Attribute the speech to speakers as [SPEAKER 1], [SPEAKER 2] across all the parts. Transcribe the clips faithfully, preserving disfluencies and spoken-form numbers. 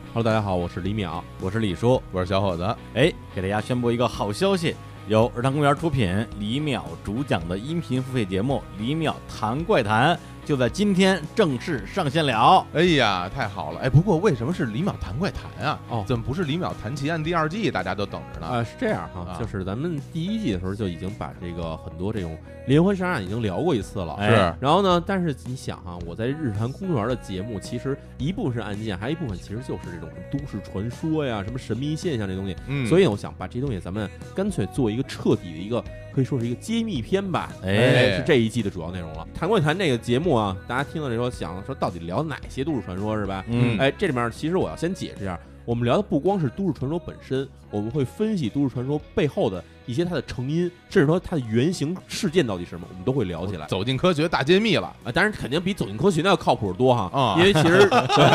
[SPEAKER 1] Hello， 大家好，我是李淼，
[SPEAKER 2] 我是李叔，
[SPEAKER 3] 我是小伙子。
[SPEAKER 2] 哎，给大家宣布一个好消息，由日坛公园出品、李淼主讲的音频付费节目《李淼谈怪谈》就在今天正式上线了。
[SPEAKER 3] 哎呀，太好了！哎，不过为什么是李淼谈怪谈啊？
[SPEAKER 1] 哦，
[SPEAKER 3] 怎么不是李淼谈奇案第二季？大家都等着呢。
[SPEAKER 1] 啊、呃，是这样哈、
[SPEAKER 3] 啊，
[SPEAKER 1] 就是咱们第一季的时候就已经把这个很多这种连环杀案已经聊过一次了。
[SPEAKER 2] 是，
[SPEAKER 1] 然后呢，但是你想哈，我在日坛公园的节目，其实一部分是案件，还有一部分其实就是这种什么都市传说呀、什么神秘现象这东西。
[SPEAKER 3] 嗯，
[SPEAKER 1] 所以呢，我想把这东西咱们干脆做一个彻底的一个，可以说是一个揭秘篇吧。
[SPEAKER 2] 哎，
[SPEAKER 1] 是这一季的主要内容了。谈怪谈这个节目啊，大家听了这说想说到底聊哪些都市传说是吧？
[SPEAKER 2] 嗯，
[SPEAKER 1] 哎，这里面其实我要先解释一下，我们聊的不光是都市传说本身，我们会分析都市传说背后的一些它的成因，甚至说它的原型事件到底是什么，我们都会聊起来。
[SPEAKER 3] 走进科学大揭秘了
[SPEAKER 1] 啊，当然肯定比走进科学那要靠谱多哈。
[SPEAKER 3] 啊、
[SPEAKER 1] 嗯，因为其实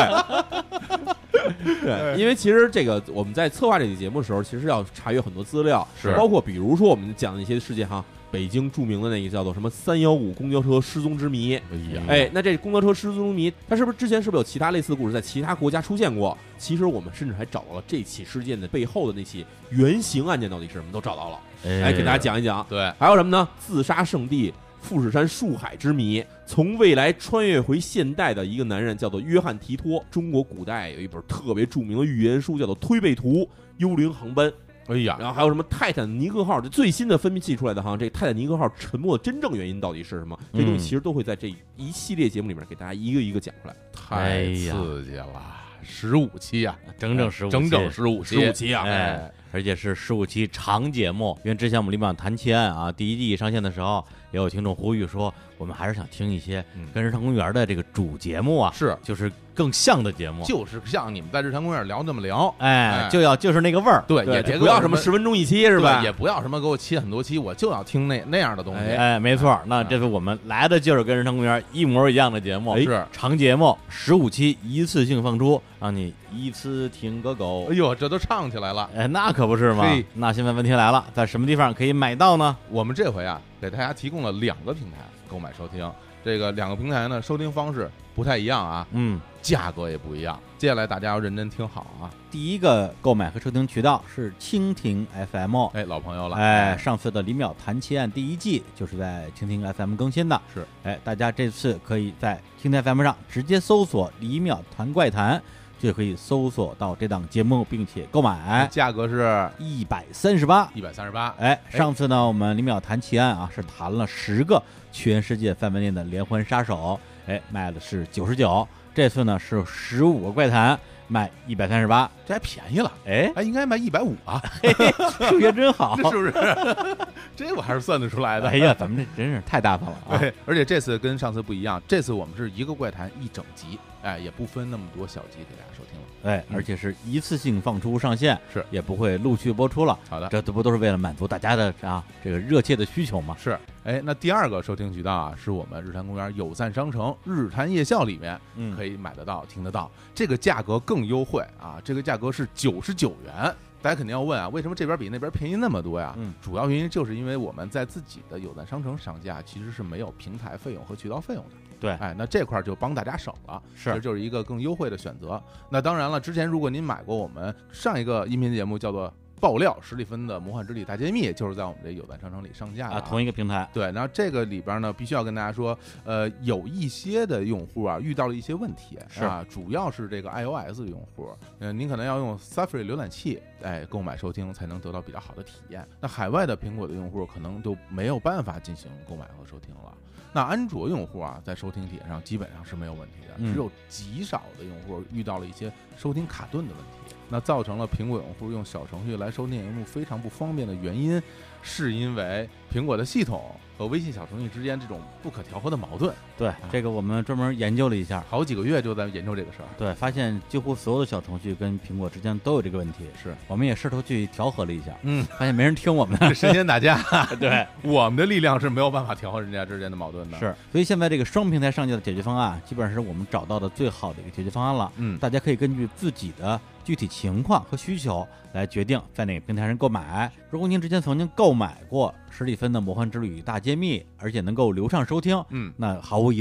[SPEAKER 1] 对。对，因为其实这个我们在策划这期节目的时候，其实要查阅很多资料，
[SPEAKER 3] 是
[SPEAKER 1] 包括比如说我们讲的一些事件哈。北京著名的那个叫做什么三幺五公交车失踪之谜，
[SPEAKER 3] 哎呀，
[SPEAKER 1] 哎，那这公交车失踪之谜，它是不是之前是不是有其他类似的故事在其他国家出现过？其实我们甚至还找到了这起事件的背后的那起原型案件到底是什么，都找到了。哎，给大家讲一讲。
[SPEAKER 3] 对，
[SPEAKER 1] 还有什么呢？自杀圣地富士山树海之谜，从未来穿越回现代的一个男人叫做约翰提托。中国古代有一本特别著名的预言书叫做《推背图》，幽灵航班。
[SPEAKER 3] 哎呀，
[SPEAKER 1] 然后还有什么泰坦尼克号？这最新的分析出来的哈，这泰坦尼克号沉没的真正原因到底是什么？这东西其实都会在这一系列节目里面给大家一个一个讲出来。
[SPEAKER 3] 太刺激了！十五期啊，
[SPEAKER 2] 整整十五期，
[SPEAKER 3] 整整十五期，
[SPEAKER 1] 十五期啊！
[SPEAKER 2] 哎，而且是十五期长节目。因为之前我们李淼谈奇案啊，第一季上线的时候，也有听众呼吁说，我们还是想听一些跟日坛公园的这个主节目啊，
[SPEAKER 3] 是
[SPEAKER 2] 就是更像的节目，
[SPEAKER 3] 就是像你们在日坛公园聊那么聊，
[SPEAKER 2] 哎，
[SPEAKER 3] 哎
[SPEAKER 2] 就要就是那个味儿，
[SPEAKER 3] 对，也
[SPEAKER 1] 别不要什么十分钟一期是吧？
[SPEAKER 3] 也不要什么给我切很多期，我就要听那那样的东西。
[SPEAKER 2] 哎，哎没错，那这次我们来的就是跟日坛公园一模一样的节目，
[SPEAKER 3] 是
[SPEAKER 2] 长节目，十五期一次性放出，让你一次听个够。
[SPEAKER 3] 哎呦，这都唱起来了，
[SPEAKER 2] 哎，那可不是嘛。那现在问题来了，在什么地方可以买到呢？
[SPEAKER 3] 我们这回啊，给大家提供了两个平台购买收听。这个两个平台呢，收听方式不太一样啊，
[SPEAKER 2] 嗯，
[SPEAKER 3] 价格也不一样。接下来大家要认真听好啊。
[SPEAKER 2] 第一个购买和收听渠道是蜻蜓 F M，
[SPEAKER 3] 哎，老朋友了。
[SPEAKER 2] 哎，上次的李淼谈奇案第一季就是在蜻蜓 F M 更新的。
[SPEAKER 3] 是，
[SPEAKER 2] 哎，大家这次可以在蜻蜓 F M 上直接搜索李淼谈怪谈，就可以搜索到这档节目，并且购买。
[SPEAKER 3] 价格是
[SPEAKER 2] 一百三十八，
[SPEAKER 3] 一百三十八。
[SPEAKER 2] 哎，上次呢，我们李淼谈奇案啊，是谈了十个全世界范围内的连环杀手，哎，卖的是九十九。这次呢是十五个怪谈，卖一百三十八，
[SPEAKER 3] 这还便宜了。
[SPEAKER 2] 哎，
[SPEAKER 3] 哎，应该卖一百五啊！
[SPEAKER 2] 数学真好，
[SPEAKER 3] 是不是？这我还是算得出来的。
[SPEAKER 2] 哎呀，咱们这真是太大方了啊！
[SPEAKER 3] 对，而且这次跟上次不一样，这次我们是一个怪谈一整集，哎，也不分那么多小集给大家收听了。
[SPEAKER 2] 哎，而且是一次性放出上线，
[SPEAKER 3] 是
[SPEAKER 2] 也不会陆续播出了。
[SPEAKER 3] 好的，
[SPEAKER 2] 这不都是为了满足大家的啊这个热切的需求吗？
[SPEAKER 3] 是。哎，那第二个收听渠道啊，是我们日坛公园有赞商城日坛夜校里面可以买得到、听得到，这个价格更优惠啊，这个价格是九十九元。大家肯定要问啊，为什么这边比那边便宜那么多呀？
[SPEAKER 2] 嗯，
[SPEAKER 3] 主要原因就是因为我们在自己的有赞商城上架，其实是没有平台费用和渠道费用的。
[SPEAKER 2] 对，
[SPEAKER 3] 哎，那这块就帮大家省了，
[SPEAKER 2] 是，
[SPEAKER 3] 这就是一个更优惠的选择。那当然了，之前如果您买过我们上一个音频节目叫做爆料史蒂芬的魔幻之旅大揭秘，就是在我们这有赞商城里上架的、啊
[SPEAKER 2] 啊，同一个平台。
[SPEAKER 3] 对，然后这个里边呢，必须要跟大家说，呃，有一些的用户啊遇到了一些问题，
[SPEAKER 2] 是
[SPEAKER 3] 啊，主要是这个 iOS 的用户，嗯、呃，您可能要用 Safari 浏览器，哎，购买收听才能得到比较好的体验。那海外的苹果的用户可能就没有办法进行购买和收听了。那安卓用户啊，在收听体验上基本上是没有问题的，
[SPEAKER 2] 嗯、
[SPEAKER 3] 只有极少的用户遇到了一些收听卡顿的问题，那造成了苹果用户用小程序来收听节目非常不方便的原因，是因为苹果的系统和微信小程序之间这种不可调和的矛盾。
[SPEAKER 2] 对，这个我们专门研究了一下，
[SPEAKER 3] 好几个月就在研究这个事儿。
[SPEAKER 2] 对，发现几乎所有的小程序跟苹果之间都有这个问题。
[SPEAKER 3] 是，
[SPEAKER 2] 我们也试图去调和了一下，
[SPEAKER 3] 嗯，
[SPEAKER 2] 发现没人听我们的，
[SPEAKER 3] 神仙打架。
[SPEAKER 2] 对，
[SPEAKER 3] 我们的力量是没有办法调和人家之间的矛盾的。
[SPEAKER 2] 是，所以现在这个双平台上架的解决方案，基本上是我们找到的最好的一个解决方案了。
[SPEAKER 3] 嗯，
[SPEAKER 2] 大家可以根据自己的具体情况和需求来决定在哪个平台上购买。如果您之前曾经购买过史蒂芬的魔幻之旅大揭秘，而且能够流畅收听，
[SPEAKER 3] 嗯，
[SPEAKER 2] 那毫无疑问，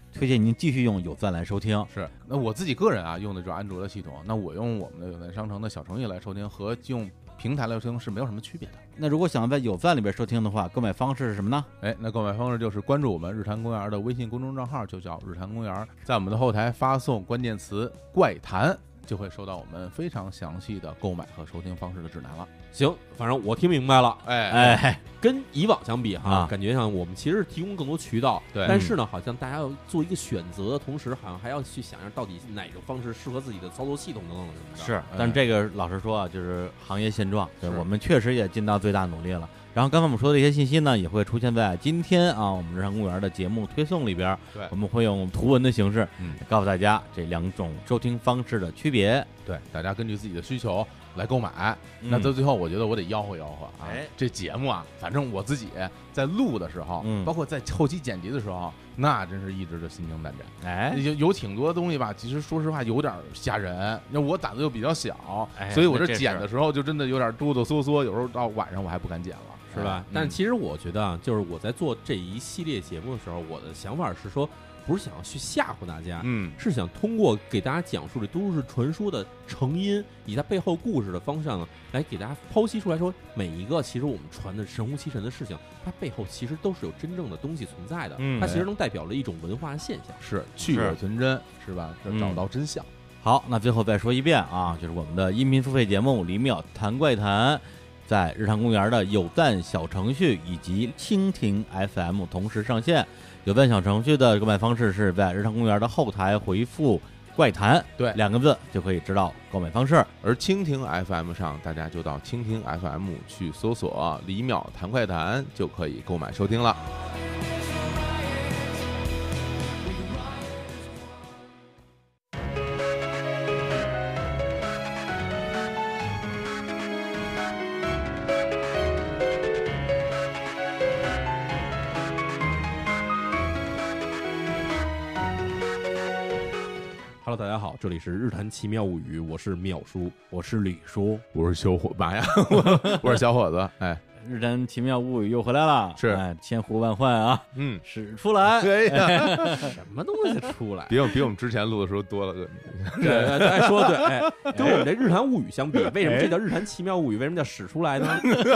[SPEAKER 2] 推荐您继续用有赞来收听。
[SPEAKER 3] 是，那我自己个人啊用的就是安卓的系统，那我用我们的有赞商城的小程序来收听，和用平台来收听是没有什么区别的。
[SPEAKER 2] 那如果想在有赞里边收听的话，购买方式是什么呢？
[SPEAKER 3] 哎，那购买方式就是关注我们日坛公园的微信公众账号，就叫日坛公园，在我们的后台发送关键词怪谈，就会收到我们非常详细的购买和收听方式的指南了。
[SPEAKER 1] 行，反正我听明白了。
[SPEAKER 3] 哎
[SPEAKER 2] 哎，
[SPEAKER 1] 跟以往相比哈，
[SPEAKER 2] 啊
[SPEAKER 1] 感觉上我们其实提供更多渠道，
[SPEAKER 3] 对
[SPEAKER 1] 但是呢，好像大家要做一个选择的同时，好像还要去想想到底哪种方式适合自己的操作系统等等什么的。
[SPEAKER 2] 是，但这个老实说啊，就是行业现状，对
[SPEAKER 3] 是
[SPEAKER 2] 我们确实也尽到最大努力了。然后刚才我们说的一些信息呢，也会出现在今天啊我们日常公园的节目推送里边。
[SPEAKER 3] 对
[SPEAKER 2] 我们会用图文的形式，
[SPEAKER 3] 嗯，
[SPEAKER 2] 告诉大家这两种收听方式的区别。
[SPEAKER 3] 对，大家根据自己的需求来购买。
[SPEAKER 2] 嗯
[SPEAKER 3] 那到最后，我觉得我得吆喝吆喝啊，
[SPEAKER 2] 哎
[SPEAKER 3] 这节目啊，反正我自己在录的时候，
[SPEAKER 2] 嗯
[SPEAKER 3] 包括在后期剪辑的时候，那真是一直的心惊胆战。
[SPEAKER 2] 哎，
[SPEAKER 3] 有有挺多东西吧，其实说实话有点吓人。那我胆子又比较小，
[SPEAKER 2] 哎
[SPEAKER 3] 所以我这
[SPEAKER 2] 那这是
[SPEAKER 3] 剪的时候就真的有点哆哆嗦嗦，有时候到晚上我还不敢剪了，
[SPEAKER 1] 是吧？
[SPEAKER 3] 哎
[SPEAKER 1] 但其实我觉得啊，就是我在做这一系列节目的时候，我的想法是说，不是想要去吓唬大家，
[SPEAKER 3] 嗯，
[SPEAKER 1] 是想通过给大家讲述这都市传说的成因以及它背后故事的方向呢，来给大家剖析出来说，每一个其实我们传的神乎其神的事情，它背后其实都是有真正的东西存在的，
[SPEAKER 2] 嗯
[SPEAKER 1] 它其实能代表了一种文化现象。
[SPEAKER 3] 是去伪存真，是吧？这
[SPEAKER 2] 嗯
[SPEAKER 3] 找到真相。
[SPEAKER 2] 好，那最后再说一遍啊，就是我们的音频付费节目《李淼谈怪谈》，在日常公园的有赞小程序以及蜻蜓 F M 同时上线。有赞小程序的购买方式是在日常公园的后台回复“怪谈”
[SPEAKER 3] 对
[SPEAKER 2] 两个字，就可以知道购买方式。
[SPEAKER 3] 而蜻蜓 F M 上，大家就到蜻蜓 F M 去搜索“李淼谈快谈”，就可以购买收听了。
[SPEAKER 1] Hello，大家好，这里是日谈奇妙物语，我是淼叔。
[SPEAKER 2] 我是吕叔，
[SPEAKER 3] 我是小伙妈呀，我我是小伙子，哎，
[SPEAKER 2] 日谈奇妙物语又回来了，
[SPEAKER 3] 是
[SPEAKER 2] 哎，千呼万唤啊，
[SPEAKER 3] 嗯，
[SPEAKER 2] 使出来。
[SPEAKER 3] 哎呀，
[SPEAKER 1] 什么东西出来？
[SPEAKER 3] 比我比我们之前录的时候多了个，
[SPEAKER 1] 对，哎，说的对，哎，跟我们这日谈物语相比，为什么这叫日谈奇妙物语？为什么叫使出来呢？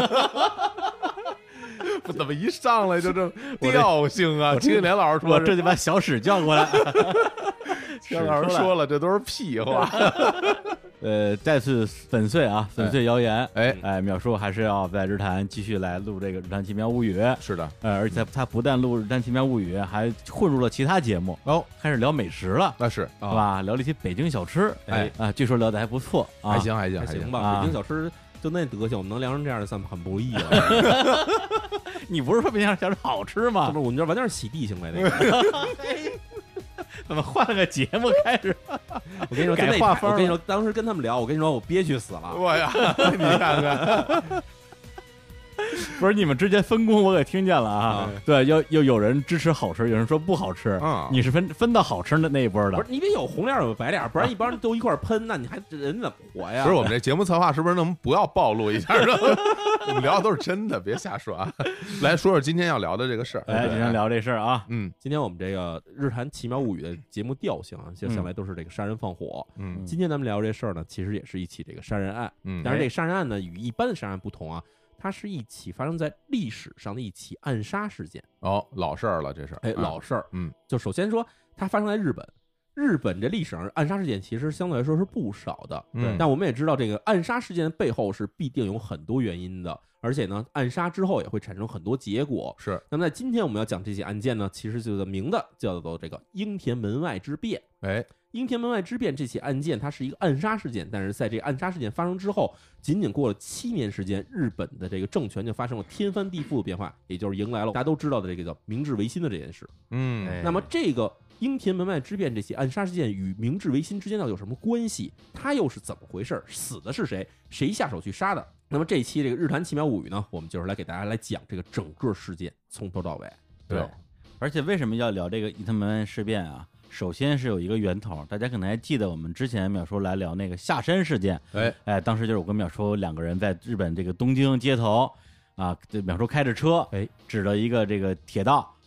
[SPEAKER 3] 不怎么一上来就这调性啊？青年老师说，
[SPEAKER 2] 我这就把小史叫过来。
[SPEAKER 3] 青年老师说了，这都是屁话。
[SPEAKER 2] 呃，再次粉碎啊，粉碎谣言。
[SPEAKER 3] 哎，
[SPEAKER 2] 哎，淼叔还是要在日坛继续来录这个《日坛奇妙物语》。
[SPEAKER 3] 是的，
[SPEAKER 2] 呃，而且他不但录《日坛奇妙物语》，还混入了其他节目，
[SPEAKER 3] 哦，
[SPEAKER 2] 开始聊美食了，
[SPEAKER 3] 那是
[SPEAKER 2] 是吧？聊了一些北京小吃，
[SPEAKER 3] 哎
[SPEAKER 2] 啊，据说聊得还不错啊，
[SPEAKER 3] 还行还行行。
[SPEAKER 1] 还行吧，
[SPEAKER 2] 啊
[SPEAKER 1] 北京小吃就那德行，我们能聊成这样，算很不易了。
[SPEAKER 2] 你不是说北京小吃好吃吗？
[SPEAKER 1] 这不是我们这完全是洗地行为那个。
[SPEAKER 2] 怎么换了个节目开始？
[SPEAKER 1] 我跟你说，
[SPEAKER 2] 改
[SPEAKER 1] 就那
[SPEAKER 2] 画风了
[SPEAKER 1] 我跟你说，当时跟他们聊，我跟你说，我憋屈死了。
[SPEAKER 3] 我呀，你看看，
[SPEAKER 2] 不是你们之间分工，我给听见了啊。对，又又有人支持好吃，有人说不好吃。
[SPEAKER 3] 嗯
[SPEAKER 2] 你是分分到好吃的那一波的。
[SPEAKER 3] 啊
[SPEAKER 1] 不是你得有红脸有白脸，不然一帮人都一块儿喷，那你还人怎么活呀？
[SPEAKER 3] 不是我们这节目策划是不是能不要暴露一下呢？我们聊的都是真的，别瞎说啊。来说说今天要聊的这个事儿。
[SPEAKER 2] 哎，今天聊这事儿啊，
[SPEAKER 3] 嗯
[SPEAKER 1] 今天我们这个《日谈奇妙物语》的节目调性啊，就向来都是这个杀人放火。
[SPEAKER 3] 嗯
[SPEAKER 1] 今天咱们聊这事儿呢，其实也是一起这个杀人案。
[SPEAKER 3] 嗯，
[SPEAKER 1] 但是这个杀人案呢，与一般的杀人案不同啊，它是一起发生在历史上的一起暗杀事件。
[SPEAKER 3] 哦，老事儿了，这是
[SPEAKER 1] 哎，
[SPEAKER 3] 啊
[SPEAKER 1] 老事儿。
[SPEAKER 3] 嗯，
[SPEAKER 1] 就首先说，它发生在日本。日本这历史上暗杀事件其实相对来说是不少的，
[SPEAKER 3] 嗯
[SPEAKER 1] 但我们也知道这个暗杀事件的背后是必定有很多原因的，而且呢，暗杀之后也会产生很多结果。
[SPEAKER 3] 是，
[SPEAKER 1] 那么在今天我们要讲这起案件呢，其实就的名字叫做这个樱田门外之变。
[SPEAKER 3] 哎，
[SPEAKER 1] 樱田门外之变这起案件，它是一个暗杀事件，但是在这个暗杀事件发生之后，仅仅过了七年时间，日本的这个政权就发生了天翻地覆的变化，也就是迎来了大家都知道的这个叫明治维新的这件事。
[SPEAKER 3] 嗯，
[SPEAKER 2] 哎
[SPEAKER 1] 那么这个樱田门外之变这起暗杀事件与明治维新之间到底有什么关系？它又是怎么回事？死的是谁？谁下手去杀的？那么这一期这个日谈奇妙物语呢，我们就是来给大家来讲这个整个事件从头到尾。
[SPEAKER 3] 对，
[SPEAKER 2] 而且为什么要聊这个伊藤门外事变啊？首先是有一个源头，大家可能还记得我们之前淼叔来聊那个下山事件，
[SPEAKER 3] 哎，
[SPEAKER 2] 哎，当时就是我跟淼叔两个人在日本这个东京街头啊，这淼叔开着车，
[SPEAKER 1] 哎，
[SPEAKER 2] 指了一个这个铁道，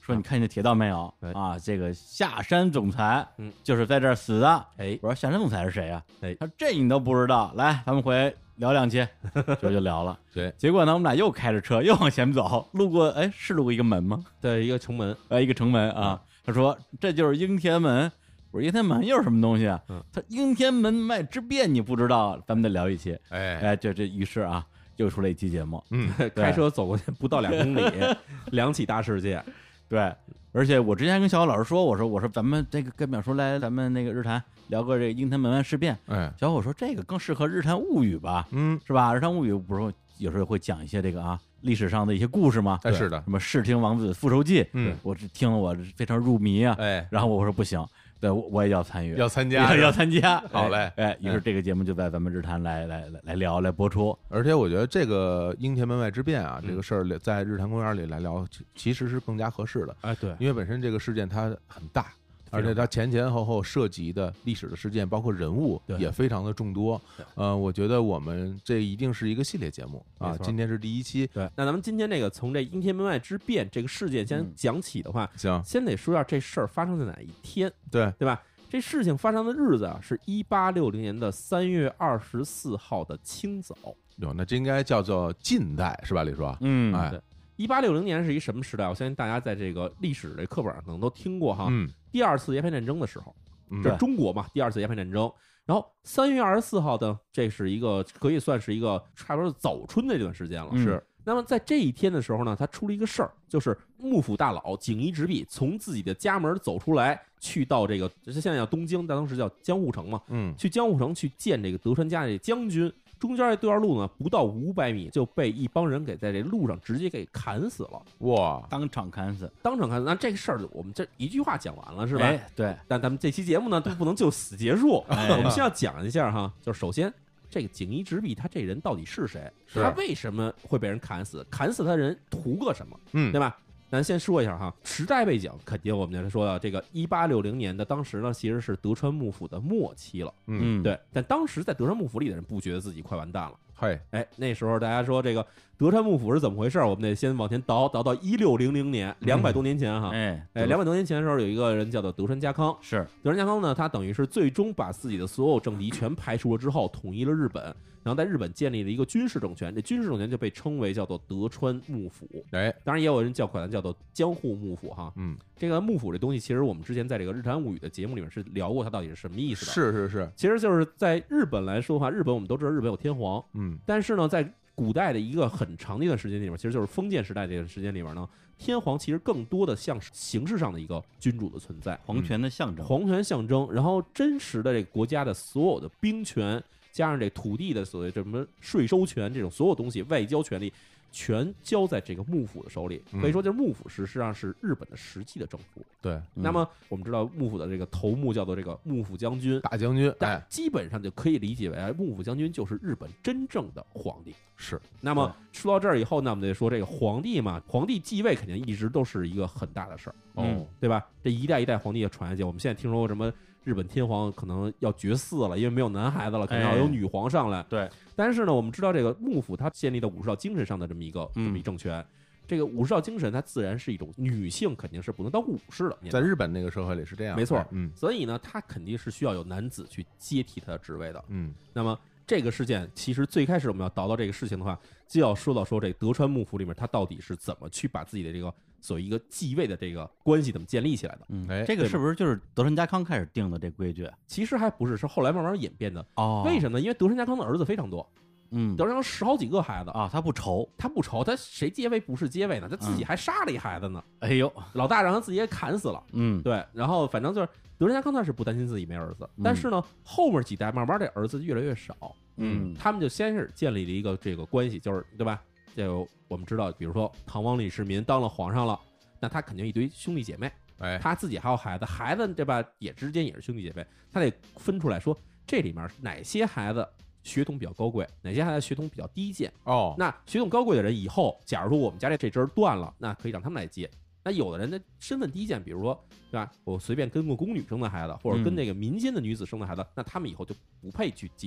[SPEAKER 2] 说你看见铁道没有
[SPEAKER 1] 哎
[SPEAKER 2] 啊？这个下山总裁，
[SPEAKER 1] 嗯，
[SPEAKER 2] 就是在这儿死的。
[SPEAKER 1] 哎，
[SPEAKER 2] 我说下山总裁是谁啊？
[SPEAKER 1] 哎
[SPEAKER 2] 他说这你都不知道，来，咱们回来聊两期，这就聊了。
[SPEAKER 3] 对，
[SPEAKER 2] 结果呢，我们俩又开着车又往前走，路过，哎，是路过一个门吗？
[SPEAKER 1] 对，一个城门，
[SPEAKER 2] 呃，一个城门啊。他说这就是应天门。我说应天门又是什么东西啊？
[SPEAKER 1] 嗯，
[SPEAKER 2] 他应天门外之变你不知道，咱们得聊一期。
[SPEAKER 3] 哎
[SPEAKER 2] 哎，这这于是啊，又出了一期节目。
[SPEAKER 3] 嗯，
[SPEAKER 1] 开车走过去不到两公里，两起大事件。
[SPEAKER 2] 对，而且我之前跟小虎老师说，我说我说咱们这个跟淼叔来咱们那个日坛聊个这个应天门外事变。
[SPEAKER 3] 哎，
[SPEAKER 2] 小虎说这个更适合日坛物语吧，
[SPEAKER 3] 嗯，
[SPEAKER 2] 是吧？日坛物语不是有时候会讲一些这个啊历史上的一些故事吗？
[SPEAKER 3] 哎，是的，
[SPEAKER 2] 什么视听王子复仇记，
[SPEAKER 3] 嗯，
[SPEAKER 2] 我这听了我非常入迷啊。
[SPEAKER 3] 哎，
[SPEAKER 2] 然后我说不行，对我我也要参与，
[SPEAKER 3] 要参加
[SPEAKER 2] 要要参加。
[SPEAKER 3] 好嘞，
[SPEAKER 2] 哎，于是这个节目就在咱们日坛来来来来聊来播出。
[SPEAKER 3] 而且我觉得这个应天门外之变啊，
[SPEAKER 1] 嗯
[SPEAKER 3] 这个事儿在日坛公园里来聊，其其实是更加合适的，
[SPEAKER 1] 哎，对，
[SPEAKER 3] 因为本身这个事件它很大。而且它前前后后涉及的历史的事件，包括人物也非常的众多。呃，我觉得我们这一定是一个系列节目啊，今天是第一期。
[SPEAKER 1] 对，那咱们今天这个从这应天门外之变这个事件先讲起的话，
[SPEAKER 3] 行，
[SPEAKER 1] 先得说一下这事儿发生在哪一天，
[SPEAKER 3] 对
[SPEAKER 1] 对吧？这事情发生的日子啊，是一八六零年的三月二十四号的清早。
[SPEAKER 3] 哟，那这应该叫做近代是吧，李叔？
[SPEAKER 2] 嗯，
[SPEAKER 3] 哎，
[SPEAKER 1] 对，一八六零年是一什么时代？我相信大家在这个历史这课本上可能都听过哈。
[SPEAKER 3] 嗯，
[SPEAKER 1] 第二次鸦片战争的时候，
[SPEAKER 3] 嗯
[SPEAKER 1] 这是中国嘛，第二次鸦片战争。然后三月二十四号呢，这是一个可以算是一个差不多是早春的这段时间了。
[SPEAKER 2] 嗯
[SPEAKER 1] 是。那么在这一天的时候呢，他出了一个事儿，就是幕府大佬锦衣直弼从自己的家门走出来，去到这个现在叫东京，当时叫江户城嘛，
[SPEAKER 3] 嗯，
[SPEAKER 1] 去江户城去见这个德川家这将军。中间这段路呢，不到五百米就被一帮人给在这路上直接给砍死了，
[SPEAKER 3] 哇，
[SPEAKER 2] 当场砍死，
[SPEAKER 1] 当场砍死。那这个事儿我们这一句话讲完了是吧？
[SPEAKER 2] 哎，对，
[SPEAKER 1] 但咱们这期节目呢都不能就此结束，
[SPEAKER 2] 哎
[SPEAKER 1] 我们先要讲一下哈，就是首先这个锦衣直弼他这人到底是谁？
[SPEAKER 3] 是
[SPEAKER 1] 他为什么会被人砍死？砍死他的人图个什么？
[SPEAKER 3] 嗯，
[SPEAKER 1] 对吧？咱先说一下哈，时代背景肯定我们就说到这个一八六零年的，当时呢其实是德川幕府的末期了，
[SPEAKER 3] 嗯，
[SPEAKER 1] 对。但当时在德川幕府里的人不觉得自己快完蛋了。
[SPEAKER 3] 嘿，
[SPEAKER 1] 哎，那时候大家说这个德川幕府是怎么回事？我们得先往前倒，倒到一六零零年，两百多年前哈。
[SPEAKER 2] 哎
[SPEAKER 1] 哎，两百多年前的时候，有一个人叫做德川家康。
[SPEAKER 2] 是
[SPEAKER 1] 德川家康呢，他等于是最终把自己的所有政敌全排除了之后，统一了日本，然后在日本建立了一个军事政权。这军事政权就被称为叫做德川幕府。
[SPEAKER 3] 哎，
[SPEAKER 1] 当然也有人叫管它叫做江户幕府哈。
[SPEAKER 3] 嗯，
[SPEAKER 1] 这个幕府这东西，其实我们之前在这个《日坛物语》的节目里面是聊过，它到底是什么意思的。
[SPEAKER 3] 是是是，
[SPEAKER 1] 其实就是在日本来说的话，日本我们都知道日本有天皇，
[SPEAKER 3] 嗯，
[SPEAKER 1] 但是呢，在古代的一个很长的一段时间里面，其实就是封建时代这段时间里面呢，天皇其实更多的像是形式上的一个君主的存在，
[SPEAKER 2] 皇权的象征，
[SPEAKER 1] 皇权象征，然后真实的这个国家的所有的兵权，加上这土地的所谓什么税收权这种所有东西，外交权力。全交在这个幕府的手里，可以说就是幕府实际上是日本的实际的政府。
[SPEAKER 3] 对，
[SPEAKER 1] 那么我们知道幕府的这个头目叫做这个幕府将军，
[SPEAKER 3] 大将军，
[SPEAKER 1] 但
[SPEAKER 3] 哎，
[SPEAKER 1] 基本上就可以理解为哎幕府将军就是日本真正的皇帝。
[SPEAKER 3] 是，
[SPEAKER 1] 那么说到这儿以后，那我们得说这个皇帝嘛，皇帝继位肯定一直都是一个很大的事儿，
[SPEAKER 2] 嗯，
[SPEAKER 1] 对吧？这一代一代皇帝也传下去，我们现在听说什么日本天皇可能要绝嗣了，因为没有男孩子了，可能要有女皇上来。
[SPEAKER 2] 对，
[SPEAKER 1] 但是呢，我们知道这个幕府它建立的武士道精神上的这么一个这么一政权。这个武士道精神，它自然是一种女性肯定是不能当武士的，
[SPEAKER 3] 在日本那个社会里是这样，
[SPEAKER 1] 没错，
[SPEAKER 3] 嗯，
[SPEAKER 1] 所以呢，它肯定是需要有男子去接替他的职位的，
[SPEAKER 3] 嗯，
[SPEAKER 1] 那么这个事件其实最开始我们要倒到这个事情的话，就要说到说这德川幕府里面他到底是怎么去把自己的这个所谓一个继位的这个关系怎么建立起来的。
[SPEAKER 2] 嗯，
[SPEAKER 3] 哎
[SPEAKER 2] 这个是不是就是德川家康开始定的这规矩？
[SPEAKER 1] 其实还不是，是后来慢慢演变的。
[SPEAKER 2] 哦，
[SPEAKER 1] 为什么呢？因为德川家康的儿子非常多，
[SPEAKER 2] 嗯，
[SPEAKER 1] 德川家康十好几个孩子
[SPEAKER 2] 啊，他不愁，
[SPEAKER 1] 他不愁，他谁接位不是接位呢？他自己还杀了一孩子呢，
[SPEAKER 2] 哎呦，
[SPEAKER 1] 老大让他自己也砍死了。
[SPEAKER 2] 嗯，
[SPEAKER 1] 对，然后反正就是德川家康他是不担心自己没儿子，
[SPEAKER 2] 嗯
[SPEAKER 1] 但是呢，后面几代慢慢这儿子越来越少。
[SPEAKER 2] 嗯，
[SPEAKER 1] 他们就先是建立了一个这个关系，就是对吧？就我们知道，比如说唐王李世民当了皇上了，那他肯定一堆兄弟姐妹，
[SPEAKER 3] 哎，
[SPEAKER 1] 他自己还有孩子，孩子对吧？也之间也是兄弟姐妹，他得分出来说这里面哪些孩子血统比较高贵，哪些孩子血统比较低贱。
[SPEAKER 3] 哦，
[SPEAKER 1] 那血统高贵的人以后，假如说我们家这这支断了，那可以让他们来接。那有的人的身份低贱，比如说对吧？我随便跟个宫女生的孩子，或者跟那个民间的女子生的孩子，那他们以后就不配去继位。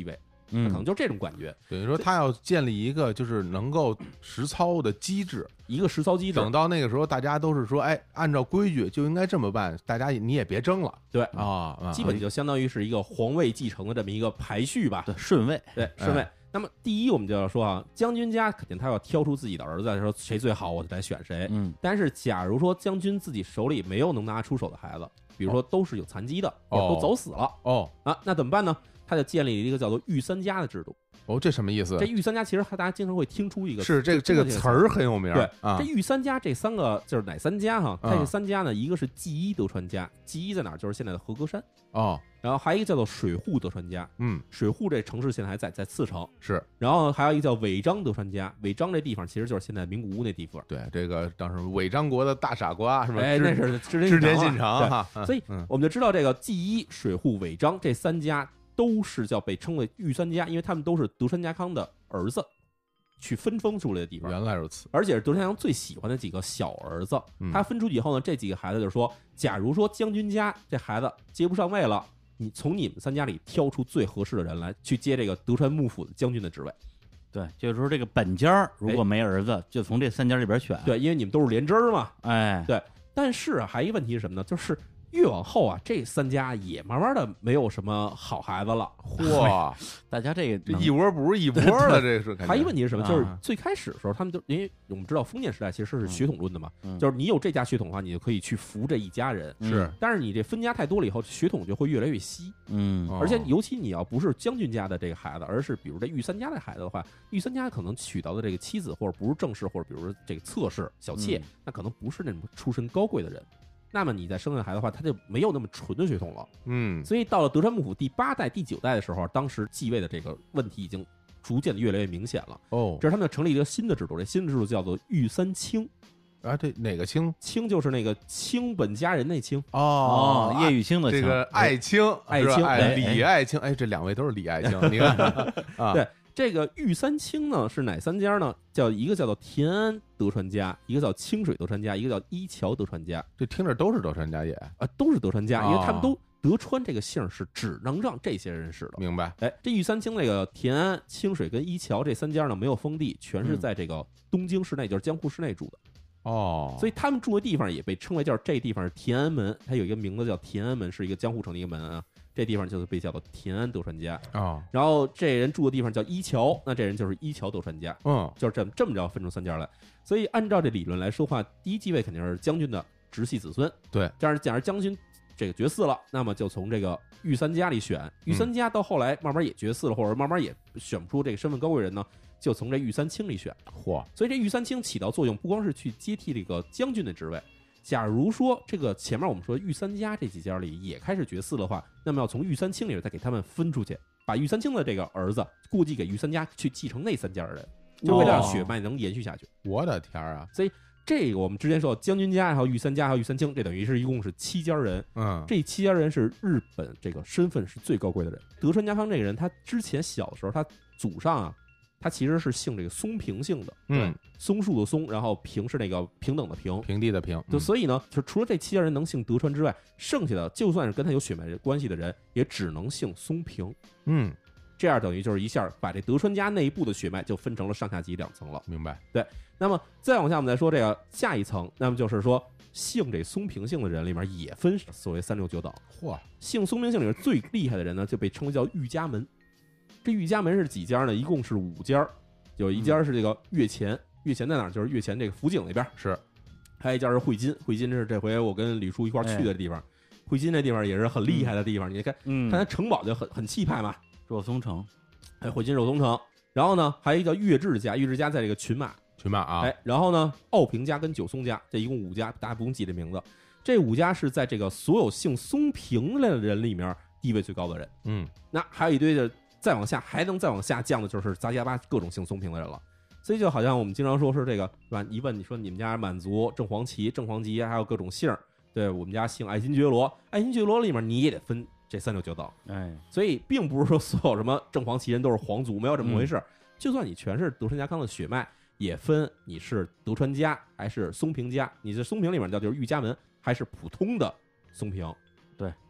[SPEAKER 2] 嗯
[SPEAKER 1] 可能就这种感觉，
[SPEAKER 3] 等于说他要建立一个就是能够实操的机制，
[SPEAKER 1] 一个实操机制。
[SPEAKER 3] 等到那个时候，大家都是说，哎，按照规矩就应该这么办，大家你也别争了
[SPEAKER 1] 对
[SPEAKER 3] 啊，啊
[SPEAKER 1] 基本就相当于是一个皇位继承的这么一个排序吧，
[SPEAKER 2] 对，顺位，
[SPEAKER 1] 对顺位。
[SPEAKER 3] 哎
[SPEAKER 1] 那么第一，我们就要说啊，将军家肯定他要挑出自己的儿子，说谁最好，我就来选谁。
[SPEAKER 2] 嗯，
[SPEAKER 1] 但是假如说将军自己手里没有能拿出手的孩子，比如说都是有残疾的，或者都走死了
[SPEAKER 3] 哦
[SPEAKER 1] 啊，那怎么办呢？他就建立了一个叫做御三家的制度。
[SPEAKER 3] 哦，这什么意思
[SPEAKER 1] 这？御三家其实大家经常会听出一个
[SPEAKER 3] 是这个这个词儿很有名，
[SPEAKER 1] 对
[SPEAKER 3] 啊
[SPEAKER 1] 这，御三家这三个就是哪三家哈？它
[SPEAKER 3] 啊
[SPEAKER 1] 这三家呢，一个是纪伊德川家，纪伊在哪儿？就是现在的和歌山。
[SPEAKER 3] 哦，
[SPEAKER 1] 然后还有一个叫做水户德川家，
[SPEAKER 3] 嗯，
[SPEAKER 1] 水户这城市现在还在，在次城。
[SPEAKER 3] 是
[SPEAKER 1] 然后还有一个叫尾张德川家，尾张这地方其实就是现在名古屋那地方。
[SPEAKER 3] 对这个当时尾张国的大傻瓜是吧？
[SPEAKER 1] 哎，
[SPEAKER 3] 织
[SPEAKER 1] 那是织
[SPEAKER 3] 织田
[SPEAKER 1] 田信
[SPEAKER 3] 信长
[SPEAKER 1] 对
[SPEAKER 3] 哈，
[SPEAKER 1] 所以
[SPEAKER 3] 嗯
[SPEAKER 1] 我们就知道这个纪伊、水户、尾张这三家都是叫被称为御三家，因为他们都是德川家康的儿子去分封出来的地方。
[SPEAKER 3] 原来如此，
[SPEAKER 1] 而且是德川家康最喜欢的几个小儿子，
[SPEAKER 3] 嗯
[SPEAKER 1] 他分出去以后呢，这几个孩子就说，假如说将军家这孩子接不上位了，你从你们三家里挑出最合适的人来去接这个德川幕府的将军的职位。
[SPEAKER 2] 对，就是说这个本家儿如果没儿子，就从这三家里边选。，
[SPEAKER 1] 对，因为你们都是连枝儿嘛。
[SPEAKER 2] 哎，
[SPEAKER 1] 对但是啊，还有一个问题是什么呢？就是越往后啊，这三家也慢慢的没有什么好孩子了。
[SPEAKER 3] 嚯，
[SPEAKER 2] 大家这个能
[SPEAKER 3] 这一窝不如一窝了，这是感觉。
[SPEAKER 1] 还有一个问题是什么？
[SPEAKER 2] 啊
[SPEAKER 1] 就是最开始的时候，他们就因为我们知道封建时代其实是血统论的嘛，
[SPEAKER 2] 嗯
[SPEAKER 1] 就是你有这家血统的话，你就可以去服这一家人。
[SPEAKER 2] 嗯
[SPEAKER 3] 是，
[SPEAKER 1] 但是你这分家太多了以后，血统就会越来越稀。
[SPEAKER 2] 嗯
[SPEAKER 3] 哦
[SPEAKER 1] 而且尤其你要不是将军家的这个孩子，而是比如这御三家的孩子的话，御三家可能娶到的这个妻子，或者不是正室，或者比如说这个侧室、小妾，
[SPEAKER 2] 嗯
[SPEAKER 1] 那可能不是那种出身高贵的人。那么你再生下孩子的话，他就没有那么纯的血统了。
[SPEAKER 3] 嗯，
[SPEAKER 1] 所以到了德川幕府第八代、第九代的时候，当时继位的这个问题已经逐渐的越来越明显了。
[SPEAKER 3] 哦，
[SPEAKER 1] 这是他们成立一个新的制度，这新的制度叫做御三卿。
[SPEAKER 3] 啊，这哪个卿？
[SPEAKER 1] 卿就是那个卿本家人那卿。
[SPEAKER 2] 哦，叶玉卿的卿
[SPEAKER 3] 这个爱卿，
[SPEAKER 1] 爱卿
[SPEAKER 3] 是吧哎，
[SPEAKER 1] 哎
[SPEAKER 3] 李爱卿，哎，这两位都是李爱卿，你看啊，
[SPEAKER 1] 对这个御三卿呢是哪三家呢？叫一个叫做田安德川家，一个叫清水德川家，一个叫伊桥德川家。
[SPEAKER 3] 这听着都是德川家也，
[SPEAKER 1] 啊，都是德川家，
[SPEAKER 3] 哦
[SPEAKER 1] 因为他们都德川这个姓是只能让这些人使的。
[SPEAKER 3] 明白？
[SPEAKER 1] 哎，这御三卿那个田安、清水跟伊桥这三家呢，没有封地，全是在这个东京市内，就是江户市内住的。
[SPEAKER 3] 哦，
[SPEAKER 1] 所以他们住的地方也被称为叫这地方是田安门，它有一个名字叫田安门，是一个江户城的一个门啊。这地方就是被叫做田安德川家。
[SPEAKER 3] 哦，
[SPEAKER 1] 然后这人住的地方叫伊桥，那这人就是伊桥德川家，
[SPEAKER 3] 嗯，
[SPEAKER 1] 就是这么这么着分出三家来。所以按照这理论来说话，第一继位肯定是将军的直系子孙。
[SPEAKER 3] 对，
[SPEAKER 1] 但是假如将军这个绝嗣了，那么就从这个御三家里选。御三家到后来慢慢也绝嗣了，或者慢慢也选不出这个身份高贵人呢，就从这御三卿里选。
[SPEAKER 3] 嚯，
[SPEAKER 1] 所以这御三卿起到作用，不光是去接替这个将军的职位。假如说这个前面我们说御三家这几家里也开始绝嗣的话，那么要从御三卿里边再给他们分出去，把御三卿的这个儿子过继给御三家去继承那三家的人，就为了让血脉能延续下去。
[SPEAKER 3] 我的天儿啊，
[SPEAKER 1] 这个我们之前说将军家还有御三家还有御三卿，这等于是一共是七家人。
[SPEAKER 3] 嗯，
[SPEAKER 1] 这七家人是日本这个身份是最高贵的人。德川家康这个人，他之前小的时候，他祖上啊，他其实是姓这个松平姓的，
[SPEAKER 3] 嗯，
[SPEAKER 1] 松树的松，然后平是那个平等的平。
[SPEAKER 3] 平地的平，
[SPEAKER 1] 就所以呢，就除了这七家人能姓德川之外，剩下的就算是跟他有血脉关系的人，也只能姓松平。
[SPEAKER 3] 嗯，
[SPEAKER 1] 这样等于就是一下把这德川家内部的血脉就分成了上下级两层了。
[SPEAKER 3] 明白？
[SPEAKER 1] 那么再往下，我们再说这个下一层，那么就是说姓这松平姓的人里面也分所谓三六九等。
[SPEAKER 3] 嚯，
[SPEAKER 1] 姓松平姓里面最厉害的人呢，就被称为叫御家门。这御家门是几家呢？一共是五家，有一家是这个越前，越前在哪儿？就是越前这个福井那边。
[SPEAKER 3] 是，
[SPEAKER 1] 还有一家是汇金，汇金是这回我跟李叔一块儿去的地方。汇金这地方也是很厉害的地方，你看，
[SPEAKER 2] 嗯，
[SPEAKER 1] 看它城堡就很很气派嘛。
[SPEAKER 2] 若松城，
[SPEAKER 1] 哎，汇金肉松城。然后呢，还有一个叫月治家，月治家在这个群马。
[SPEAKER 3] 群马啊，
[SPEAKER 1] 哎，然后呢，奥平家跟九松家，这一共五家，大家不用记这名字。这五家是在这个所有姓松平的人里面地位最高的人。
[SPEAKER 3] 嗯，
[SPEAKER 1] 那还有一堆的，再往下还能再往下降的，就是杂七杂八各种姓松平的人了。所以就好像我们经常说是这个，是吧？一问你说你们家满族、正黄旗、正黄旗，还有各种姓儿。对我们家姓爱新觉罗，爱新觉罗里面你也得分这三六九等。
[SPEAKER 2] 哎，
[SPEAKER 1] 所以并不是说所有什么正黄旗人都是皇族，没有这么回事。就算你全是德川家康的血脉，也分你是德川家还是松平家，你是松平里面叫就是御家门，还是普通的松平。
[SPEAKER 2] 对
[SPEAKER 1] 啊，
[SPEAKER 3] 嗯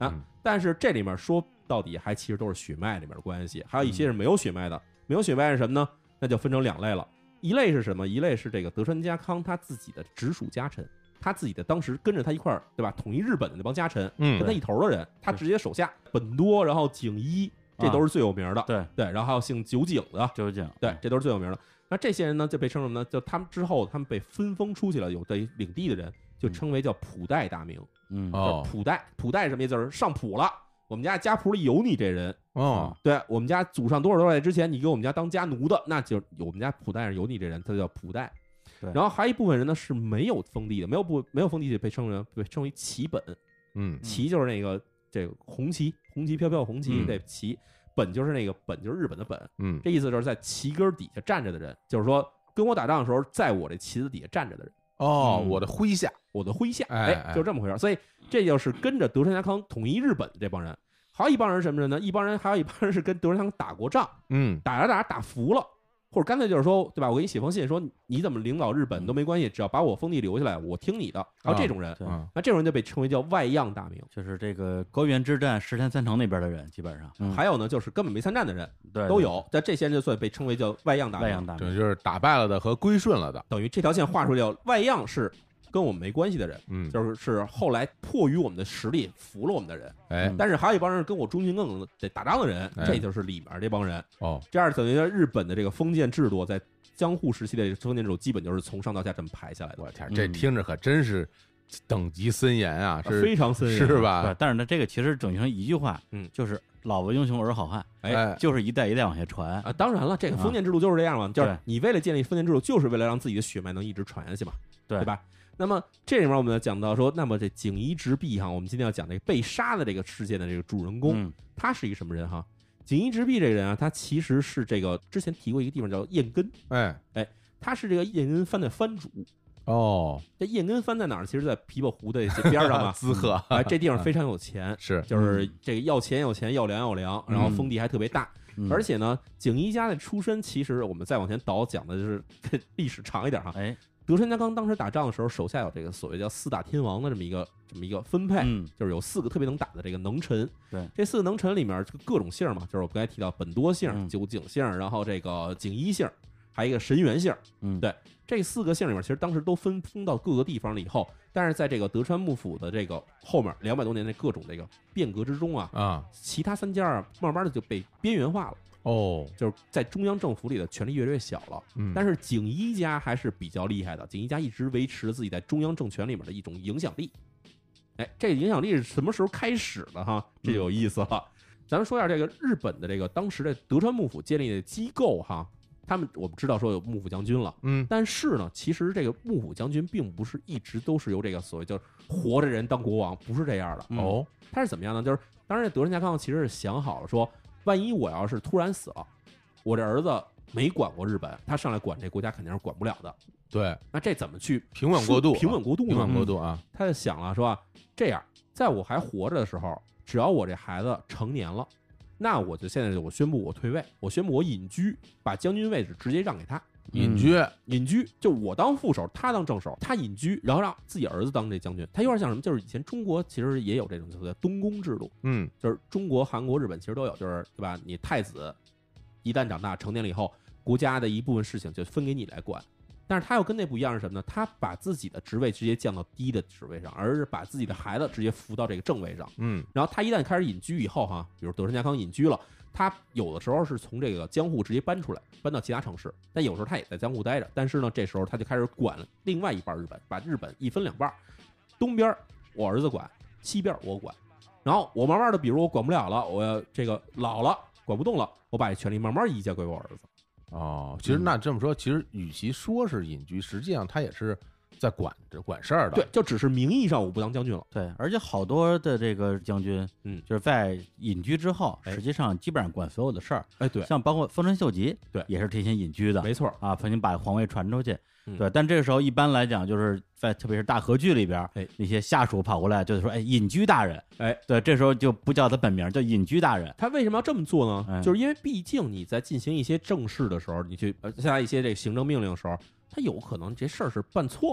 [SPEAKER 1] 但是这里面说到底还其实都是血脉里面的关系，还有一些是没有血脉的。没有血脉是什么呢？那就分成两类了。一类是什么？一类是这个德川家康他自己的直属家臣，他自己的当时跟着他一块儿，对吧？统一日本的那帮家臣，
[SPEAKER 3] 嗯
[SPEAKER 1] 跟他一头的人，他直接手下本多，然后景一，这都是最有名的。
[SPEAKER 2] 对
[SPEAKER 1] 对，然后还有姓酒井的，
[SPEAKER 2] 究竟
[SPEAKER 1] 对，这都是最有名的。那这些人呢，就被称什么呢？就他们之后，他们被分封出去了，有这领地的人，就称为叫普代大名。
[SPEAKER 2] 嗯
[SPEAKER 3] 哦
[SPEAKER 1] 就是普代，普代是什么意思？就是上谱了。我们家家谱里有你这人，
[SPEAKER 3] 哦，
[SPEAKER 1] 对我们家祖上多少多少代之前，你给我们家当家奴的，那就我们家普代上有你这人，他就叫普代。
[SPEAKER 2] 对
[SPEAKER 1] 然后还有一部分人呢是没有封地的，没有不没有封地就被称为被称为旗本，
[SPEAKER 3] 嗯
[SPEAKER 1] 旗就是那个这个红旗，红旗飘飘红旗，
[SPEAKER 3] 嗯
[SPEAKER 1] 这旗本就是那个本就是日本的本，
[SPEAKER 3] 嗯
[SPEAKER 1] 这意思就是在旗根底下站着的人，就是说跟我打仗的时候，在我这旗子底下站着的人。
[SPEAKER 3] 哦，
[SPEAKER 2] 嗯
[SPEAKER 3] 我的麾下，
[SPEAKER 1] 我的麾下，
[SPEAKER 3] 哎
[SPEAKER 1] 哎，就这么回事。所以这就是跟着德川家康统一日本的这帮人。还有一帮人什么人呢？一帮人还有一帮人是跟德川家康打过仗，
[SPEAKER 3] 嗯
[SPEAKER 1] 打着打着打服了，或者干脆就是说，对吧？我给你写封信说你怎么领导日本都没关系，只要把我封地留下来，我听你的。还有这种人，
[SPEAKER 2] 对
[SPEAKER 3] 嗯
[SPEAKER 1] 那这种人就被称为叫外样大名。
[SPEAKER 2] 就是这个高原之战石田三成那边的人，基本上嗯
[SPEAKER 1] 还有呢，就是根本没参战的人
[SPEAKER 2] 对
[SPEAKER 1] 都有，但这些人就算被称为叫外样大名。
[SPEAKER 2] 外洋大名，
[SPEAKER 3] 对，就是打败了的和归顺了的，
[SPEAKER 1] 等于这条线画出去，外样是跟我们没关系的人，
[SPEAKER 3] 嗯，
[SPEAKER 1] 就是是后来迫于我们的实力服了我们的人。
[SPEAKER 3] 哎
[SPEAKER 1] 但是还有一帮人跟我忠心耿耿的得打仗的人，
[SPEAKER 3] 哎
[SPEAKER 1] 这就是里面这帮人。
[SPEAKER 3] 哦，
[SPEAKER 1] 这样等于日本的这个封建制度在江户时期的封建制度基本就是从上到下这么排下来的，
[SPEAKER 3] 我天，
[SPEAKER 2] 嗯
[SPEAKER 3] 这听着可真是等级森严啊，是
[SPEAKER 1] 非常森严，
[SPEAKER 3] 是
[SPEAKER 2] 对
[SPEAKER 3] 吧？
[SPEAKER 2] 但是呢，这个其实整成一句话，
[SPEAKER 1] 嗯
[SPEAKER 2] 就是老子英雄儿好汉，
[SPEAKER 1] 哎
[SPEAKER 2] 就是一代一代往下传。
[SPEAKER 1] 啊，当然了，这个封建制度就是这样嘛，就是
[SPEAKER 2] 对
[SPEAKER 1] 你为了建立封建制度，就是为了让自己的血脉能一直传下去嘛，
[SPEAKER 2] 对
[SPEAKER 1] 对吧？那么这里面我们要讲到说，那么这景一直弼哈，我们今天要讲这个被杀的这个事件的这个主人公，
[SPEAKER 2] 嗯
[SPEAKER 1] 他是一个什么人哈？景一直弼这个人啊，他其实是这个之前提过一个地方叫燕根，
[SPEAKER 3] 哎，
[SPEAKER 1] 他是这个燕根藩的藩主。
[SPEAKER 3] 哦，
[SPEAKER 1] 这燕根藩在哪儿？其实，在琵琶湖的这边上嘛，
[SPEAKER 3] 滋贺
[SPEAKER 1] 啊，这地方非常有钱，
[SPEAKER 3] 是，
[SPEAKER 1] 就是这个要钱有钱，要粮有粮，然后封地还特别大。
[SPEAKER 2] 嗯
[SPEAKER 1] 而且呢，景一家的出身，其实我们再往前倒讲的就是历史长一点哈。
[SPEAKER 2] 哎
[SPEAKER 1] 德川家康当时打仗的时候，手下有这个所谓叫四大天王的这么一个这么一个分配，
[SPEAKER 2] 嗯
[SPEAKER 1] 就是有四个特别能打的这个能臣。
[SPEAKER 2] 对，
[SPEAKER 1] 这四个能臣里面就各种姓嘛，就是我刚才提到本多姓、
[SPEAKER 2] 嗯
[SPEAKER 1] 酒井姓，然后这个景一姓，还有一个神元姓。
[SPEAKER 2] 嗯
[SPEAKER 1] 对，这四个姓里面，其实当时都分封到各个地方了以后，但是在这个德川幕府的这个后面两百多年的各种这个变革之中啊，
[SPEAKER 3] 啊，
[SPEAKER 1] 其他三家啊，慢慢的就被边缘化了，
[SPEAKER 3] 哦，
[SPEAKER 1] 就是在中央政府里的权力越来越小了。
[SPEAKER 3] 嗯，
[SPEAKER 1] 但是景一家还是比较厉害的，景一家一直维持自己在中央政权里面的一种影响力。哎，这个影响力是什么时候开始的哈？这就有意思了。咱们说一下这个日本的这个当时的德川幕府建立的机构哈，他们我们知道说有幕府将军了。
[SPEAKER 3] 嗯，
[SPEAKER 1] 但是呢，其实这个幕府将军并不是一直都是由这个所谓叫活着人当国王，不是这样的。
[SPEAKER 2] 嗯
[SPEAKER 3] 哦，
[SPEAKER 1] 他是怎么样呢？就是当然，德川家康其实是想好了说，万一我要是突然死了，我这儿子没管过日本，他上来管这国家肯定是管不了的。
[SPEAKER 3] 对，
[SPEAKER 1] 那这怎么去
[SPEAKER 3] 平稳过渡，
[SPEAKER 1] 平稳过渡呢？
[SPEAKER 3] 平稳过渡啊，
[SPEAKER 1] 他就想了，说这样，在我还活着的时候，只要我这孩子成年了，那我就现在就我宣布我退位，我宣布我隐居，把将军位置直接让给他。
[SPEAKER 3] 隐居，
[SPEAKER 1] 隐居就我当副手，他当正手，他隐居，然后让自己儿子当这将军。他有点像什么？就是以前中国其实也有这种所谓的东宫制度，
[SPEAKER 3] 嗯，
[SPEAKER 1] 就是中国、韩国、日本其实都有，就是对吧？你太子一旦长大成年了以后，国家的一部分事情就分给你来管。但是他又跟那不一样是什么呢？他把自己的职位直接降到低的职位上，而是把自己的孩子直接扶到这个正位上。
[SPEAKER 3] 嗯，
[SPEAKER 1] 然后他一旦开始隐居以后，哈，比如德川家康隐居了，他有的时候是从这个江户直接搬出来，搬到其他城市，但有时候他也在江户待着。但是呢，这时候他就开始管另外一半日本，把日本一分两半，东边我儿子管，西边我管。然后我慢慢的，比如我管不了了，我要这个老了管不动了，我把这权力慢慢移交给我儿子。
[SPEAKER 3] 哦，其实那这么说，其实与其说是隐居，实际上他也是在管着管事儿的。
[SPEAKER 1] 对，就只是名义上我不当将军了。
[SPEAKER 2] 对，而且好多的这个将军，
[SPEAKER 1] 嗯
[SPEAKER 2] 就是在隐居之后，
[SPEAKER 1] 哎
[SPEAKER 2] 实际上基本上管所有的事儿，
[SPEAKER 1] 哎，对，
[SPEAKER 2] 像包括丰臣秀吉，
[SPEAKER 1] 对
[SPEAKER 2] 也是提前隐居的，
[SPEAKER 1] 没错。
[SPEAKER 2] 啊，曾经把皇位传出去，
[SPEAKER 1] 嗯
[SPEAKER 2] 对。但这个时候一般来讲，就是在特别是大和剧里边，
[SPEAKER 1] 哎，
[SPEAKER 2] 那些下属跑过来就是说，哎，隐居大人，
[SPEAKER 1] 哎，
[SPEAKER 2] 对，这时候就不叫他本名，叫隐居大人。
[SPEAKER 1] 他为什么要这么做呢？
[SPEAKER 2] 哎
[SPEAKER 1] 就是因为毕竟你在进行一些正事的时候，你去呃下达一些这个行政命令的时候，他有可能这事儿是办错了。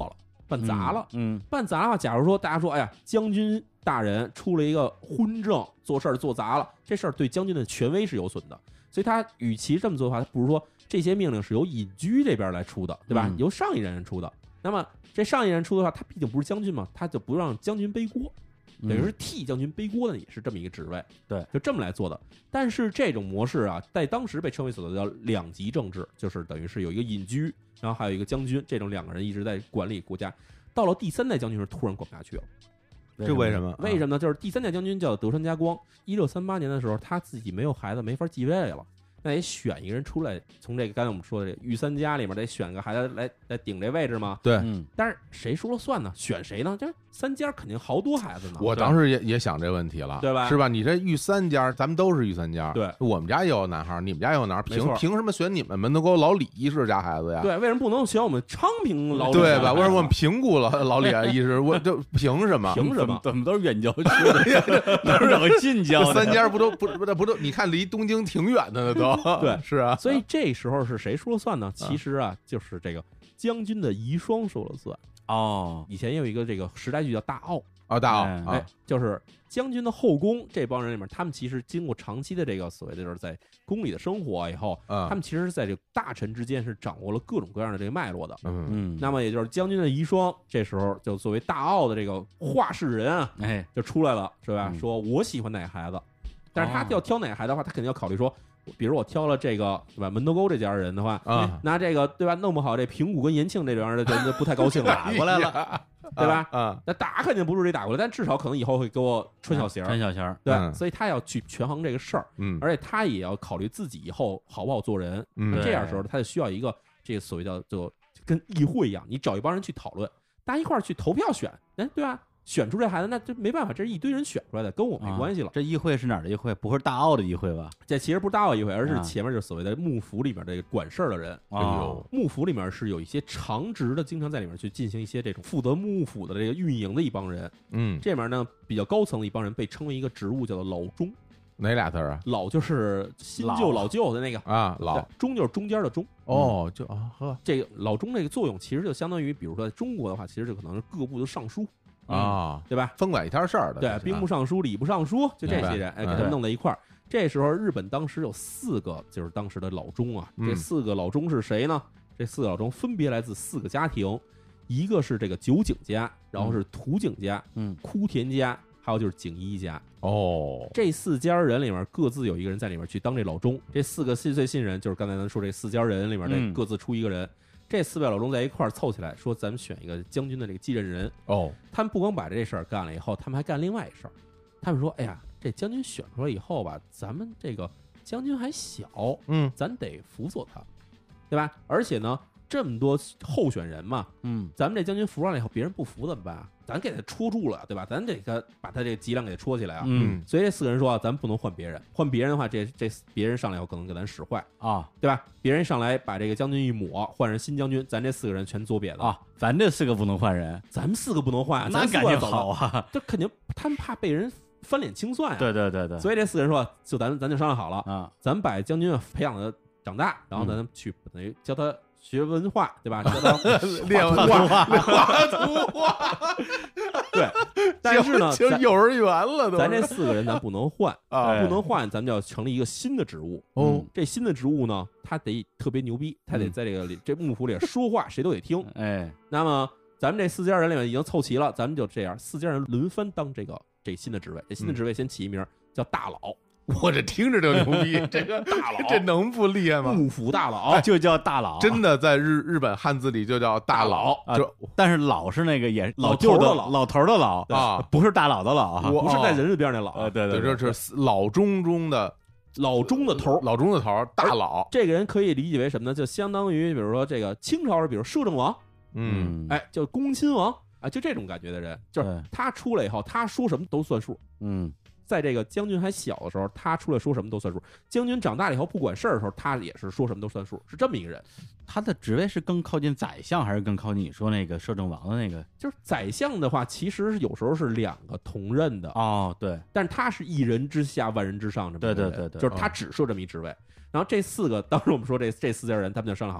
[SPEAKER 1] 办砸了。
[SPEAKER 2] 嗯，
[SPEAKER 1] 办砸了，假如说大家说，哎呀，将军大人出了一个昏政，做事儿做砸了，这事儿对将军的权威是有损的。所以他与其这么做的话，他不如说这些命令是由隐居这边来出的，对吧？
[SPEAKER 2] 嗯
[SPEAKER 1] 由上一任人出的。那么这上一任出的话，他毕竟不是将军嘛，他就不让将军背锅。等于是替将军背锅的，也是这么一个职位，
[SPEAKER 2] 对，
[SPEAKER 1] 就这么来做的。但是这种模式啊，在当时被称为所谓的叫两级政治，就是等于是有一个隐居，然后还有一个将军，这种两个人一直在管理国家。到了第三代将军是突然管不下去了，
[SPEAKER 3] 这为什么？
[SPEAKER 1] 为什么呢？就是第三代将军叫德川家光，一六三八年的时候，他自己没有孩子，没法继位了。那得选一个人出来，从这个刚才我们说的这御三家里面得选个孩子来来顶这位置吗？
[SPEAKER 3] 对，
[SPEAKER 2] 嗯，
[SPEAKER 1] 但是谁说了算呢？选谁呢？这三家肯定好多孩子呢。
[SPEAKER 3] 我当时也也想这问题了，
[SPEAKER 1] 对吧
[SPEAKER 3] 是吧？你这御三家，咱们都是御三家，
[SPEAKER 1] 对，
[SPEAKER 3] 我们家也有男孩，你们家也有男孩，凭
[SPEAKER 1] 没错
[SPEAKER 3] 凭什么选你们门头沟老李医师家孩子呀？
[SPEAKER 1] 对，为什么不能选我们昌平老李
[SPEAKER 3] 对吧？
[SPEAKER 1] 家孩子
[SPEAKER 3] 为什么我们平谷老老李医师，我就凭什么？
[SPEAKER 1] 凭什么？
[SPEAKER 2] 怎么都是远郊区的，哪有找个近郊的？
[SPEAKER 3] 三家不都不不不都？你看离东京挺远的呢，都
[SPEAKER 1] 对，
[SPEAKER 3] 是啊。
[SPEAKER 1] 所以这时候是谁说了算呢？其实啊，就是这个将军的遗孀说了算。
[SPEAKER 2] 哦，
[SPEAKER 1] 以前也有一个这个时代剧叫《大奥》，
[SPEAKER 3] 啊，大奥
[SPEAKER 2] 哎
[SPEAKER 3] 啊
[SPEAKER 1] 哎，就是将军的后宫这帮人里面，他们其实经过长期的这个所谓的就是在宫里的生活以后，
[SPEAKER 3] 啊，
[SPEAKER 1] 他们其实在这个大臣之间是掌握了各种各样的这个脉络的。
[SPEAKER 3] 嗯
[SPEAKER 2] 嗯，
[SPEAKER 1] 那么也就是将军的遗孀，这时候就作为大奥的这个话事人啊，
[SPEAKER 2] 哎，
[SPEAKER 1] 就出来了，是吧？
[SPEAKER 2] 嗯
[SPEAKER 1] 说我喜欢哪个孩子，但是他
[SPEAKER 2] 哦
[SPEAKER 1] 要挑哪个孩子的话，他肯定要考虑说，比如我挑了这个对吧门头沟这家人的话，
[SPEAKER 3] 啊，
[SPEAKER 1] 那这个对吧弄不好这平谷跟延庆这边的人就不太高兴了，
[SPEAKER 2] 打过来了，
[SPEAKER 1] 对吧？
[SPEAKER 3] 啊，
[SPEAKER 1] 那打肯定不是这打过来，但至少可能以后会给我穿小鞋儿，
[SPEAKER 2] 穿小鞋儿，
[SPEAKER 1] 对，
[SPEAKER 3] 嗯
[SPEAKER 1] 所以他要去权衡这个事儿，
[SPEAKER 3] 嗯
[SPEAKER 1] 而且他也要考虑自己以后好不好做人。
[SPEAKER 3] 嗯
[SPEAKER 1] 那这样的时候，他就需要一个这个所谓叫就跟议会一样，你找一帮人去讨论，大家一块儿去投票选，哎，对吧？选出这孩子，那这没办法，这是一堆人选出来的，跟我没关系了。
[SPEAKER 2] 这议会是哪儿的议会？不会是大奥的议会吧？
[SPEAKER 1] 这其实不是大奥议会，而是
[SPEAKER 2] 啊
[SPEAKER 1] 前面就是所谓的幕府里面这个管事儿的人。
[SPEAKER 3] 哎
[SPEAKER 2] 哦，
[SPEAKER 1] 幕府里面是有一些常职的，经常在里面去进行一些这种负责幕府的这个运营的一帮人。
[SPEAKER 3] 嗯，
[SPEAKER 1] 这里面呢比较高层的一帮人被称为一个职务叫做老中，
[SPEAKER 3] 哪俩字儿啊？
[SPEAKER 1] 老就是新旧老旧的那个
[SPEAKER 3] 啊，老
[SPEAKER 1] 对中就是中间的中。
[SPEAKER 3] 哦，就啊呵
[SPEAKER 1] 这个老中这个作用其实就相当于，比如说在中国的话，其实就可能是各部的尚书，
[SPEAKER 3] 啊，
[SPEAKER 1] 对吧？
[SPEAKER 3] 分管一摊事儿的，
[SPEAKER 1] 对，兵部尚书、礼部尚书，就这
[SPEAKER 3] 明白
[SPEAKER 1] 些人，哎，
[SPEAKER 3] 嗯
[SPEAKER 1] 给他们弄在一块儿。这时候，日本当时有四个，就是当时的老中啊。
[SPEAKER 3] 嗯
[SPEAKER 1] 这四个老中是谁呢？这四个老中分别来自四个家庭，一个是这个酒井家，然后是土井家、
[SPEAKER 2] 嗯，
[SPEAKER 1] 枯田家，还有就是景一家。
[SPEAKER 3] 哦，
[SPEAKER 1] 这四家人里面各自有一个人在里面去当这老中。这四个最信任，就是刚才咱说这四家人里面这
[SPEAKER 2] 嗯
[SPEAKER 1] 各自出一个人。这四位老中在一块儿凑起来说，咱们选一个将军的这个继任人。
[SPEAKER 3] 哦，
[SPEAKER 1] 他们不光把这事儿干了以后，他们还干另外一事儿。他们说：“哎呀，这将军选出来以后吧，咱们这个将军还小，
[SPEAKER 3] 嗯
[SPEAKER 1] 咱得辅佐他，对吧？而且呢，这么多候选人嘛，
[SPEAKER 2] 嗯，
[SPEAKER 1] 咱们这将军服上了以后，别人不服怎么办？咱给他戳住了，对吧？咱得给他把他这个脊梁给他戳起来啊。
[SPEAKER 2] 嗯
[SPEAKER 1] 所以这四个人说啊，咱不能换别人，换别人的话，这这别人上来以后可能给咱使坏，
[SPEAKER 2] 啊
[SPEAKER 1] 对吧？别人上来把这个将军一抹，换成新将军，咱这四个人全左瘪子。
[SPEAKER 2] 啊，咱这四个不能换人，
[SPEAKER 1] 咱们四个不能换啊，
[SPEAKER 2] 那
[SPEAKER 1] 咱四个
[SPEAKER 2] 感情
[SPEAKER 1] 走了
[SPEAKER 2] 好啊！
[SPEAKER 1] 这肯定他们怕被人翻脸清算呀、
[SPEAKER 2] 对对对对，
[SPEAKER 1] 所以这四个人说，就咱咱就商量好了，
[SPEAKER 2] 啊，
[SPEAKER 1] 咱们把将军培养的长大，然后咱们去等于教他学文化，对吧？教他
[SPEAKER 3] 练
[SPEAKER 1] 画
[SPEAKER 3] 画
[SPEAKER 2] 画
[SPEAKER 3] 画图画，
[SPEAKER 1] 对，但是呢，咱
[SPEAKER 3] 就幼儿园了都。
[SPEAKER 1] 咱这四个人咱不能换，
[SPEAKER 3] 啊
[SPEAKER 1] 不能换，咱们就要成立一个新的职务。
[SPEAKER 3] 哦
[SPEAKER 1] 这新的职务呢，他得特别牛逼，他得在这个里这幕府里说话，谁都得听。
[SPEAKER 2] 哎，
[SPEAKER 1] 那么咱们这四家人里面已经凑齐了，咱们就这样，四家人轮番当这个这新的职位。这新的职位先起一名叫大佬，
[SPEAKER 3] 我这听着就牛逼，这个
[SPEAKER 1] 大佬
[SPEAKER 3] 这能不厉害吗？
[SPEAKER 1] 幕府大佬。
[SPEAKER 2] 就叫大佬，
[SPEAKER 3] 真的在日日本汉字里就叫大佬，
[SPEAKER 2] 啊
[SPEAKER 3] 就
[SPEAKER 2] 但是老是那个也
[SPEAKER 1] 老
[SPEAKER 2] 老舅
[SPEAKER 1] 头儿的老
[SPEAKER 2] 老头儿的老
[SPEAKER 3] 啊，
[SPEAKER 2] 不是大佬的老啊，
[SPEAKER 3] 我
[SPEAKER 1] 不是在人字边那老啊，
[SPEAKER 2] 呃，对
[SPEAKER 3] 对，
[SPEAKER 2] 对，
[SPEAKER 3] 这是老中中的
[SPEAKER 1] 老中的头儿。
[SPEAKER 3] 老中的头儿，大佬。
[SPEAKER 1] 这个人可以理解为什么呢？就相当于比如说这个清朝，比如摄政王，
[SPEAKER 3] 嗯，
[SPEAKER 1] 哎，就恭亲王啊，就这种感觉的人，就是
[SPEAKER 2] 对
[SPEAKER 1] 他出来以后，他说什么都算数。
[SPEAKER 2] 嗯
[SPEAKER 1] 在这个将军还小的时候，他出来说什么都算数；将军长大了以后不管事儿的时候，他也是说什么都算数，是这么一个人。
[SPEAKER 2] 他的职位是更靠近宰相，还是更靠近你说那个摄政王的那个？
[SPEAKER 1] 就是宰相的话，其实有时候是两个同任的，
[SPEAKER 2] 哦，对，
[SPEAKER 1] 但是他是一人之下万人之上这么一个人，
[SPEAKER 2] 对对对对
[SPEAKER 1] 就是他只设这么一职位。然后这四个，当时我们说这这四家人，他们就商量好了，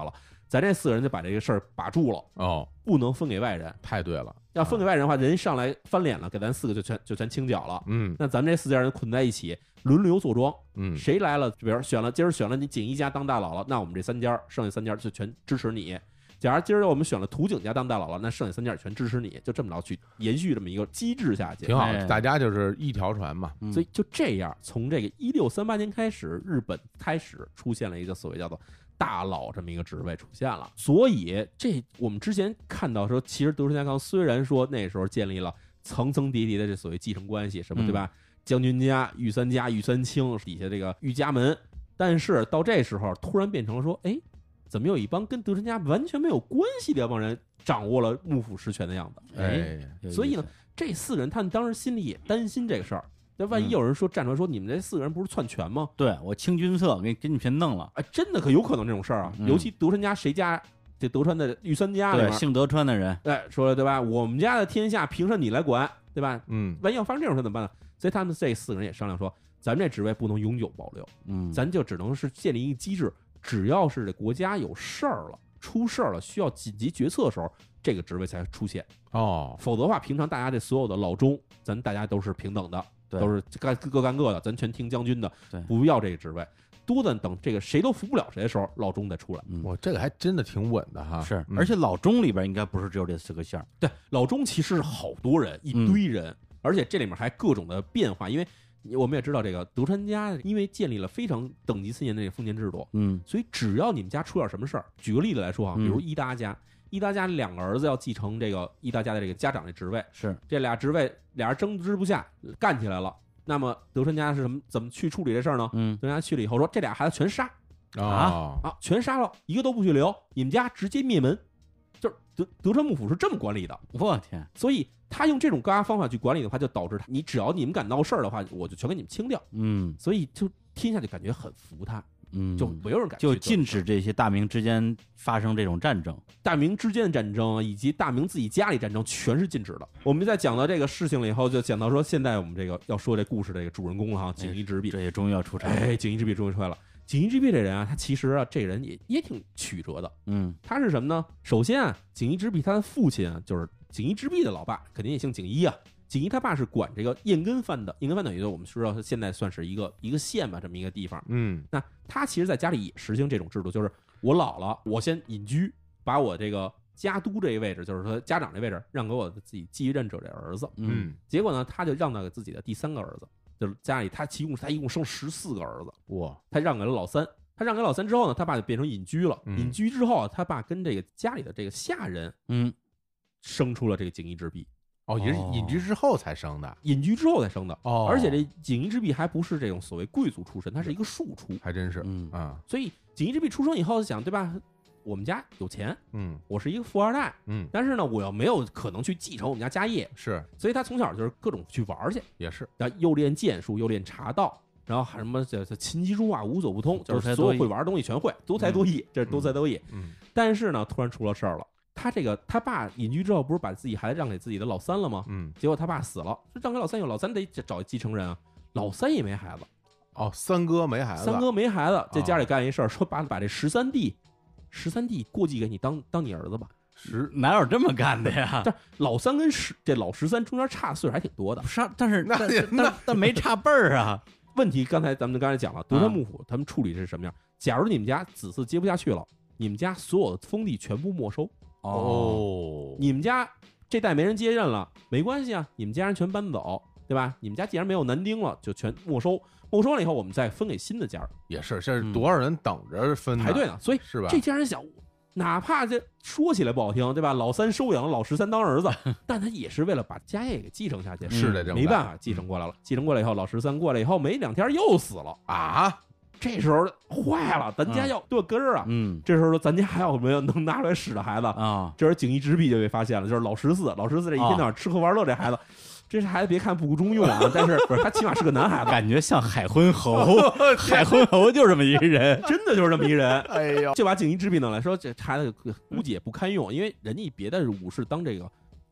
[SPEAKER 1] 咱这四个人就把这个事儿把住了，
[SPEAKER 3] 哦，
[SPEAKER 1] 不能分给外人。
[SPEAKER 3] 太对了，
[SPEAKER 1] 要分给外人的话，人上来翻脸了，给咱四个就全就全清剿了。
[SPEAKER 3] 嗯
[SPEAKER 1] 那咱们这四家人捆在一起，轮流坐庄，
[SPEAKER 3] 嗯，
[SPEAKER 1] 谁来了，比如选了今儿选了你锦衣家当大佬了，那我们这三家剩下三家就全支持你。假如今儿我们选了土井家当大佬了，那剩下三家也全支持你，就这么着去延续这么一个机制下去，
[SPEAKER 3] 挺好
[SPEAKER 2] 哎，
[SPEAKER 3] 大家就是一条船嘛，
[SPEAKER 2] 嗯
[SPEAKER 1] 所以就这样，从这个一六三八年开始，日本开始出现了一个所谓叫做大佬这么一个职位出现了。所以这我们之前看到说，其实德川家康虽然说那时候建立了层层叠叠的这所谓继承关系，什么
[SPEAKER 2] 嗯
[SPEAKER 1] 对吧？将军家、御三家、御三卿底下这个御家门，但是到这时候突然变成了说，哎，怎么有一帮跟德川家完全没有关系的帮人掌握了幕府实权的样子？
[SPEAKER 3] 哎，
[SPEAKER 2] 有意思
[SPEAKER 1] 所以呢，这四个人他们当时心里也担心这个事儿。那万一
[SPEAKER 2] 嗯
[SPEAKER 1] 有人说站出来说你们这四个人不是篡权吗？
[SPEAKER 2] 对我清君侧给给你全弄了。
[SPEAKER 1] 哎，真的可有可能这种事儿啊！
[SPEAKER 2] 嗯
[SPEAKER 1] 尤其德川家谁家这德川的御三家里
[SPEAKER 2] 对，
[SPEAKER 1] 面，
[SPEAKER 2] 姓德川的人，
[SPEAKER 1] 哎，说了对吧？我们家的天下凭什么你来管，对吧？
[SPEAKER 3] 嗯
[SPEAKER 1] 万一要发生这种事怎么办呢？所以他们这四个人也商量说，咱们这职位不能永久保留，
[SPEAKER 2] 嗯，
[SPEAKER 1] 咱就只能是建立一个机制，只要是这国家有事儿了、出事儿了，需要紧急决策的时候，这个职位才出现。
[SPEAKER 3] 哦，
[SPEAKER 1] 否则的话，平常大家这所有的老中，咱大家都是平等的，
[SPEAKER 2] 对
[SPEAKER 1] 都是干各干各的，咱全听将军的，
[SPEAKER 2] 对
[SPEAKER 1] 不要这个职位。多的等这个谁都服不了谁的时候，老中再出来。
[SPEAKER 2] 嗯
[SPEAKER 3] 我这个还真的挺稳的哈，
[SPEAKER 2] 是，
[SPEAKER 3] 嗯
[SPEAKER 2] 而且老中里边应该不是只有这四个姓儿，
[SPEAKER 1] 对，老中其实是好多人，一堆人，而且这里面还各种的变化，因为我们也知道这个德川家，因为建立了非常等级森严的这个封建制度，
[SPEAKER 2] 嗯
[SPEAKER 1] 所以只要你们家出点什么事儿，举个例子来说啊，比如
[SPEAKER 2] 嗯
[SPEAKER 1] 伊达家，伊达家两个儿子要继承这个伊达家的这个家长的职位，
[SPEAKER 2] 是，
[SPEAKER 1] 这俩职位俩人争执不下，干起来了。那么德川家是什么？怎么去处理这事儿呢？
[SPEAKER 2] 嗯
[SPEAKER 1] 德川家去了以后说，这俩孩子全杀
[SPEAKER 3] 啊，
[SPEAKER 1] 啊，全杀了，一个都不许留，你们家直接灭门。就是德德川幕府是这么管理的，
[SPEAKER 2] 我天，
[SPEAKER 1] 所以他用这种高压方法去管理的话，就导致他，你只要你们敢闹事儿的话，我就全给你们清掉。
[SPEAKER 2] 嗯
[SPEAKER 1] 所以就天下就感觉很服他，
[SPEAKER 2] 嗯，
[SPEAKER 1] 就没有人敢去
[SPEAKER 2] 就
[SPEAKER 1] 做
[SPEAKER 2] 禁止这些大明之间发生这种战争。
[SPEAKER 1] 大明之间的战争以及大明自己家里战争全是禁止的。我们在讲到这个事情了以后，就讲到说，现在我们这个要说这故事这个主人公了哈，锦衣之弼。
[SPEAKER 2] 这也终于要出场了。
[SPEAKER 1] 哎，锦衣之弼终于出来了。锦衣之弼这人啊，他其实啊，这人也也挺曲折的。
[SPEAKER 2] 嗯
[SPEAKER 1] 他是什么呢？首先啊，锦衣之弼他的父亲啊，就是锦衣之弼的老爸，肯定也姓锦衣啊。锦衣他爸是管这个燕根藩的，燕根藩等于说我们知道现在算是一个一个县吧，这么一个地方。
[SPEAKER 3] 嗯
[SPEAKER 1] 那他其实在家里也实行这种制度，就是我老了，我先隐居，把我这个家督这一位置，就是说家长这位置，让给我的自己继任者这儿子。
[SPEAKER 2] 嗯
[SPEAKER 1] 结果呢，他就让到给自己的第三个儿子，就是家里他一共他一共生十四个儿子，
[SPEAKER 3] 哇，
[SPEAKER 1] 他让给了老三。他让给老三之后呢，他爸就变成隐居了。
[SPEAKER 3] 嗯
[SPEAKER 1] 隐居之后啊，他爸跟这个家里的这个下人
[SPEAKER 2] 嗯，
[SPEAKER 1] 生出了这个锦衣之弼。
[SPEAKER 3] 哦，也是
[SPEAKER 2] 哦
[SPEAKER 3] 隐居之后才生的，
[SPEAKER 1] 隐居之后才生的。
[SPEAKER 3] 哦，
[SPEAKER 1] 而且这锦衣之弼还不是这种所谓贵族出身，他是一个庶出。
[SPEAKER 3] 还真是
[SPEAKER 2] 嗯
[SPEAKER 3] 啊，
[SPEAKER 1] 所以锦衣之弼出生以后就想，对吧？我们家有钱，
[SPEAKER 3] 嗯
[SPEAKER 1] 我是一个富二代，
[SPEAKER 3] 嗯，
[SPEAKER 1] 但是呢，我又没有可能去继承我们家家业，
[SPEAKER 3] 是
[SPEAKER 1] 所以他从小就是各种去玩去，
[SPEAKER 3] 也是，
[SPEAKER 1] 然后又练剑术，又练茶道，然后还什么这这琴棋书画无所不通，就
[SPEAKER 2] 多才多艺
[SPEAKER 1] 是所有会玩的东西全会，多才多艺，这是多才多艺。
[SPEAKER 3] 嗯
[SPEAKER 1] 但是呢，突然出了事儿了，他这个他爸隐居之后，不是把自己孩子让给自己的老三了吗？
[SPEAKER 3] 嗯，
[SPEAKER 1] 结果他爸死了，让给老三以后，老三得找继承人啊，老三也没孩子，
[SPEAKER 3] 哦，三哥没孩子，
[SPEAKER 1] 三哥没孩子，在家里干一事儿，说把把这十三弟，十三弟过继给你当当你儿子吧。
[SPEAKER 3] 十
[SPEAKER 2] 哪有这么干的呀？
[SPEAKER 1] 但是老三跟十这老十三中间差岁数还挺多的。
[SPEAKER 2] 不是，但是
[SPEAKER 3] 那
[SPEAKER 2] 但
[SPEAKER 3] 也那
[SPEAKER 2] 但但没差辈儿啊。
[SPEAKER 1] 问题刚才咱们刚才讲了，德川幕府他们处理的是什么样？假如你们家子嗣接不下去了，你们家所有的封地全部没收，
[SPEAKER 3] 哦，
[SPEAKER 1] 你们家这代没人接任了，没关系啊，你们家人全搬走，对吧？你们家既然没有男丁了，就全没收，没收了以后，我们再分给新的家人，
[SPEAKER 3] 也是，这是多少人等着分
[SPEAKER 1] 排队呢。所以
[SPEAKER 3] 是吧？
[SPEAKER 1] 这家人想，哪怕这说起来不好听，对吧？老三收养了老十三当儿子，但他也是为了把家业给继承下去，
[SPEAKER 3] 是的，这么干
[SPEAKER 1] 没办法继承过来了。继承过来以后，老十三过来以后没两天又死了，
[SPEAKER 3] 啊，
[SPEAKER 1] 这时候坏了，咱家要断根儿啊。
[SPEAKER 2] 嗯
[SPEAKER 1] 这时候说，咱家还有没有能拿出来使的孩子？
[SPEAKER 2] 啊，
[SPEAKER 1] 这时候锦衣之弼就被发现了，就是老十四，老十四这一天到晚吃喝玩乐这孩子，这孩子别看不中用啊，但是不是他起码是个男孩子，
[SPEAKER 2] 感觉像海昏侯，海昏侯就这么一个人。
[SPEAKER 1] 真的就是这么一人。
[SPEAKER 3] 哎呦，
[SPEAKER 1] 就把锦衣之弼弄来说，这孩子估计也不堪用，因为人家别的武士当这个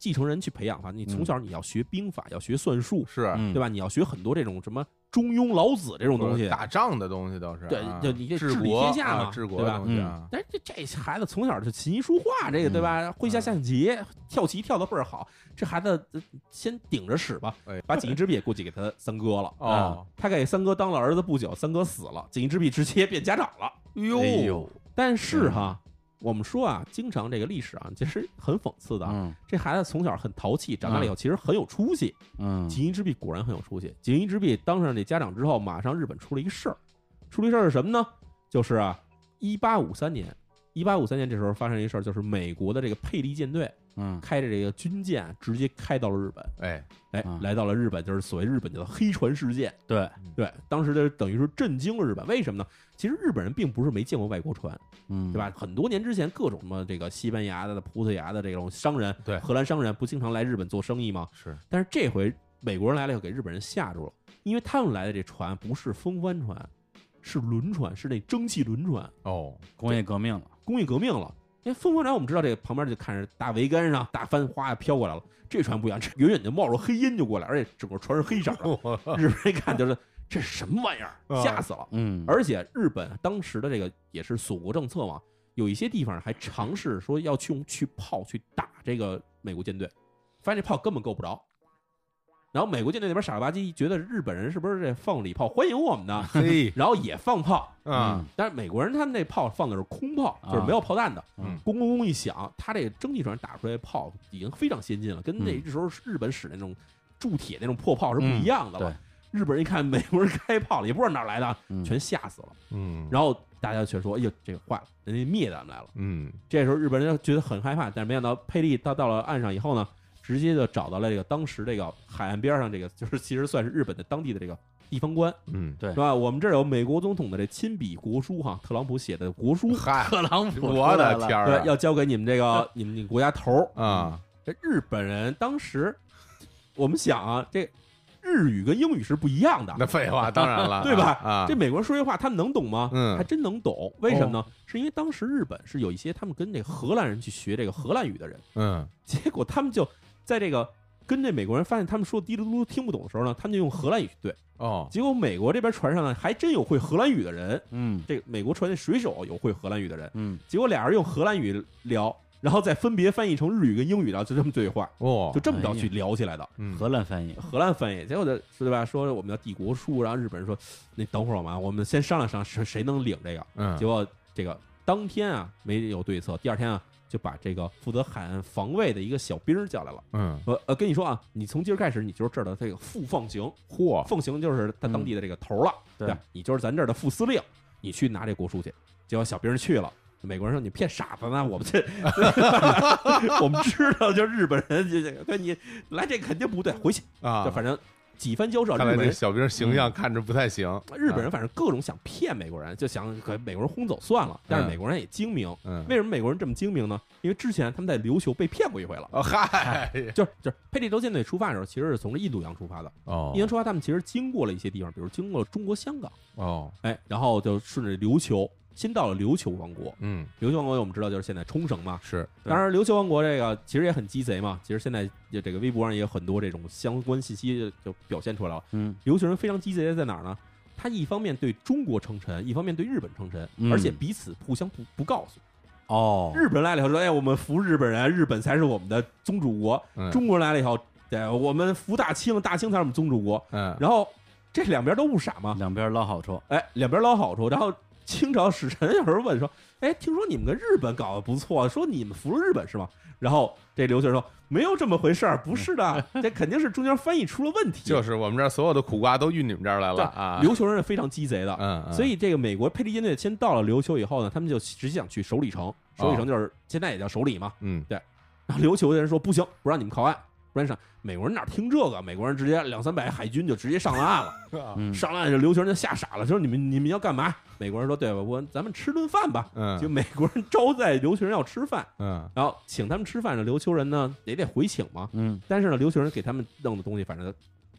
[SPEAKER 1] 继承人去培养的话，你从小你要学兵法，要学算术，
[SPEAKER 3] 是，
[SPEAKER 2] 嗯
[SPEAKER 1] 对吧？你要学很多这种什么中庸、老子这种东西，
[SPEAKER 3] 打仗的东西都是，
[SPEAKER 1] 对
[SPEAKER 3] 啊
[SPEAKER 1] 就你这治理
[SPEAKER 3] 治国
[SPEAKER 1] 天下嘛
[SPEAKER 3] 啊治国
[SPEAKER 1] 对吧
[SPEAKER 3] 的东西啊，
[SPEAKER 1] 但是这这孩子从小就琴棋书画，这个对吧？会下象棋，跳棋跳得倍儿好，这孩子呃先顶着使吧
[SPEAKER 3] 哎，
[SPEAKER 1] 把锦衣之弊也过去给他三哥了。
[SPEAKER 3] 哦
[SPEAKER 1] 啊他给三哥当了儿子不久，三哥死了，锦衣之弊直接变家长了。
[SPEAKER 3] 哟
[SPEAKER 2] 哎呦，
[SPEAKER 1] 但是哈，我们说啊，经常这个历史啊，其实很讽刺的啊。
[SPEAKER 2] 嗯
[SPEAKER 1] 这孩子从小很淘气，长大了以后其实很有出息。
[SPEAKER 2] 嗯
[SPEAKER 1] 锦衣之弊果然很有出息。锦衣之弊当上这家长之后，马上日本出了一个事儿，出了一事儿是什么呢？就是啊，一八五三年，一八五三年这时候发生一事儿，就是美国的这个佩利舰队
[SPEAKER 2] 嗯
[SPEAKER 1] 开着这个军舰直接开到了日本，
[SPEAKER 3] 哎，
[SPEAKER 1] 哎
[SPEAKER 2] 啊，
[SPEAKER 1] 来到了日本，就是所谓日本叫做黑船事件。
[SPEAKER 2] 对，
[SPEAKER 1] 对，当时就等于是震惊了日本。为什么呢？其实日本人并不是没见过外国船，
[SPEAKER 2] 嗯
[SPEAKER 1] 对吧？很多年之前，各种什么这个西班牙的、葡萄牙的这种商人，
[SPEAKER 3] 对
[SPEAKER 1] 荷兰商人不经常来日本做生意吗？
[SPEAKER 3] 是，
[SPEAKER 1] 但是这回美国人来了以后，给日本人吓住了，因为他们来的这船不是风帆船，是轮船，是那蒸汽轮船，
[SPEAKER 3] 哦，
[SPEAKER 2] 工业革命了，
[SPEAKER 1] 工业革命了。因为风帆船我们知道，这个旁边就看着大桅杆上大帆哗飘过来了，这船不一样，这远远就冒着黑烟就过来，而且整个船是黑色的。日本人一看就是这是什么玩意儿，吓死了。
[SPEAKER 2] 嗯
[SPEAKER 1] 而且日本当时的这个也是锁国政策嘛，有一些地方还尝试说要去用去炮去打这个美国舰队，发现这炮根本够不着。然后美国舰队那边傻了吧唧，觉得日本人是不是这放礼炮欢迎我们呢？
[SPEAKER 3] 嘿
[SPEAKER 1] 然后也放炮，
[SPEAKER 3] 啊，
[SPEAKER 1] 但是美国人他们那炮放的是空炮，就是没有炮弹的，
[SPEAKER 3] 嗯
[SPEAKER 1] 咣咣咣一响，他这个蒸汽船打出来的炮已经非常先进了，跟那
[SPEAKER 2] 嗯
[SPEAKER 1] 时候日本使那种铸铁那种破炮是不一样的了。
[SPEAKER 2] 嗯
[SPEAKER 1] 日本人一看美国人开炮了，也不知道哪儿来的，
[SPEAKER 2] 嗯
[SPEAKER 1] 全吓死了。
[SPEAKER 3] 嗯，
[SPEAKER 1] 然后大家全说：“哎呦，这个坏了，人家灭咱们来了。
[SPEAKER 3] 嗯，”
[SPEAKER 1] 这时候日本人就觉得很害怕，但是没想到佩利到到了岸上以后呢，直接就找到了这个当时这个海岸边上这个，就是其实算是日本的当地的这个地方官，
[SPEAKER 3] 嗯，
[SPEAKER 2] 对
[SPEAKER 1] 是吧？我们这儿有美国总统的这亲笔国书哈，特朗普写的国书，
[SPEAKER 3] 嗨，
[SPEAKER 2] 特朗普出
[SPEAKER 3] 我
[SPEAKER 2] 来了
[SPEAKER 3] 的天儿
[SPEAKER 1] 对，
[SPEAKER 3] 啊，
[SPEAKER 1] 要交给你们这个你们国家头儿。
[SPEAKER 3] 啊，
[SPEAKER 1] 这日本人当时，我们想啊，这日语跟英语是不一样的，
[SPEAKER 3] 那废话当然了，
[SPEAKER 1] 对吧？
[SPEAKER 3] 啊，
[SPEAKER 1] 这美国人说这话，他们能懂吗？
[SPEAKER 3] 嗯
[SPEAKER 1] 还真能懂。为什么呢？是因为当时日本是有一些他们跟这个荷兰人去学这个荷兰语的人，
[SPEAKER 3] 嗯，
[SPEAKER 1] 结果他们就在这个跟这美国人发现他们说滴哩嘟噜听不懂的时候呢，他们就用荷兰语去对。
[SPEAKER 3] 哦，
[SPEAKER 1] 结果美国这边船上呢，还真有会荷兰语的人，
[SPEAKER 2] 嗯
[SPEAKER 1] 这个美国船的水手有会荷兰语的人，
[SPEAKER 2] 嗯
[SPEAKER 1] 结果俩人用荷兰语聊，然后再分别翻译成日语跟英语聊，就这么对话，
[SPEAKER 3] 哦
[SPEAKER 1] 就，这么着
[SPEAKER 2] 哎呀
[SPEAKER 1] 去聊起来的。
[SPEAKER 3] 嗯
[SPEAKER 2] 荷兰翻译，
[SPEAKER 1] 荷兰翻译，结果的是对吧？说我们要帝国书，然后日本人说，那等会儿嘛，我们先商量商量谁谁能领这个。
[SPEAKER 3] 嗯，
[SPEAKER 1] 结果这个当天啊没有对策，第二天啊就把这个负责海岸防卫的一个小兵儿叫来了。
[SPEAKER 3] 嗯，
[SPEAKER 1] 说呃，跟你说啊，你从今儿开始，你就是这儿的这个副放行，
[SPEAKER 3] 嚯，
[SPEAKER 1] 奉行就是他当地的这个头儿了，
[SPEAKER 2] 对
[SPEAKER 1] 吧？你就是咱这儿的副司令，你去拿这国书去。结果小兵儿去了。美国人说：“你骗傻子呢！我们这，我们知道，就日本人，这这对你来这肯定不对，回去。
[SPEAKER 3] 啊
[SPEAKER 1] 就，反正几番交涉，日
[SPEAKER 3] 看来这
[SPEAKER 1] 本人
[SPEAKER 3] 小兵形象看着不太行，
[SPEAKER 1] 日本人反正各种想骗美国人，就想给美国人轰走算了。但是
[SPEAKER 3] 嗯
[SPEAKER 1] 美国人也精明，
[SPEAKER 3] 嗯，
[SPEAKER 1] 为什么美国人这么精明呢？因为之前他们在琉球被骗过一回了。
[SPEAKER 3] 哦嗨，
[SPEAKER 1] 就是就是佩利州舰队出发的时候，其实是从这印度洋出发的。
[SPEAKER 3] 哦
[SPEAKER 1] 印度洋出发，他们其实经过了一些地方，比如经过了中国香港，
[SPEAKER 3] 哦，
[SPEAKER 1] 哎，然后就顺着琉球，先到了琉球王国。
[SPEAKER 3] 嗯，
[SPEAKER 1] 琉球王国我们知道就是现在冲绳嘛。
[SPEAKER 3] 是，
[SPEAKER 1] 当然，琉球王国这个其实也很鸡贼嘛。其实现在就这个微博上也有很多这种相关信息就表现出来了。
[SPEAKER 2] 嗯
[SPEAKER 1] 琉球人非常鸡贼的在哪儿呢？他一方面对中国称臣，一方面对日本称臣，
[SPEAKER 2] 嗯
[SPEAKER 1] 而且彼此互相不不告诉。
[SPEAKER 2] 哦，
[SPEAKER 1] 日本人来了以后说：“哎，我们服日本人，日本才是我们的宗主国。
[SPEAKER 3] 嗯
[SPEAKER 1] 中国人来了以后，对，我们服大清，大清才是我们宗主国。
[SPEAKER 3] 嗯，
[SPEAKER 1] 然后这两边都不傻嘛，
[SPEAKER 2] 两边捞好处，
[SPEAKER 1] 哎，两边捞好处。然后清朝使臣有时候问说：“哎，听说你们跟日本搞得不错，说你们服了日本是吗？”然后这刘球说：“没有这么回事儿，不是的，这肯定是中间翻译出了问题。”
[SPEAKER 3] 就是我们这儿所有的苦瓜都运你们这儿来了啊，
[SPEAKER 1] 琉球人是非常鸡贼的，
[SPEAKER 3] 嗯，嗯
[SPEAKER 1] 所以这个美国佩利舰队先到了琉球以后呢，他们就直接想去首里城，首里城就是现在也叫首里嘛。
[SPEAKER 3] 嗯，
[SPEAKER 1] 然后琉球的人说不行，不让你们靠岸，不然上。美国人哪听这个？美国人直接两三百海军就直接上了岸了。
[SPEAKER 2] 嗯
[SPEAKER 1] 上了岸，这琉球人就吓傻了，说你们你们要干嘛？美国人说对吧？我咱们吃顿饭吧。
[SPEAKER 3] 嗯，
[SPEAKER 1] 就美国人招待琉球人要吃饭，
[SPEAKER 3] 嗯
[SPEAKER 1] 然后请他们吃饭呢，琉球人呢也得回请嘛。
[SPEAKER 2] 嗯
[SPEAKER 1] 但是呢，琉球人给他们弄的东西，反正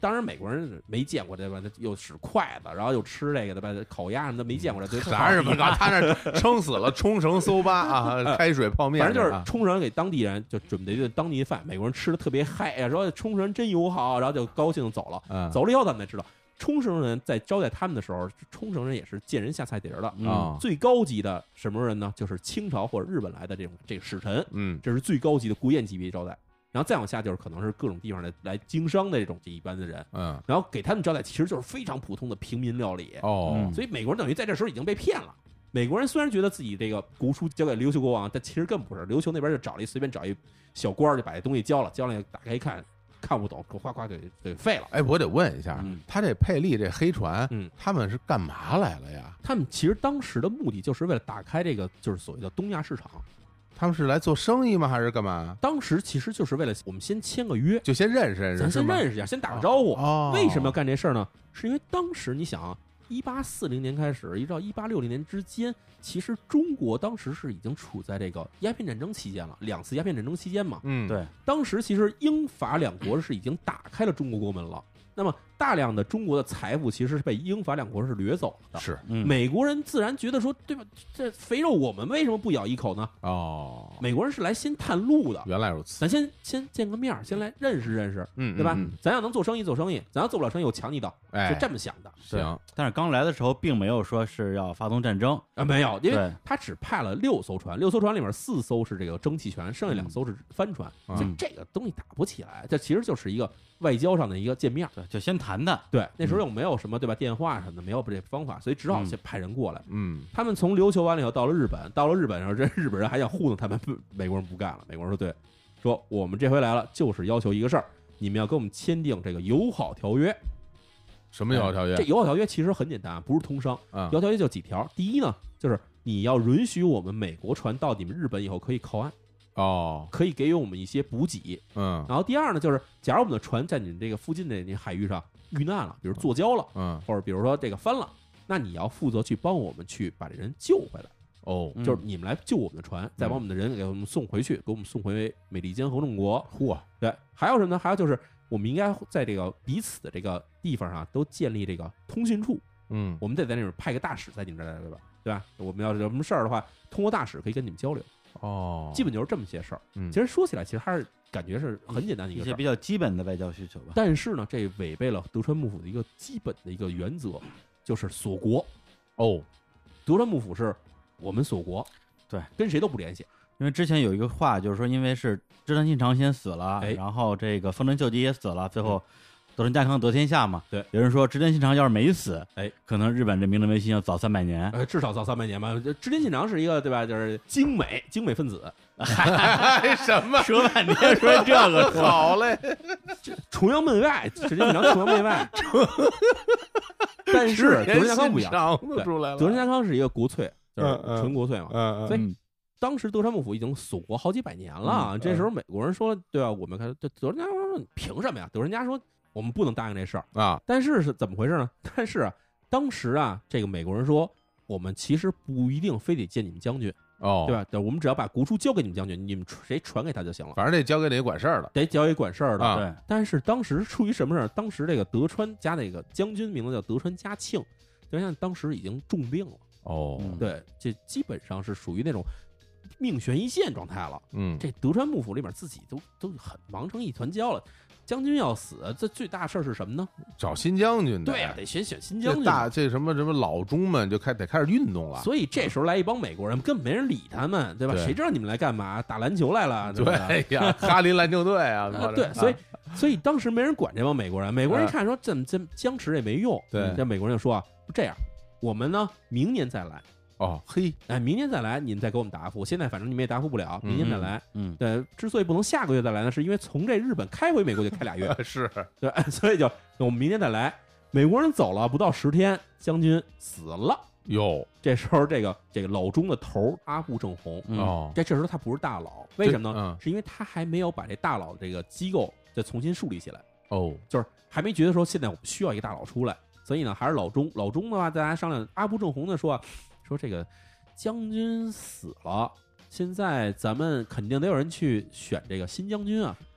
[SPEAKER 1] 当然美国人没见过对吧？又使筷子，然后又吃这个对吧？烤鸭什么的没见过这，
[SPEAKER 3] 啥什么？他那撑死了冲绳搜吧啊，开水泡面，
[SPEAKER 1] 反正就是冲绳给当地人就准备一顿当地饭，美国人吃的特别嗨呀，说冲绳人真友好，然后就高兴走了。
[SPEAKER 3] 嗯，
[SPEAKER 1] 走了以后咱们才知道。冲绳人在招待他们的时候，冲绳人也是见人下菜碟的啊、
[SPEAKER 3] 嗯。
[SPEAKER 1] 最高级的什么人呢？就是清朝或者日本来的这种这个使臣，
[SPEAKER 3] 嗯，
[SPEAKER 1] 这是最高级的国宴级别招待。然后再往下就是可能是各种地方的来经商的这种这一般的人，
[SPEAKER 3] 嗯，
[SPEAKER 1] 然后给他们招待其实就是非常普通的平民料理
[SPEAKER 3] 哦。
[SPEAKER 1] 所以美国人等于在这时候已经被骗了。美国人虽然觉得自己这个国书交给琉球国王，但其实根本不是。琉球那边就找了一随便找一小官就把这东西交了，交了打开一看。看不懂，哗哗给给废了。
[SPEAKER 3] 哎，我得问一下，
[SPEAKER 1] 嗯、
[SPEAKER 3] 他这佩利这黑船，
[SPEAKER 1] 嗯，
[SPEAKER 3] 他们是干嘛来了呀？
[SPEAKER 1] 他们其实当时的目的就是为了打开这个，就是所谓的东亚市场。
[SPEAKER 3] 他们是来做生意吗？还是干嘛？
[SPEAKER 1] 当时其实就是为了我们先签个约，
[SPEAKER 3] 就先认识认识，
[SPEAKER 1] 咱先认识一下，先打个招呼。
[SPEAKER 3] 哦，
[SPEAKER 1] 为什么要干这事儿呢？是因为当时你想啊，一八四零年开始，一直到一八六零年之间，其实中国当时是已经处在这个鸦片战争期间了，两次鸦片战争期间嘛。
[SPEAKER 3] 嗯，
[SPEAKER 2] 对，
[SPEAKER 1] 当时其实英法两国是已经打开了中国国门了。那么大量的中国的财富其实是被英法两国是掠走了的。
[SPEAKER 3] 是，
[SPEAKER 2] 嗯、
[SPEAKER 1] 美国人自然觉得说，对吧？这肥肉我们为什么不咬一口呢？
[SPEAKER 3] 哦，
[SPEAKER 1] 美国人是来先探路的。
[SPEAKER 3] 原来如此，
[SPEAKER 1] 咱先先见个面，先来认识认识，
[SPEAKER 3] 嗯，
[SPEAKER 1] 对吧？
[SPEAKER 3] 嗯、
[SPEAKER 1] 咱要能做生意做生意，咱要做不了生意我抢你刀，
[SPEAKER 3] 哎，
[SPEAKER 1] 是这么想的。
[SPEAKER 3] 行，
[SPEAKER 2] 但是刚来的时候并没有说是要发动战争
[SPEAKER 1] 啊，没有，因为他只派了六艘船，六艘船里面四艘是这个蒸汽船，剩下两艘是帆船，
[SPEAKER 3] 嗯、
[SPEAKER 1] 所以这个东西打不起来，这其实就是一个外交上的一个见面，
[SPEAKER 2] 对，就先谈谈。
[SPEAKER 1] 对，那时候又没有什么对吧，电话什么的，没有这方法，所以只好先派人过来。
[SPEAKER 3] 嗯，
[SPEAKER 1] 他们从琉球完了以后，到了日本，到了日本的时候，这日本人还想糊弄他们，美国人不干了。美国人说：“对，说我们这回来了，就是要求一个事儿，你们要跟我们签订这个友好条约。”
[SPEAKER 3] 什么友好条约？
[SPEAKER 1] 这友好条约其实很简单，不是通商。
[SPEAKER 3] 嗯，
[SPEAKER 1] 友好条约就几条。第一呢，就是你要允许我们美国船到你们日本以后可以靠岸。
[SPEAKER 3] 哦，
[SPEAKER 1] 可以给予我们一些补给，
[SPEAKER 3] 嗯，
[SPEAKER 1] 然后第二呢，就是假如我们的船在你们这个附近的那海域上遇难了，比如坐礁了，
[SPEAKER 3] 嗯，
[SPEAKER 1] 或者比如说这个翻了，那你要负责去帮我们去把这人救回来。
[SPEAKER 3] 哦，
[SPEAKER 1] 就是你们来救我们的船，再把我们的人给我们送回去，给我们送回美利坚合众国。
[SPEAKER 3] 嚯，
[SPEAKER 1] 对，还有什么呢？还有就是我们应该在这个彼此的这个地方上都建立这个通讯处。
[SPEAKER 3] 嗯，
[SPEAKER 1] 我们得在那边派个大使在你们这儿，对吧？对吧？我们要有什么事儿的话，通过大使可以跟你们交流。
[SPEAKER 3] 哦，
[SPEAKER 1] 基本就是这么些事儿。
[SPEAKER 3] 嗯，
[SPEAKER 1] 其实说起来，其实还是感觉是很简单的一个事儿，
[SPEAKER 2] 一些比较基本的外交需求吧。
[SPEAKER 1] 但是呢，这违背了德川幕府的一个基本的一个原则，就是锁国。
[SPEAKER 3] 哦，
[SPEAKER 1] 德川幕府是我们锁国，
[SPEAKER 2] 对，
[SPEAKER 1] 跟谁都不联系。
[SPEAKER 2] 因为之前有一个话，就是说，因为是织田信长先死了，
[SPEAKER 1] 哎、
[SPEAKER 2] 然后这个丰臣秀吉也死了，最后德川家康得天下嘛。
[SPEAKER 1] 对，
[SPEAKER 2] 有人说织田信长要是没死，
[SPEAKER 1] 哎，
[SPEAKER 2] 可能日本这明治维新要早三百年，
[SPEAKER 1] 呃，至少早三百年吧。织田信长是一个对吧？就是精美精美分子。
[SPEAKER 3] 什么？
[SPEAKER 2] 说半天说这个
[SPEAKER 3] 好嘞，
[SPEAKER 1] 崇洋媚外，织田信长崇洋媚外。但是德川家康不一样，德川家康是一个国粹，就是纯国粹嘛。
[SPEAKER 3] 嗯嗯。
[SPEAKER 1] 所以当时德川幕府已经锁国好几百年了。
[SPEAKER 3] 嗯、
[SPEAKER 1] 这时候美国人说，对吧？我们看德川家说凭什么呀？德川家说我们不能答应这事儿
[SPEAKER 3] 啊。
[SPEAKER 1] 但是是怎么回事呢？但是啊，当时啊，这个美国人说，我们其实不一定非得见你们将军。
[SPEAKER 3] 哦，
[SPEAKER 1] 对吧？对，我们只要把国书交给你们将军，你们谁传给他就行了。
[SPEAKER 3] 反正得交给那管事儿的，
[SPEAKER 1] 得交给管事儿的。
[SPEAKER 3] 啊、
[SPEAKER 2] 对。
[SPEAKER 1] 但是当时出于什么事儿？当时这个德川家那个将军名字叫德川家庆，德川当时已经重病了。
[SPEAKER 3] 哦，
[SPEAKER 1] 对，这基本上是属于那种命悬一线状态了。
[SPEAKER 3] 嗯，
[SPEAKER 1] 这德川幕府里面自己都都很忙成一团焦了。将军要死，这最大事儿是什么呢？
[SPEAKER 3] 找新将军的。
[SPEAKER 1] 对呀、啊，得先选新将军。
[SPEAKER 3] 大这什么什么老中们就开得开始运动了。
[SPEAKER 1] 所以这时候来一帮美国人，根本没人理他们，对吧？
[SPEAKER 3] 对
[SPEAKER 1] 谁知道你们来干嘛？打篮球来了？对,
[SPEAKER 3] 对呀，哈林篮球队啊，
[SPEAKER 1] 啊对，所以所以当时没人管这帮美国人。美国人一看说，这这僵持也没用。
[SPEAKER 3] 对，
[SPEAKER 1] 这美国人就说啊，这样，我们呢明年再来。
[SPEAKER 3] 哦，嘿，
[SPEAKER 1] 哎，明年再来，你们再给我们答复。现在反正你们也答复不了，明年再来。
[SPEAKER 2] 嗯，
[SPEAKER 1] 对，之所以不能下个月再来呢，是因为从这日本开回美国就开俩月，
[SPEAKER 3] 是
[SPEAKER 1] 对，所以就我们明年再来。美国人走了不到十天，将军死了。
[SPEAKER 3] 哟，
[SPEAKER 1] 这时候这个这个老中的头阿部正弘，
[SPEAKER 3] 哦，
[SPEAKER 1] 这这时候他不是大佬，为什么呢？
[SPEAKER 3] 嗯、
[SPEAKER 1] 是因为他还没有把这大佬这个机构再重新树立起来。
[SPEAKER 3] 哦，
[SPEAKER 1] 就是还没觉得说现在我们需要一个大佬出来，所以呢，还是老中。老中的话，大家商量。阿部正弘呢说说这个。将军死了，现在咱们肯定得有人去选这个新将军啊。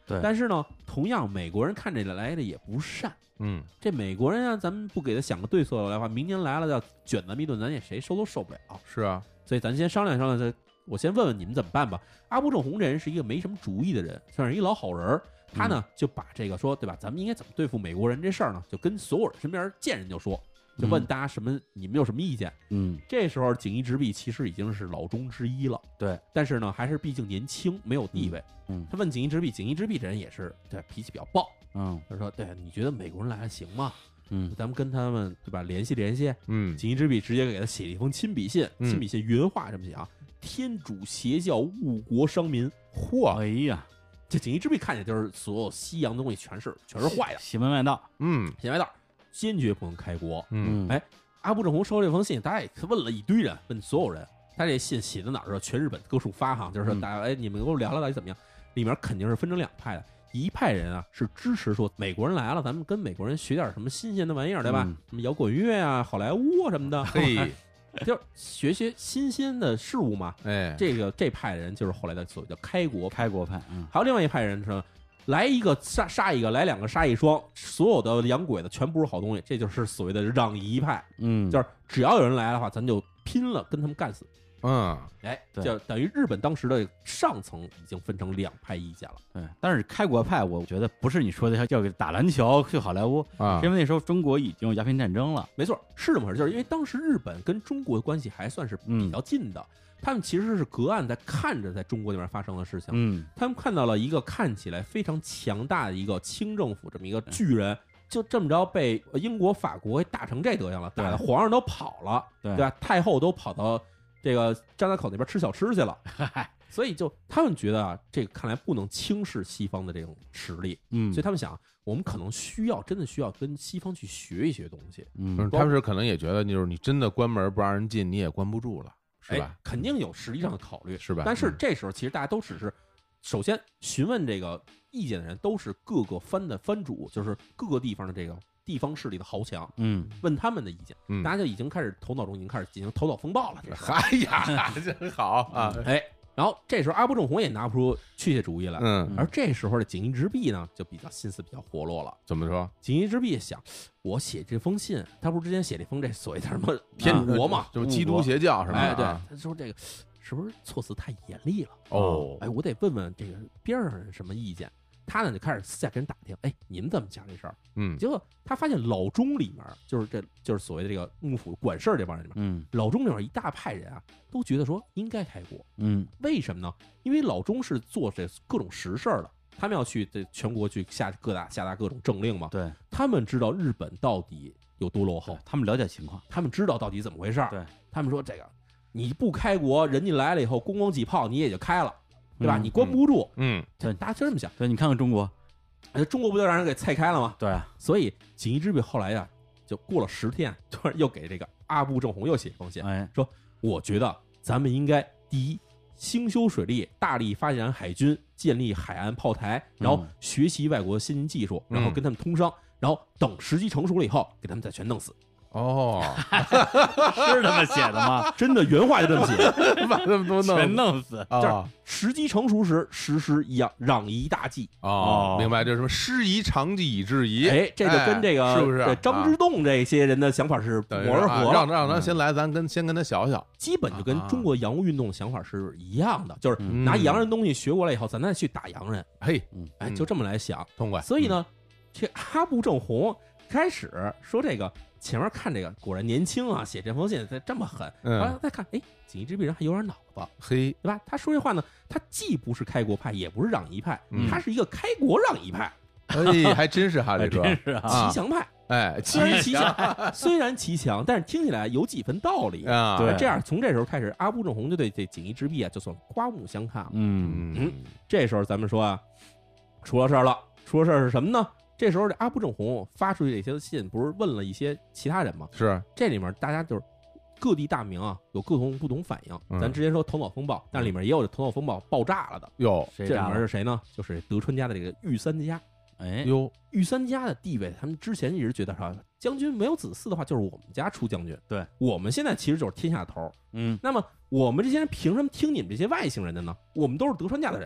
[SPEAKER 2] 对，
[SPEAKER 1] 但是呢，同样美国人看这来的也不善。
[SPEAKER 3] 嗯，
[SPEAKER 1] 这美国人啊，咱们不给他想个对策来的话，明年来了要卷咱们一顿，咱也谁受都受不了。
[SPEAKER 3] 是啊，
[SPEAKER 1] 所以咱先商量商量，这我先问问你们怎么办吧。阿部正弘这人是一个没什么主意的人，算是一老好人。他呢就把这个说，对吧？咱们应该怎么对付美国人这事儿呢？就跟所有人身边见人就说，就问大家什么，你们有什么意见？
[SPEAKER 2] 嗯，
[SPEAKER 1] 这时候锦衣直弼其实已经是老中之一了，
[SPEAKER 2] 对，
[SPEAKER 1] 但是呢，还是毕竟年轻，没有地位。
[SPEAKER 2] 嗯，
[SPEAKER 1] 他问锦衣直弼，锦衣直弼这人也是对脾气比较暴。
[SPEAKER 2] 嗯，
[SPEAKER 1] 他说：“对，你觉得美国人来还行吗？
[SPEAKER 2] 嗯，
[SPEAKER 1] 咱们跟他们对吧联系联系。”
[SPEAKER 3] 嗯，
[SPEAKER 1] 锦衣直弼直接给他写了一封亲笔信，
[SPEAKER 3] 嗯
[SPEAKER 1] 亲笔信原话这么写啊：“天主邪教误国伤民。”
[SPEAKER 3] 嚯，
[SPEAKER 2] 哎呀，
[SPEAKER 1] 这锦衣直弼看见就是所有西洋的东西全是全是坏的，
[SPEAKER 2] 邪门外道。
[SPEAKER 3] 嗯
[SPEAKER 1] 邪歪道，坚决不能开国。
[SPEAKER 3] 嗯
[SPEAKER 1] 哎，阿部正弘收这封信，大家也问了一堆人，问所有人，他这信写到哪儿？全日本各处发哈，就是说大家哎，你们给我聊聊到底怎么样？里面肯定是分成两派的。一派人啊是支持说美国人来了，咱们跟美国人学点什么新鲜的玩意儿，对吧？
[SPEAKER 2] 嗯
[SPEAKER 1] 什么摇滚乐啊、好莱坞啊什么的，
[SPEAKER 3] 嘿，
[SPEAKER 1] 就是学学新鲜的事物嘛。
[SPEAKER 3] 哎，
[SPEAKER 1] 这个这派人就是后来的所谓的开国派。
[SPEAKER 2] 开国派，嗯，
[SPEAKER 1] 还有另外一派人是来一个杀杀一个，来两个杀一双，所有的洋鬼子全不是好东西，这就是所谓的攘夷派。
[SPEAKER 2] 嗯，
[SPEAKER 1] 就是只要有人来的话，咱就拼了跟他们干死。
[SPEAKER 3] 嗯，
[SPEAKER 1] 哎，
[SPEAKER 2] 对
[SPEAKER 1] 就等于日本当时的上层已经分成两派意见了。
[SPEAKER 2] 对。但是开国派，我觉得不是你说的要给打篮球去好莱坞
[SPEAKER 3] 啊，
[SPEAKER 2] 因为那时候中国已经有鸦片战争了。
[SPEAKER 1] 没错，是这么回事，就是因为当时日本跟中国的关系还算是比较近的，他们其实是隔岸在看着在中国那边发生的事情。
[SPEAKER 2] 嗯，
[SPEAKER 1] 他们看到了一个看起来非常强大的一个清政府这么一个巨人，就这么着被英国、法国给打成这德行了，打的皇上都跑了，
[SPEAKER 2] 对
[SPEAKER 1] 对吧？太后都跑到这个张家口那边吃小吃去了，所以就他们觉得啊，这个看来不能轻视西方的这种实力，
[SPEAKER 2] 嗯，
[SPEAKER 1] 所以他们想，我们可能需要真的需要跟西方去学一学东西，
[SPEAKER 2] 嗯，
[SPEAKER 3] 他们是可能也觉得，就是你真的关门不让人进，你也关不住了，是吧
[SPEAKER 1] 哎？肯定有实力上的考虑，
[SPEAKER 3] 是吧
[SPEAKER 1] 但是
[SPEAKER 3] 嗯
[SPEAKER 1] 这时候其实大家都只是，首先询问这个意见的人都是各个藩的藩主，就是各个地方的这个地方势力的豪强，
[SPEAKER 2] 嗯，
[SPEAKER 1] 问他们的意见，
[SPEAKER 3] 嗯
[SPEAKER 1] 大家就已经开始头脑中已经开始进行头脑风暴了。这时候
[SPEAKER 3] 哎呀，真好啊！
[SPEAKER 1] 哎，然后这时候阿部正弘也拿不出确切主意来，
[SPEAKER 3] 嗯，
[SPEAKER 1] 而这时候的锦衣直弼呢，就比较心思比较活络了。
[SPEAKER 3] 怎么说？
[SPEAKER 1] 锦衣直弼想，我写这封信，他不是之前写了一封这所谓的什么
[SPEAKER 3] 天
[SPEAKER 1] 国嘛，
[SPEAKER 3] 就是基督邪教是吧？
[SPEAKER 1] 哎，对
[SPEAKER 3] 啊，
[SPEAKER 1] 他说这个是不是措辞太严厉了？
[SPEAKER 3] 哦
[SPEAKER 1] 哎，我得问问这个边上人什么意见。他呢就开始私下跟人打听，哎，你们怎么讲这事儿？
[SPEAKER 3] 嗯，
[SPEAKER 1] 结果他发现老中里面，就是这就是所谓的这个幕府管事儿这帮人里面，
[SPEAKER 2] 嗯
[SPEAKER 1] 老中里面一大派人啊，都觉得说应该开国。
[SPEAKER 2] 嗯
[SPEAKER 1] 为什么呢？因为老中是做这各种实事儿的，他们要去这全国去下各大下达各种政令嘛。
[SPEAKER 2] 对，
[SPEAKER 1] 他们知道日本到底有多落后，
[SPEAKER 2] 他们了解情况。
[SPEAKER 1] 他们知道到底怎么回事儿。
[SPEAKER 2] 对，
[SPEAKER 1] 他们说这个你不开国，人家来了以后，咣咣几炮你也就开了，对吧？
[SPEAKER 2] 嗯
[SPEAKER 1] 你关不住。
[SPEAKER 3] 嗯，
[SPEAKER 2] 对
[SPEAKER 1] 大家就这么想。
[SPEAKER 2] 对，你看看中国，
[SPEAKER 1] 呃中国不就让人给菜开了吗？
[SPEAKER 2] 对，啊
[SPEAKER 1] 所以锦衣之弼后来呀，就过了十天，突然又给这个阿部正弘又写一封信，
[SPEAKER 2] 哎，
[SPEAKER 1] 说我觉得咱们应该第一兴修水利，大力发展海军，建立海岸炮台，然后学习外国的先进技术，然后跟他们通商，然后等时机成熟了以后，给他们再全弄死。
[SPEAKER 3] 哦，
[SPEAKER 2] 是这么写的吗？
[SPEAKER 1] 真的原话就这么写，
[SPEAKER 3] 把他们都弄
[SPEAKER 2] 全弄死。
[SPEAKER 3] 啊
[SPEAKER 1] 时机成熟时实施养攘夷大计。
[SPEAKER 3] 哦，明白，这是什么师夷长技以制夷？
[SPEAKER 1] 哎，这就跟这个
[SPEAKER 3] 哎是不是
[SPEAKER 1] 这张之洞这些人的想法是不
[SPEAKER 3] 等于
[SPEAKER 1] 谋而合了，
[SPEAKER 3] 啊让让他先来，咱跟先跟他学学。
[SPEAKER 1] 基本就跟中国洋务运动想法是一样的，就是
[SPEAKER 3] 嗯
[SPEAKER 1] 拿洋人东西学过来以后，咱再去打洋人，
[SPEAKER 3] 嘿，
[SPEAKER 1] 哎，
[SPEAKER 3] 嗯
[SPEAKER 1] 就这么来想。
[SPEAKER 3] 痛快。
[SPEAKER 1] 所以呢，这阿部正弘开始说这个前面看这个果然年轻啊，写这封信这这么狠，
[SPEAKER 3] 嗯
[SPEAKER 1] 后来再看，哎，锦衣之弼人还有点脑子，
[SPEAKER 3] 嘿，
[SPEAKER 1] 对吧？他说这话呢，他既不是开国派，也不是攘夷派，
[SPEAKER 3] 嗯
[SPEAKER 1] 他是一个开国攘夷派，
[SPEAKER 3] 哎，还真是哈，这
[SPEAKER 2] 真
[SPEAKER 3] 个
[SPEAKER 2] 是啊，
[SPEAKER 3] 啊
[SPEAKER 1] 骑墙派。
[SPEAKER 3] 哎，
[SPEAKER 1] 虽然骑墙，虽然骑墙，但是听起来有几分道理。
[SPEAKER 3] 啊，
[SPEAKER 2] 对
[SPEAKER 1] 这样从这时候开始，阿部正弘就对这锦衣之弼啊，就算刮目相看了。
[SPEAKER 2] 嗯
[SPEAKER 3] 嗯
[SPEAKER 1] 这时候咱们说啊，出了事儿了，出了事儿是什么呢？这时候这阿部正弘发出去这些信，不是问了一些其他人吗？
[SPEAKER 3] 是
[SPEAKER 1] 这里面大家就是各地大名啊，有各种不同反应。
[SPEAKER 3] 嗯
[SPEAKER 1] 咱之前说头脑风暴，但里面也有这头脑风暴爆炸了的。
[SPEAKER 3] 哟
[SPEAKER 1] 这里
[SPEAKER 2] 谁炸了？
[SPEAKER 1] 面是谁呢？就是德川家的这个御三家。
[SPEAKER 2] 哎，
[SPEAKER 3] 哟，
[SPEAKER 1] 御三家的地位，他们之前一直觉得啥，将军没有子嗣的话，就是我们家出将军。
[SPEAKER 2] 对，
[SPEAKER 1] 我们现在其实就是天下头。
[SPEAKER 2] 嗯，
[SPEAKER 1] 那么我们这些人凭什么听你们这些外姓人的呢？我们都是德川家的人啊。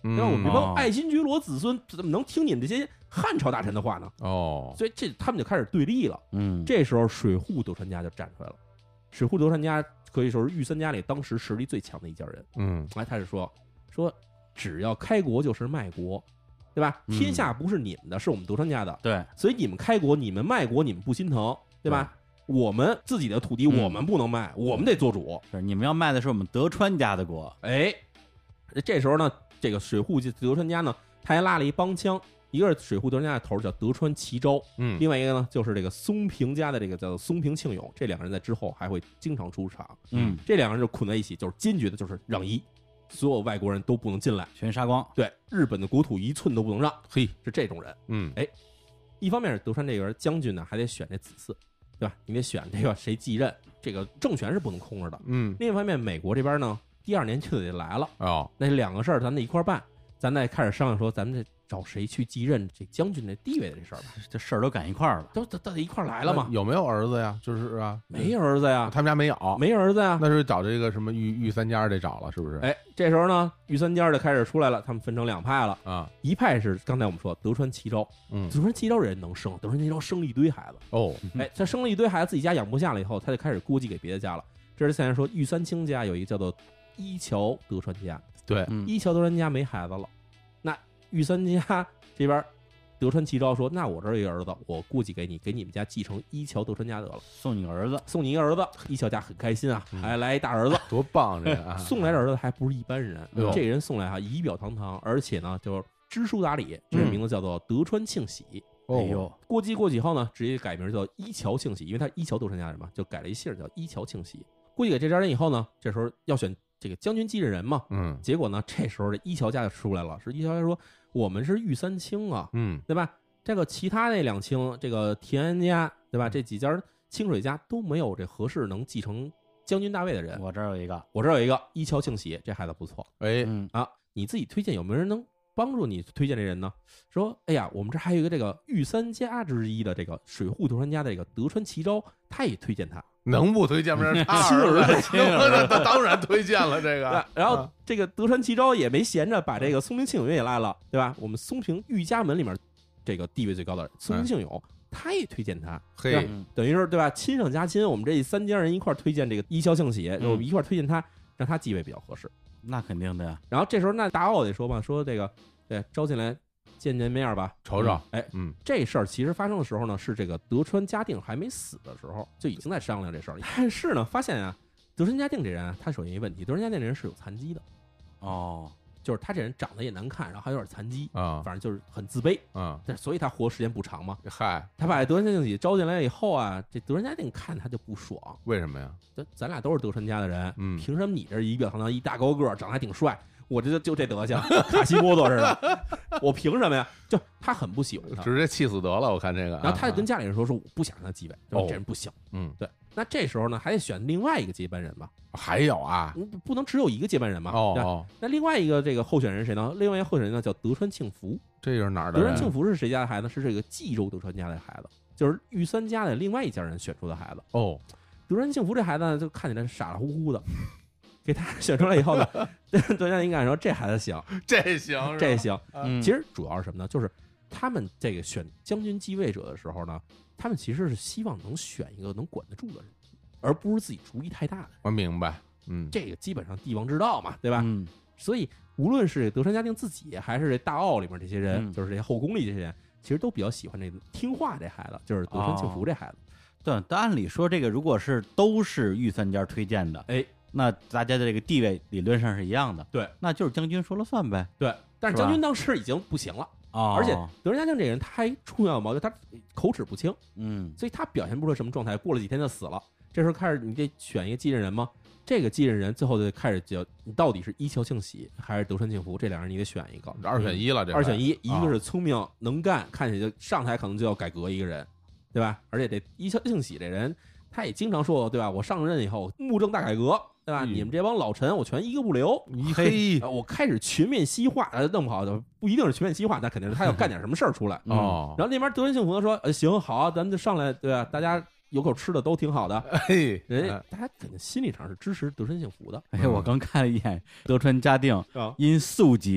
[SPEAKER 3] 嗯
[SPEAKER 1] 对吧？我们这帮
[SPEAKER 2] 哦
[SPEAKER 1] 爱新觉罗子孙怎么能听你们这些汉朝大臣的话呢？
[SPEAKER 3] 哦，
[SPEAKER 1] 所以这他们就开始对立了。
[SPEAKER 2] 嗯，
[SPEAKER 1] 这时候水户德川家就站出来了。水户德川家可以说是御三家里当时实力最强的一家人。
[SPEAKER 3] 嗯
[SPEAKER 1] 哎，他是说说只要开国就是卖国，对吧？
[SPEAKER 2] 嗯
[SPEAKER 1] 天下不是你们的，是我们德川家的，
[SPEAKER 2] 对，
[SPEAKER 1] 所以你们开国，你们卖国，你们不心疼，对吧？我们自己的土地
[SPEAKER 2] 嗯
[SPEAKER 1] 我们不能卖，我们得做主。
[SPEAKER 2] 是你们要卖的是我们德川家的国，
[SPEAKER 1] 哎，这时候呢，这个水户德川家呢，他还拉了一帮腔，一个是水户德川家的头叫德川齐昭，
[SPEAKER 3] 嗯
[SPEAKER 1] 另外一个呢就是这个松平家的这个叫做松平庆永，这两个人在之后还会经常出场。
[SPEAKER 2] 嗯，
[SPEAKER 1] 这两个人就捆在一起，就是坚决的，就是让一，所有外国人都不能进来，
[SPEAKER 2] 全杀光，
[SPEAKER 1] 对日本的国土一寸都不能让，
[SPEAKER 3] 嘿，
[SPEAKER 1] 是这种人。
[SPEAKER 3] 嗯
[SPEAKER 1] 一方面是德川这个人将军呢，还得选这子嗣，对吧？你得选这个谁继任，这个政权是不能空着的。
[SPEAKER 3] 嗯
[SPEAKER 1] 另一方面，美国这边呢，第二年就得来了，
[SPEAKER 3] 哦
[SPEAKER 1] 那两个事儿咱得一块儿办，咱再开始商量说，咱们这找谁去继任这将军的地位的这事儿吧，
[SPEAKER 2] 这事儿都赶一块儿了，
[SPEAKER 1] 都都都得一块儿来了嘛。
[SPEAKER 3] 有没有儿子呀？就是啊，
[SPEAKER 1] 没儿子呀，
[SPEAKER 3] 他们家没有，
[SPEAKER 1] 没儿子呀。
[SPEAKER 3] 那是找这个什么御御三家得找了，是不是？
[SPEAKER 1] 哎，这时候呢，御三家就开始出来了，他们分成两派了。
[SPEAKER 3] 啊，
[SPEAKER 1] 一派是刚才我们说德川齐昭，
[SPEAKER 3] 嗯
[SPEAKER 1] 德川齐昭人能生，德川齐昭生了一堆孩子，
[SPEAKER 3] 哦，
[SPEAKER 1] 哎，他生了一堆孩子，自己家养不下了以后，他就开始估计给别的家了。这是现在说御三卿家有一个叫做一桥德川家，
[SPEAKER 3] 对，
[SPEAKER 2] 嗯，
[SPEAKER 1] 一桥德川家没孩子了，那御三家这边德川齐昭说，那我这儿有一个儿子，我估计给你，给你们家继承一桥德川家得了，
[SPEAKER 2] 送你个儿子，
[SPEAKER 1] 送你一个儿子。一桥家很开心啊，
[SPEAKER 3] 嗯
[SPEAKER 1] 还来一大儿子。
[SPEAKER 3] 多棒这个啊！
[SPEAKER 1] 送来的儿子还不是一般人，
[SPEAKER 3] 哎呦
[SPEAKER 1] 这人送来哈仪表堂堂，而且呢就是知书达理，这人名字叫做德川庆喜。
[SPEAKER 3] 哦
[SPEAKER 2] 哎呦，
[SPEAKER 1] 过继过继后呢，直接改名叫一桥庆喜，因为他一桥德川家人嘛，就改了一姓叫一桥庆喜。过继给这家人以后呢，这时候要选这个将军继任人嘛，
[SPEAKER 3] 嗯
[SPEAKER 1] 结果呢，这时候这一桥家就出来了，是一桥家说我们是御三卿啊，
[SPEAKER 3] 嗯
[SPEAKER 1] 对吧？这个其他那两卿，这个田安家，对吧？这几家清水家都没有这合适能继承将军大位的人。
[SPEAKER 2] 我这儿有一个，
[SPEAKER 1] 我这儿有一个一桥庆喜，这孩子不错
[SPEAKER 3] 哎
[SPEAKER 2] 嗯，
[SPEAKER 1] 啊，你自己推荐有没有人能帮助你推荐这人呢？说，哎呀，我们这还有一个这个御三家之一的这个水户德川家的这个德川齐昭，他也推荐他。
[SPEAKER 3] 能不推荐吗？这差
[SPEAKER 1] 亲儿子
[SPEAKER 2] 亲儿
[SPEAKER 3] 子，当然推荐了这个
[SPEAKER 1] 对。然后
[SPEAKER 3] 啊
[SPEAKER 1] 这个德川齐昭也没闲着，把这个松平庆永也拉了，对吧？我们松平御家门里面这个地位最高的松平庆永，他也推荐他，对吧
[SPEAKER 3] 嘿，
[SPEAKER 2] 嗯
[SPEAKER 1] 等于是对吧？亲上加亲，我们这三家人一块儿推荐这个一桥庆喜，就我们一块儿推荐他，让他继位比较合适。
[SPEAKER 2] 那肯定的呀，
[SPEAKER 1] 然后这时候那大奥得说嘛，说这个对招进来见见面吧。
[SPEAKER 3] 瞅瞅，
[SPEAKER 1] 哎，
[SPEAKER 3] 嗯
[SPEAKER 1] 这事儿其实发生的时候呢，是这个德川家定还没死的时候就已经在商量这事儿。但是呢，发现啊，德川家定这人啊，他首先一问题，德川家定这人是有残疾的，
[SPEAKER 2] 哦，
[SPEAKER 1] 就是他这人长得也难看，然后还有点残疾，
[SPEAKER 3] 啊
[SPEAKER 1] 反正就是很自卑。
[SPEAKER 3] 啊，
[SPEAKER 1] 但所以他活时间不长嘛。
[SPEAKER 3] 嗨，
[SPEAKER 1] 他把德川家定喜招进来以后啊，这德川家定看他就不爽，
[SPEAKER 3] 为什么呀？
[SPEAKER 1] 咱咱俩都是德川家的人，
[SPEAKER 3] 嗯
[SPEAKER 1] 凭什么你这仪表堂堂一大高个儿，长得还挺帅，我这就就这德行，卡西莫多似的，我凭什么呀？就他很不喜欢他，
[SPEAKER 3] 直接气死得了，我看这个。
[SPEAKER 1] 然后他就跟
[SPEAKER 3] 啊
[SPEAKER 1] 家里人说，说我不想让他继位，就
[SPEAKER 3] 哦
[SPEAKER 1] 这人不行。
[SPEAKER 3] 嗯，
[SPEAKER 1] 对，那这时候呢，还得选另外一个接班人吧，
[SPEAKER 3] 还有啊，
[SPEAKER 1] 你不能只有一个接班人嘛。对吧
[SPEAKER 3] 哦哦，
[SPEAKER 1] 那另外一个这个候选人谁呢？另外一个候选人呢叫德川庆福。
[SPEAKER 3] 这又是哪儿的人？
[SPEAKER 1] 德川庆福是谁家的孩子？是这个冀州德川家的孩子，就是御三家的另外一家人选出的孩子。
[SPEAKER 3] 哦，
[SPEAKER 1] 德川庆福这孩子呢，就看起来傻乎乎的，给他选出来以后呢，德川应该说这孩子行，
[SPEAKER 3] 这行是吧
[SPEAKER 1] 这行。
[SPEAKER 2] 嗯，
[SPEAKER 1] 其实主要是什么呢？就是他们这个选将军继位者的时候呢，他们其实是希望能选一个能管得住的人，而不是自己主意太大的。
[SPEAKER 3] 我明白，嗯，
[SPEAKER 1] 这个基本上帝王之道嘛，对吧？
[SPEAKER 2] 嗯，
[SPEAKER 1] 所以无论是德川家定自己，还是这大奥里面这些人，
[SPEAKER 2] 嗯
[SPEAKER 1] 就是这些后宫里这些人，其实都比较喜欢这个听话这孩子，就是德川庆福这孩子。
[SPEAKER 2] 对，但按理说这个如果是都是御三家推荐的，
[SPEAKER 1] 哎，
[SPEAKER 2] 那大家的这个地位理论上是一样的，
[SPEAKER 1] 对，
[SPEAKER 2] 那就是将军说了算呗，
[SPEAKER 1] 对。但是
[SPEAKER 2] 是吧
[SPEAKER 1] 将军当时已经不行了，
[SPEAKER 2] 啊，
[SPEAKER 1] 而且德川家定这人他还重要矛盾，他口齿不清，
[SPEAKER 2] 嗯，
[SPEAKER 1] 所以他表现不出什么状态，过了几天就死了。这时候开始，你得选一个继任人吗？这个继任人最后就开始就你到底是一桥庆喜还是德川庆福？这两人你得选一个，
[SPEAKER 3] 二选一了，这
[SPEAKER 1] 二选一，一
[SPEAKER 3] 啊
[SPEAKER 1] 个是聪明能干，看起来就上台可能就要改革一个人，对吧？而且这一桥庆喜这人，他也经常说，对吧？我上任以后木政大改革，对吧？
[SPEAKER 3] 嗯
[SPEAKER 1] 你们这帮老臣我全一个不留。
[SPEAKER 3] 一黑
[SPEAKER 1] 呃我开始全面西化，呃弄不好的不一定是全面西化，但肯定是他要干点什么事儿出来。
[SPEAKER 3] 哦，
[SPEAKER 1] 然后那边德川幸福说：“呃，行，好啊，咱们就上来，对吧？大家有口吃的都挺好的。
[SPEAKER 3] 嘿，
[SPEAKER 1] 人家大家肯定心理上是支持德川幸福的
[SPEAKER 2] 哎，我刚看了一眼德川家定
[SPEAKER 1] 啊。
[SPEAKER 2] 因宿疾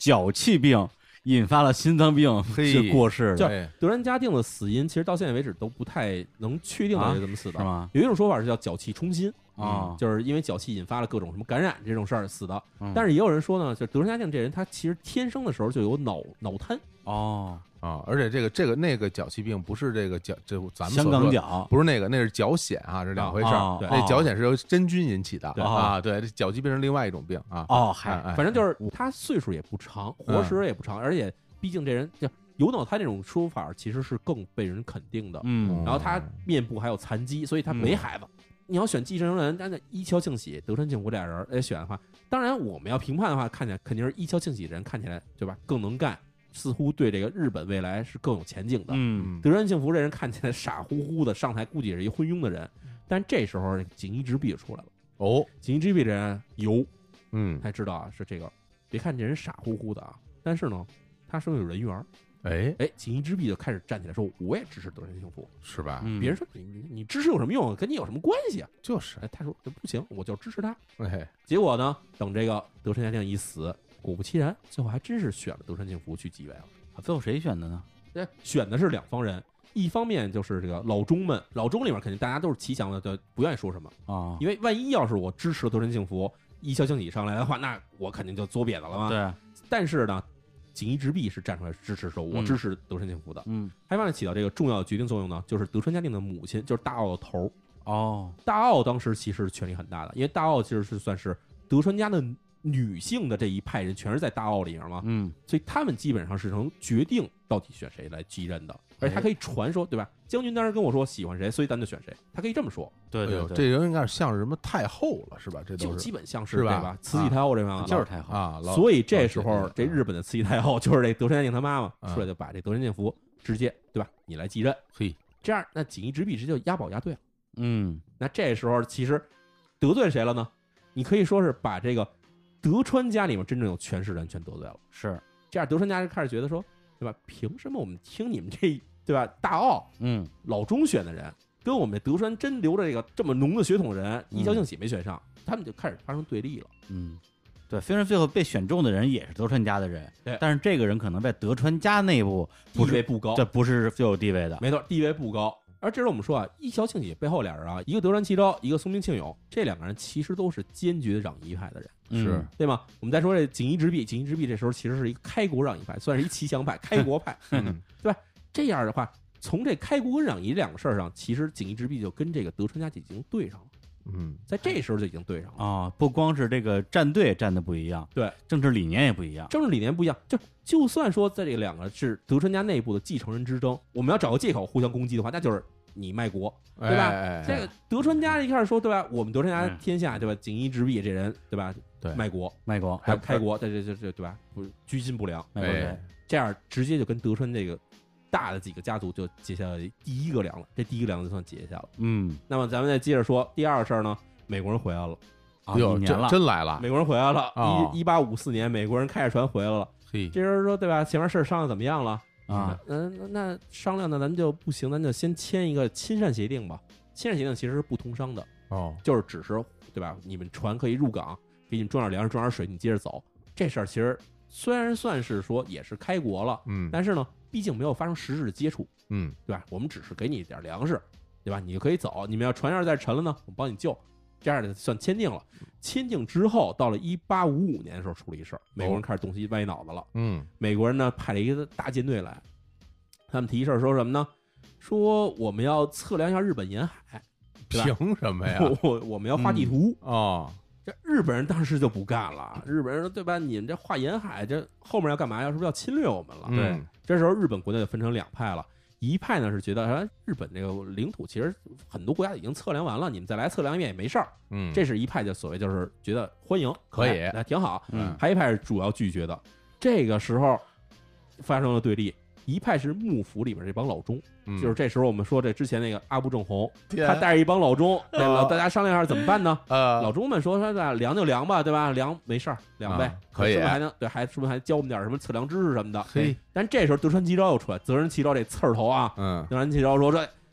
[SPEAKER 2] 脚气病引发了心脏病是过世
[SPEAKER 1] 叫
[SPEAKER 2] 的，
[SPEAKER 1] 德川家定的死因，其实到现在为止都不太能确定他是怎么死的，
[SPEAKER 2] 是吗？
[SPEAKER 1] 有一种说法是叫脚气冲心
[SPEAKER 2] 啊，
[SPEAKER 1] 就是因为脚气引发了各种什么感染这种事儿死的。
[SPEAKER 2] 嗯
[SPEAKER 1] 但是也有人说呢，就德川家定这人，他其实天生的时候就有脑脑瘫。
[SPEAKER 2] 哦，
[SPEAKER 3] 啊，而且这个这个那个脚气病不是这个脚，这咱们
[SPEAKER 2] 香
[SPEAKER 3] 所说的
[SPEAKER 2] 港脚
[SPEAKER 3] 不是那个，那是脚癣啊，是两回事
[SPEAKER 2] 哦
[SPEAKER 3] 儿。
[SPEAKER 1] 对
[SPEAKER 3] 那脚癣是由真菌引起的
[SPEAKER 1] 对
[SPEAKER 3] 啊，对，这脚气病是另外一种病啊。
[SPEAKER 2] 哦，嗨，
[SPEAKER 3] 哎，
[SPEAKER 1] 反正就是他岁数也不长，活时也不长，而且毕竟这人就有脑瘫这种说法，其实是更被人肯定的。
[SPEAKER 2] 嗯
[SPEAKER 1] 然后他面部还有残疾，所以他没孩子。你要选继承人，但是一桥庆喜、德川庆福俩人来选的话，当然我们要评判的话，看起来肯定是一桥庆喜人看起来对吧更能干，似乎对这个日本未来是更有前景的。
[SPEAKER 2] 嗯
[SPEAKER 1] 德川庆福这人看起来傻乎乎的，上台估计也是一昏庸的人。但这时候锦衣之弼就出来了。
[SPEAKER 3] 哦，
[SPEAKER 1] 锦衣之弼这人有，
[SPEAKER 3] 嗯，
[SPEAKER 1] 才知道啊是这个。别看这人傻乎乎的啊，但是呢，他手里有人缘儿。
[SPEAKER 3] 哎，
[SPEAKER 1] 哎，锦衣之弼就开始站起来说：“我也支持德川庆福。
[SPEAKER 3] 是吧？
[SPEAKER 2] 嗯
[SPEAKER 1] 别人说：“你你你支持有什么用？跟你有什么关系啊
[SPEAKER 3] 就是？”，
[SPEAKER 1] 哎，他说：“不行，我就支持他。
[SPEAKER 3] 哎，”
[SPEAKER 1] 结果呢，等这个德川家定一死，果不其然，最后还真是选了德川庆福去继位了。
[SPEAKER 2] 最后谁选的呢？
[SPEAKER 1] 哎，选的是两方人，一方面就是这个老中们，老中里面肯定大家都是骑墙的，就不愿意说什么，
[SPEAKER 2] 啊，
[SPEAKER 1] 因为万一要是我支持德川庆福，一桥庆喜上来的话，那我肯定就作瘪子了嘛。
[SPEAKER 2] 对，
[SPEAKER 1] 但是呢，锦衣之弼是站出来支持说，我
[SPEAKER 2] 嗯
[SPEAKER 1] 支持德川庆福的。
[SPEAKER 2] 嗯，
[SPEAKER 1] 还方面起到这个重要的决定作用呢，就是德川家定的母亲，就是大奥的头儿。
[SPEAKER 2] 哦，
[SPEAKER 1] 大奥当时其实权力很大的，因为大奥其实是算是德川家的女性的这一派人，全是在大奥里面嘛，
[SPEAKER 2] 嗯
[SPEAKER 1] 所以他们基本上是能决定到底选谁来继任的，而且他可以传说，对吧？将军当时跟我说喜欢谁，所以咱就选谁，他可以这么说，
[SPEAKER 3] 哎呦，
[SPEAKER 2] 对对对，
[SPEAKER 3] 这人应该是像是什么太后了，是吧？这
[SPEAKER 1] 就
[SPEAKER 3] 都是
[SPEAKER 1] 基本像是
[SPEAKER 3] 是吧
[SPEAKER 1] 对吧？慈禧太后这样
[SPEAKER 2] 就是太好，
[SPEAKER 3] 啊，老
[SPEAKER 1] 所以这时候
[SPEAKER 3] 老
[SPEAKER 1] 这日本的慈禧太后就是这德川家定他妈妈
[SPEAKER 3] 啊
[SPEAKER 1] 出来就把这德川庆福直接对吧？你来继任，
[SPEAKER 3] 嘿，
[SPEAKER 1] 这样那锦衣之弼直接就押宝押对了。
[SPEAKER 2] 嗯
[SPEAKER 1] 那这时候其实得罪谁了呢？你可以说是把这个德川家里面真正有权势人全得罪了。
[SPEAKER 2] 是，
[SPEAKER 1] 这样德川家就开始觉得说，对吧？凭什么我们听你们这对吧大奥
[SPEAKER 2] 嗯
[SPEAKER 1] 老中选的人，跟我们这德川真留着这个这么浓的血统人一桥庆喜没选上，他们就开始发生对立了。
[SPEAKER 2] 嗯。对，虽然最后被选中的人也是德川家的人，
[SPEAKER 1] 对
[SPEAKER 2] 但是这个人可能在德川家内部不是
[SPEAKER 1] 地位不高，
[SPEAKER 2] 这不是最有地位的，
[SPEAKER 1] 没错，地位不高。而这时候我们说啊，一桥庆喜背后俩人啊，一个德川齐昭，一个松平庆永，这两个人其实都是坚决攘夷派的人，
[SPEAKER 2] 嗯
[SPEAKER 3] 是
[SPEAKER 1] 对吗？我们再说这锦衣之弼，锦衣之弼这时候其实是一个开国攘夷派，算是一骑墙派、开国派，
[SPEAKER 3] 嗯
[SPEAKER 1] 对吧？这样的话，从这开国跟攘夷这两个事儿上，其实锦衣之弼就跟这个德川家已经对上了，
[SPEAKER 3] 嗯，
[SPEAKER 1] 在这时候就已经对上了。
[SPEAKER 2] 啊，不光是这个战队站的不一样，
[SPEAKER 1] 对，
[SPEAKER 2] 政治理念也不一样，
[SPEAKER 1] 政治理念不一样，就就算说在这两个是德川家内部的继承人之争，我们要找个借口互相攻击的话，那就是你卖国，对吧？
[SPEAKER 3] 哎
[SPEAKER 1] 这个德川家一开始说，对吧？我们德川家
[SPEAKER 2] 嗯
[SPEAKER 1] 天下，对吧？锦衣之弼这人，对吧？
[SPEAKER 3] 对
[SPEAKER 1] 卖国
[SPEAKER 2] 卖国
[SPEAKER 1] 还有开国，这这这这对吧？不是居心不良，
[SPEAKER 2] 卖国贼
[SPEAKER 3] 哎，
[SPEAKER 1] 这样直接就跟德川这个大的几个家族就结下了第一个梁了，这第一个梁就算结下了。
[SPEAKER 2] 嗯，
[SPEAKER 1] 那么咱们再接着说第二个事儿呢，美国人回来了，
[SPEAKER 2] 啊，
[SPEAKER 3] 哎呦，真
[SPEAKER 2] 一年了，
[SPEAKER 3] 真来了，
[SPEAKER 1] 美国人回来了，
[SPEAKER 3] 哦
[SPEAKER 1] 一一八五四年，美国人开着船回来了。
[SPEAKER 3] 嘿，
[SPEAKER 1] 这人说对吧？前面事儿商量怎么样了？
[SPEAKER 2] 啊，
[SPEAKER 1] 嗯，那那商量呢，咱就不行，咱就先签一个亲善协定吧。亲善协定其实是不通商的，
[SPEAKER 3] 哦，
[SPEAKER 1] 就是只是对吧？你们船可以入港，给你们装点粮食、装点水，你接着走。这事儿其实虽然算是说也是开国了，
[SPEAKER 3] 嗯
[SPEAKER 1] 但是呢，毕竟没有发生实质的接触，
[SPEAKER 3] 嗯，
[SPEAKER 1] 对吧？我们只是给你一点粮食，对吧？你就可以走。你们要船要是再沉了呢，我们帮你救。这样的算签订了。签订之后，到了一八五五年的时候，出了一事儿，美国人开始动起歪脑子了。
[SPEAKER 3] 嗯，
[SPEAKER 1] 美国人呢派了一个大舰队来，他们提一事儿说什么呢？说我们要测量一下日本沿海，对吧
[SPEAKER 3] 凭什么呀？
[SPEAKER 1] 我我我们要画地图。
[SPEAKER 3] 哦，
[SPEAKER 1] 这日本人当时就不干了，日本人说对吧？你们这画沿海，这后面要干嘛呀？是不是要侵略我们了？
[SPEAKER 3] 对，
[SPEAKER 1] 这时候日本国内就分成两派了，一派呢是觉得啊，日本这个领土其实很多国家已经测量完了，你们再来测量一遍也没事儿。
[SPEAKER 3] 嗯，
[SPEAKER 1] 这是一派，就所谓就是觉得欢迎，
[SPEAKER 3] 可以
[SPEAKER 1] 哎那挺好。
[SPEAKER 2] 嗯
[SPEAKER 1] 还一派是主要拒绝的。这个时候发生了对立，一派是幕府里面这帮老中，
[SPEAKER 3] 嗯
[SPEAKER 1] 就是这时候我们说这之前那个阿部正弘，
[SPEAKER 3] 天
[SPEAKER 1] 他带着一帮老中，那老大家商量一下怎么办呢？
[SPEAKER 3] 呃
[SPEAKER 1] 老中们说说的量就量吧，对吧？量没事儿，量呗
[SPEAKER 3] 啊，可以
[SPEAKER 1] 是不是还能对，还是不是还教我们点什么测量知识什么的？
[SPEAKER 3] 嘿，
[SPEAKER 1] 但这时候德川齐昭又出来，德川齐昭这刺儿头啊，
[SPEAKER 3] 嗯
[SPEAKER 1] 德川齐昭说这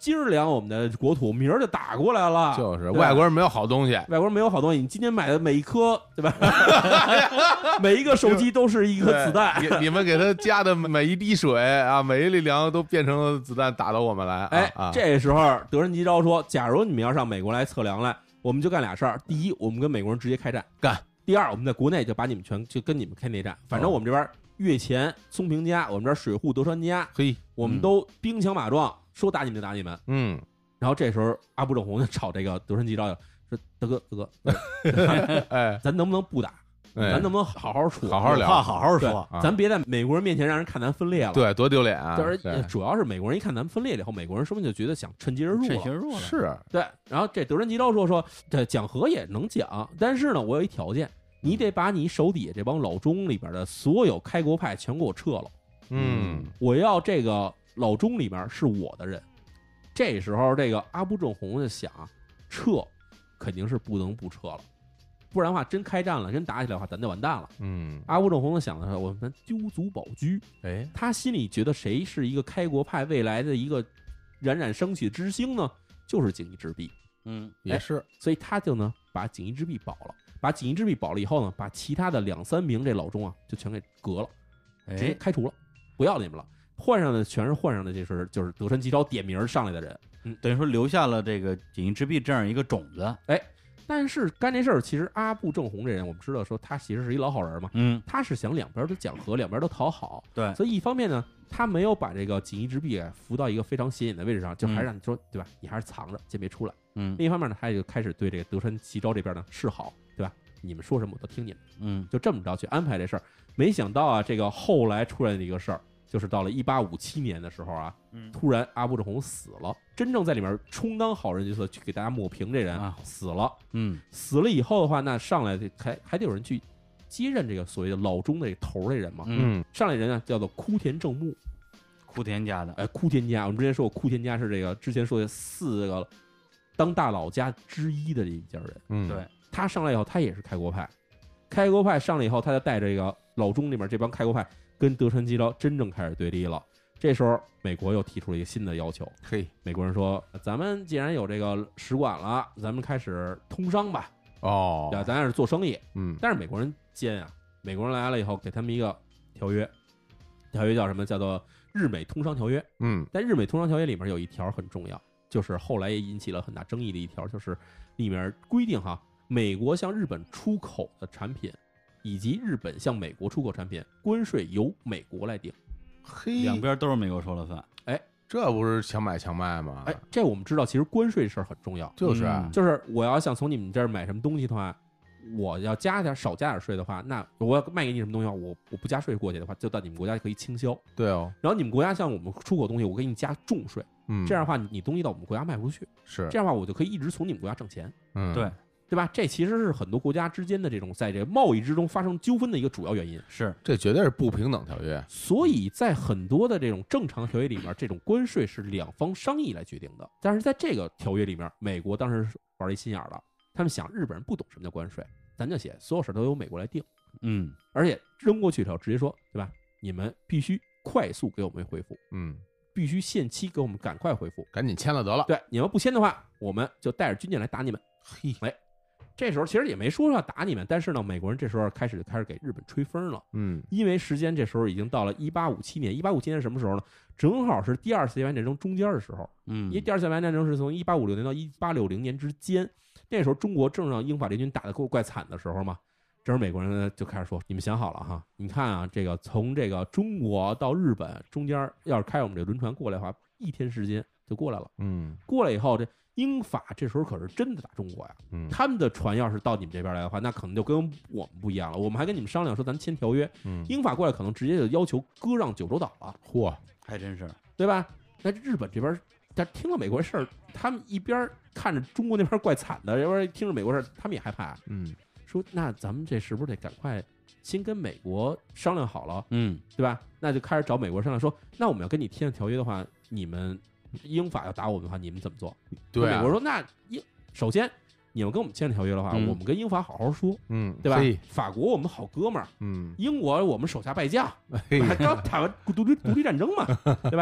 [SPEAKER 1] 今儿量我们的国土，明儿就打过来了。
[SPEAKER 3] 就是
[SPEAKER 1] 对吧
[SPEAKER 3] 外国人没有好东西，
[SPEAKER 1] 外国人没有好东西，你今天买的每一颗，对吧？每一个手机都是一颗子弹。
[SPEAKER 3] 对你你们给他加的每一滴水啊，每一粒粮都变成了子弹打到我们来。
[SPEAKER 1] 哎，
[SPEAKER 3] 啊、
[SPEAKER 1] 这时候德川吉昭说：“假如你们要上美国来测量来，我们就干俩事儿。第一，我们跟美国人直接开战
[SPEAKER 3] 干；
[SPEAKER 1] 第二，我们在国内就把你们全就跟你们开内战。反正我们这边越前松平家，我们这边水户德川家，
[SPEAKER 3] 嘿，
[SPEAKER 1] 我们都兵强马壮，说打你们就打你们。
[SPEAKER 3] 嗯，
[SPEAKER 1] 然后这时候阿部正弘就吵这个德川吉昭说：德哥，德哥，
[SPEAKER 3] 哎，
[SPEAKER 1] 咱能不能不打？
[SPEAKER 3] 哎
[SPEAKER 1] 咱能不能好好处？
[SPEAKER 3] 好好聊
[SPEAKER 2] 话好好
[SPEAKER 1] 对
[SPEAKER 2] 说，
[SPEAKER 3] 啊
[SPEAKER 1] 咱别在美国人面前让人看咱分裂了。
[SPEAKER 3] 对，多丢脸啊！
[SPEAKER 1] 就是
[SPEAKER 3] 对
[SPEAKER 1] 主要是美国人一看咱们分裂了以后，美国人说不定就觉得想趁机而入了。
[SPEAKER 2] 趁虚而入了。
[SPEAKER 3] 是，
[SPEAKER 1] 对，然后这德川吉昭说说，这讲和也能讲，但是呢，我有一条件，你得把你手底下这帮老中里边的所有开国派全给我撤了，
[SPEAKER 3] 嗯
[SPEAKER 1] 我要这个老中里边是我的人。这时候，这个阿部正弘就想，撤肯定是不能不撤了，不然的话真开战了，真打起来的话，咱就完蛋了。
[SPEAKER 3] 嗯，
[SPEAKER 1] 阿部正弘想的是，我们丢卒保车。
[SPEAKER 3] 哎，
[SPEAKER 1] 他心里觉得谁是一个开国派未来的一个冉冉升起的之星呢？就是锦衣之弊。
[SPEAKER 2] 嗯，
[SPEAKER 3] 也是，
[SPEAKER 1] 所以他就呢把锦衣之弊保了，把锦衣之弊保了以后呢，把其他的两三名这老中啊就全给革了，直接
[SPEAKER 2] 哎，
[SPEAKER 1] 开除了，不要你们了。换上的全是换上的，就是就是德川吉昭点名上来的人。嗯，
[SPEAKER 2] 等于说留下了这个锦衣之弊这样一个种子。
[SPEAKER 1] 但是干这事儿，其实阿部正弘这人，我们知道说他其实是一老好人嘛，
[SPEAKER 2] 嗯，
[SPEAKER 1] 他是想两边都讲和，两边都讨好。
[SPEAKER 2] 对，
[SPEAKER 1] 所以一方面呢，他没有把这个锦衣之弊啊扶到一个非常显眼的位置上，就还是让你说，对吧？你还是藏着，先别出来。
[SPEAKER 2] 嗯
[SPEAKER 1] 另一方面呢，他也就开始对这个德川吉昭这边呢示好，对吧？你们说什么我都听你们，
[SPEAKER 2] 嗯
[SPEAKER 1] 就这么着去安排这事儿。没想到啊，这个后来出来的一个事儿，就是到了一八五七年的时候啊，
[SPEAKER 2] 嗯
[SPEAKER 1] 突然阿部正弘死了，真正在里面充当好人角色去给大家抹平这人
[SPEAKER 2] 啊
[SPEAKER 1] 死了。
[SPEAKER 2] 嗯
[SPEAKER 1] 死了以后的话，那上来得还还得有人去接任这个所谓的老中的这头儿这人嘛。
[SPEAKER 2] 嗯，
[SPEAKER 3] 嗯
[SPEAKER 1] 上来人啊叫做枯田正木，
[SPEAKER 2] 枯田家的。
[SPEAKER 1] 哎，枯田家，我们之前说过，枯田家是这个之前说的四个当大佬家之一的这一家人。
[SPEAKER 3] 嗯，
[SPEAKER 2] 对，
[SPEAKER 1] 他上来以后，他也是开国派，开国派上来以后，他就带着这个老中里面这帮开国派跟德川吉昭真正开始对立了。这时候，美国又提出了一个新的要求，
[SPEAKER 3] 嘿，
[SPEAKER 1] 美国人说：“咱们既然有这个使馆了，咱们开始通商吧，
[SPEAKER 3] 哦
[SPEAKER 1] 对吧？咱也是做生意。”
[SPEAKER 3] 嗯，
[SPEAKER 1] 但是美国人奸啊，美国人来了以后，给他们一个条约，条约叫什么？叫做日美通商条约。
[SPEAKER 3] 嗯
[SPEAKER 1] 在日美通商条约里面有一条很重要，就是后来也引起了很大争议的一条，就是里面规定哈，美国向日本出口的产品，以及日本向美国出口产品，关税由美国来定。
[SPEAKER 3] 嘿，
[SPEAKER 2] 两边都是美国说了算。
[SPEAKER 3] 这不是强买强卖吗？
[SPEAKER 1] 哎，这我们知道，其实关税事儿很重要。
[SPEAKER 3] 就是啊
[SPEAKER 2] 嗯，
[SPEAKER 1] 就是我要想从你们这儿买什么东西的话，我要加点少加点税的话，那我要卖给你什么东西，我我不加税过去的话，就到你们国家可以倾销。
[SPEAKER 3] 对哦，
[SPEAKER 1] 然后你们国家向我们出口东西，我给你加重税，
[SPEAKER 3] 嗯，
[SPEAKER 1] 这样的话，你你东西到我们国家卖不出去，
[SPEAKER 3] 是，
[SPEAKER 1] 这样的话，我就可以一直从你们国家挣钱。
[SPEAKER 3] 嗯，
[SPEAKER 2] 对，
[SPEAKER 1] 对吧？这其实是很多国家之间的这种在这个贸易之中发生纠纷的一个主要原因。
[SPEAKER 2] 是，
[SPEAKER 3] 这绝对是不平等条约。
[SPEAKER 1] 所以在很多的这种正常条约里面，这种关税是两方商议来决定的。但是在这个条约里面，美国当时玩了一心眼了，他们想日本人不懂什么叫关税，咱就写所有事都由美国来定，
[SPEAKER 2] 嗯
[SPEAKER 1] 而且扔过去之后直接说，对吧？你们必须快速给我们回复，
[SPEAKER 3] 嗯，
[SPEAKER 1] 必须限期给我们赶快回复。
[SPEAKER 3] 赶紧签了得了。
[SPEAKER 1] 对，你们不签的话，我们就带着军舰来打你们。
[SPEAKER 3] 嘿，
[SPEAKER 1] 哎，这时候其实也没说要打你们，但是呢，美国人这时候开始就开始给日本吹风了，
[SPEAKER 3] 嗯
[SPEAKER 1] 因为时间这时候已经到了一八五七年。一八五七年是什么时候呢？正好是第二次鸦片战争中间的时候，
[SPEAKER 2] 嗯，
[SPEAKER 1] 因为第二次鸦片战争是从一八五六年到一八六零年之间，那时候中国正让英法联军打得够怪惨的时候嘛。这时候美国人呢就开始说：“你们想好了哈？你看啊，这个从这个中国到日本中间，要是开我们这轮船过来的话，一天时间就过来了。
[SPEAKER 3] 嗯
[SPEAKER 1] 过来以后，这英法这时候可是真的打中国呀。
[SPEAKER 3] 嗯
[SPEAKER 1] 他们的船要是到你们这边来的话，那可能就跟我们不一样了。我们还跟你们商量说，咱签条约，
[SPEAKER 3] 嗯，
[SPEAKER 1] 英法过来可能直接就要求割让九州岛了，
[SPEAKER 3] 嚯，
[SPEAKER 2] 还真是。
[SPEAKER 1] 对吧？那日本这边，他听了美国事儿，他们一边看着中国那边怪惨的，一边听着美国事儿，他们也害怕，
[SPEAKER 3] 嗯
[SPEAKER 1] 说那咱们这是不是得赶快先跟美国商量好了，
[SPEAKER 2] 嗯
[SPEAKER 1] 对吧？那就开始找美国商量说，那我们要跟你签条约的话，你们英法要打我们的话，你们怎么做？
[SPEAKER 3] 对啊
[SPEAKER 1] 美国说，那英首先你们跟我们签了条约的话，
[SPEAKER 2] 嗯
[SPEAKER 1] 我们跟英法好好说，
[SPEAKER 3] 嗯，
[SPEAKER 1] 对吧
[SPEAKER 3] 嘿？
[SPEAKER 1] 法国我们好哥们儿，
[SPEAKER 3] 嗯，
[SPEAKER 1] 英国我们手下败将，
[SPEAKER 3] 嘿，
[SPEAKER 1] 还刚打完独立独立战争嘛，对吧？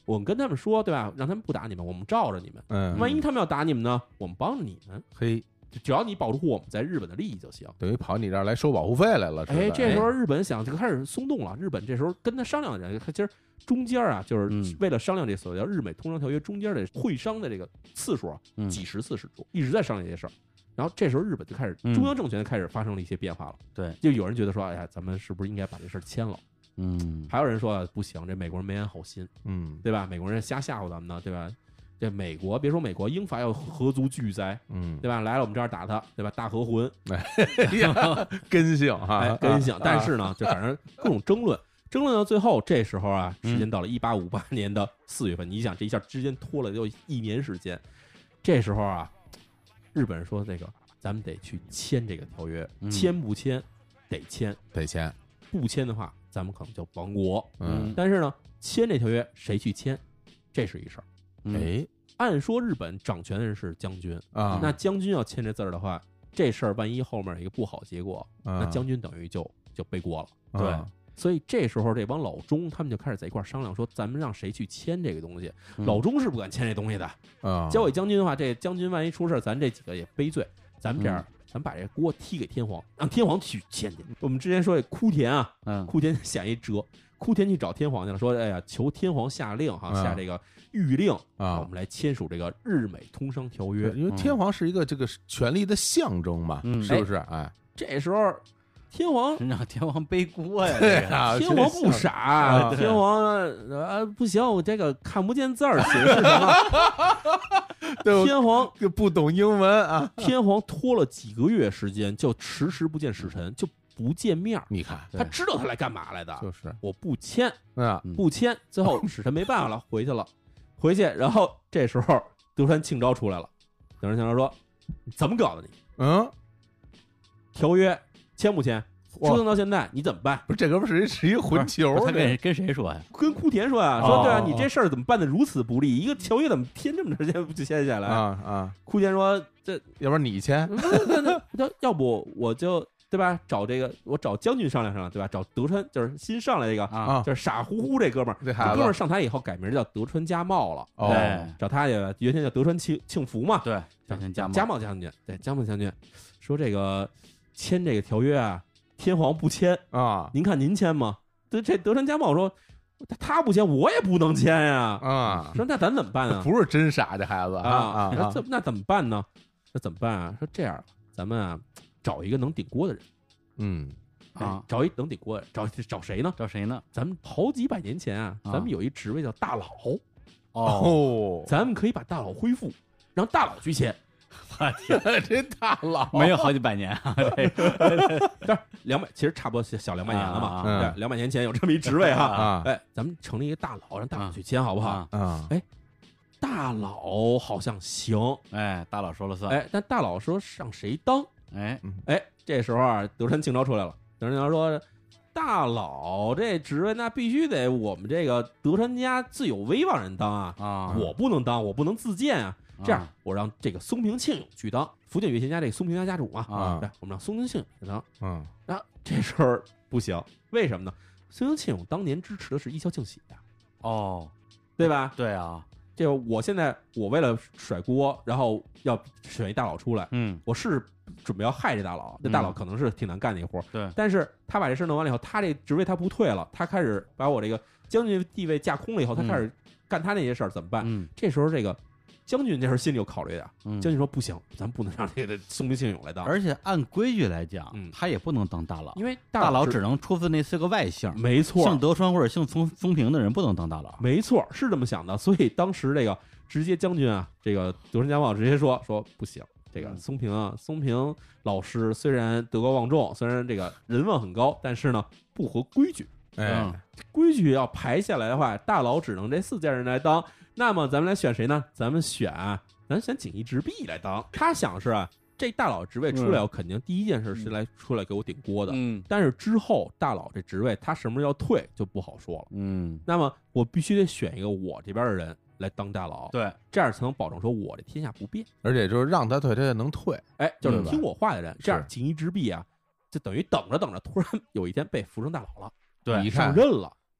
[SPEAKER 1] 我们跟他们说，对吧？让他们不打你们，我们罩着你们。
[SPEAKER 3] 嗯，
[SPEAKER 1] 万一他们要打你们呢，我们帮着你们。
[SPEAKER 3] 嘿，
[SPEAKER 1] 只要你保护我们在日本的利益就行。
[SPEAKER 3] 等于跑你这儿来收保护费来了。
[SPEAKER 1] 哎，这时候日本想就开始松动了。日本这时候跟他商量的人，其实中间啊，就是为了商量这所谓叫日美通商条约中间的会商的这个次数啊，几十次之多，一直在商量这些事儿。然后这时候日本就开始中央政权开始发生了一些变化了。
[SPEAKER 2] 对，
[SPEAKER 1] 就有人觉得说，哎呀，咱们是不是应该把这事儿签了？
[SPEAKER 2] 嗯，
[SPEAKER 1] 还有人说不行，这美国人没安好心，
[SPEAKER 3] 嗯，
[SPEAKER 1] 对吧？美国人瞎吓唬咱们呢，对吧？这美国别说美国，英法要合族拒灾，
[SPEAKER 3] 嗯，
[SPEAKER 1] 对吧？来了我们这儿打他，对吧？大和魂，
[SPEAKER 3] 哎呀，根性哈，
[SPEAKER 1] 哎，根性。但是呢，就反正各种争论，争论到最后，这时候啊，时间到了一八五八年的四月份，你想这一下之间拖了就一年时间，这时候啊，日本人说这个咱们得去签这个条约，签不签？得签，
[SPEAKER 3] 得签，
[SPEAKER 1] 不签的话，咱们可能就亡国。
[SPEAKER 3] 嗯，
[SPEAKER 1] 但是呢，签这条约谁去签，这是一事儿。
[SPEAKER 3] 哎，
[SPEAKER 1] 按说日本掌权的人是将军
[SPEAKER 3] 啊，
[SPEAKER 1] 那将军要签这字儿的话，这事儿万一后面有一个不好结果，那将军等于就就背锅了。
[SPEAKER 2] 对，
[SPEAKER 1] 所以这时候这帮老中他们就开始在一块儿商量，说咱们让谁去签这个东西。老中是不敢签这东西的，交给将军的话，这将军万一出事，咱这几个也背罪。咱们这样，咱把这锅踢给天皇，让天皇去签去。我们之前说这枯田啊，枯田想一辙。枯田去找天皇去了，说：“哎呀，求天皇下令哈，下这个谕令啊，我们来签署这个日美通商条约。
[SPEAKER 3] 因为天皇是一个这个权力的象征嘛，是不是？哎，
[SPEAKER 1] 这时候天皇
[SPEAKER 2] 让天皇背锅呀，
[SPEAKER 3] 对啊，
[SPEAKER 1] 天皇不傻，天皇啊不行，我这个看不见字儿，写的是什么？天皇
[SPEAKER 3] 不懂英文啊，
[SPEAKER 1] 天皇拖了几个月时间，就迟迟不见使臣，就。”不见面，
[SPEAKER 3] 你看
[SPEAKER 1] 他知道他来干嘛来的，
[SPEAKER 3] 就是
[SPEAKER 1] 我不签
[SPEAKER 3] 啊，
[SPEAKER 1] 不签，最后使臣没办法了，回去了，回去，然后这时候德川庆昭出来了，德川庆昭说：“怎么搞的你？
[SPEAKER 3] 嗯，
[SPEAKER 1] 条约签不签？折腾到现在你怎么办？
[SPEAKER 3] 不是这哥们是一是一混球，
[SPEAKER 2] 他跟跟谁说呀？
[SPEAKER 1] 跟枯田说呀，说对啊，你这事儿怎么办的如此不利？一个条约怎么签这么长时间不就签下来
[SPEAKER 3] 啊啊？
[SPEAKER 1] 枯田说：这
[SPEAKER 3] 要不然你签，
[SPEAKER 1] 要要不我就。”对吧？找这个，我找将军商量商量，对吧？找德川，就是新上来这个
[SPEAKER 3] 啊，
[SPEAKER 1] 就是傻乎乎这哥们儿，这哥们儿上台以后改名叫德川家茂了。
[SPEAKER 3] 哦，
[SPEAKER 1] 找他去，原先叫德川庆庆福嘛。
[SPEAKER 2] 对，
[SPEAKER 1] 德川家家茂将军，对，家茂将军说这个签这个条约啊，天皇不签
[SPEAKER 3] 啊，
[SPEAKER 1] 您看您签吗？这这德川家茂说他不签，我也不能签呀。
[SPEAKER 3] 啊，
[SPEAKER 1] 说那咱怎么办啊？
[SPEAKER 3] 不是真傻，这孩子啊
[SPEAKER 1] 啊，那怎那怎么办呢？那怎么办啊？说这样，咱们啊。找一个能顶锅的人，
[SPEAKER 3] 嗯
[SPEAKER 1] 啊，找一能顶锅的人，找找谁呢？
[SPEAKER 2] 找谁呢？
[SPEAKER 1] 咱们好几百年前啊，咱们有一职位叫大佬，
[SPEAKER 3] 哦，
[SPEAKER 1] 咱们可以把大佬恢复，让大佬去签。
[SPEAKER 2] 我天，
[SPEAKER 3] 这大佬
[SPEAKER 2] 没有好几百年啊，
[SPEAKER 1] 这两百其实差不多小两百年了嘛，对，两百年前有这么一职位哈，哎，咱们成立一个大佬，让大佬去签好不好？
[SPEAKER 3] 啊，
[SPEAKER 1] 哎。大佬好像行，
[SPEAKER 2] 哎，大佬说了算，
[SPEAKER 1] 哎，但大佬说让谁当？
[SPEAKER 2] 哎
[SPEAKER 1] 哎，这时候啊，德川庆昭出来了。德川庆昭说：“大佬这职位那必须得我们这个德川家最有威望人当啊！
[SPEAKER 2] 啊，
[SPEAKER 1] 我不能当，我不能自荐啊！这样，我让这个松平庆永去当福建越前家这个松平家家主嘛。
[SPEAKER 2] 啊，
[SPEAKER 1] 对，我们让松平庆永去当。
[SPEAKER 3] 嗯，
[SPEAKER 1] 啊，这时候不行，为什么呢？松平庆永当年支持的是一桥庆喜呀。
[SPEAKER 2] 哦，
[SPEAKER 1] 对吧？
[SPEAKER 2] 对啊。”
[SPEAKER 1] 这我现在我为了甩锅，然后要选一大佬出来，
[SPEAKER 2] 嗯，
[SPEAKER 1] 我是准备要害这大佬，这大佬可能是挺难干的一活，
[SPEAKER 2] 对。
[SPEAKER 1] 但是他把这事弄完了以后，他这职位他不退了，他开始把我这个将军地位架空了以后，他开始干他那些事儿，怎么办？
[SPEAKER 2] 嗯，
[SPEAKER 1] 这时候这个将军那时候心里有考虑的，
[SPEAKER 2] 嗯、
[SPEAKER 1] 将军说不行，咱不能让这个松平庆永来当，
[SPEAKER 2] 而且按规矩来讲，
[SPEAKER 1] 嗯、
[SPEAKER 2] 他也不能当大佬，
[SPEAKER 1] 因为
[SPEAKER 2] 大佬只能出自那四个外姓，
[SPEAKER 1] 没错，
[SPEAKER 2] 姓德川或者姓松松平的人不能当大佬，
[SPEAKER 1] 没错，是这么想的。所以当时这个直接将军啊，这个德川家茂直接说说不行，这个松平啊，松平老师虽然德高望重，虽然这个人望很高，但是呢不合规矩。
[SPEAKER 3] 哎，
[SPEAKER 1] 规矩要排下来的话，大佬只能这四家人来当。那么咱们来选谁呢？咱们选啊，咱选锦衣直弼来当。他想是啊，这大佬职位出来，我肯定第一件事是来出来给我顶锅的。
[SPEAKER 2] 嗯，
[SPEAKER 1] 但是之后大佬这职位他什么时候要退就不好说了。
[SPEAKER 2] 嗯，
[SPEAKER 1] 那么我必须得选一个我这边的人来当大佬，
[SPEAKER 2] 对，
[SPEAKER 1] 这样才能保证说我这天下不变，
[SPEAKER 3] 而且就是让他退，他也能退。
[SPEAKER 1] 哎，就是听我话的人，这样锦衣直弼啊，就等于等着等着，突然有一天被扶成大佬了，
[SPEAKER 2] 对，
[SPEAKER 1] 上任了。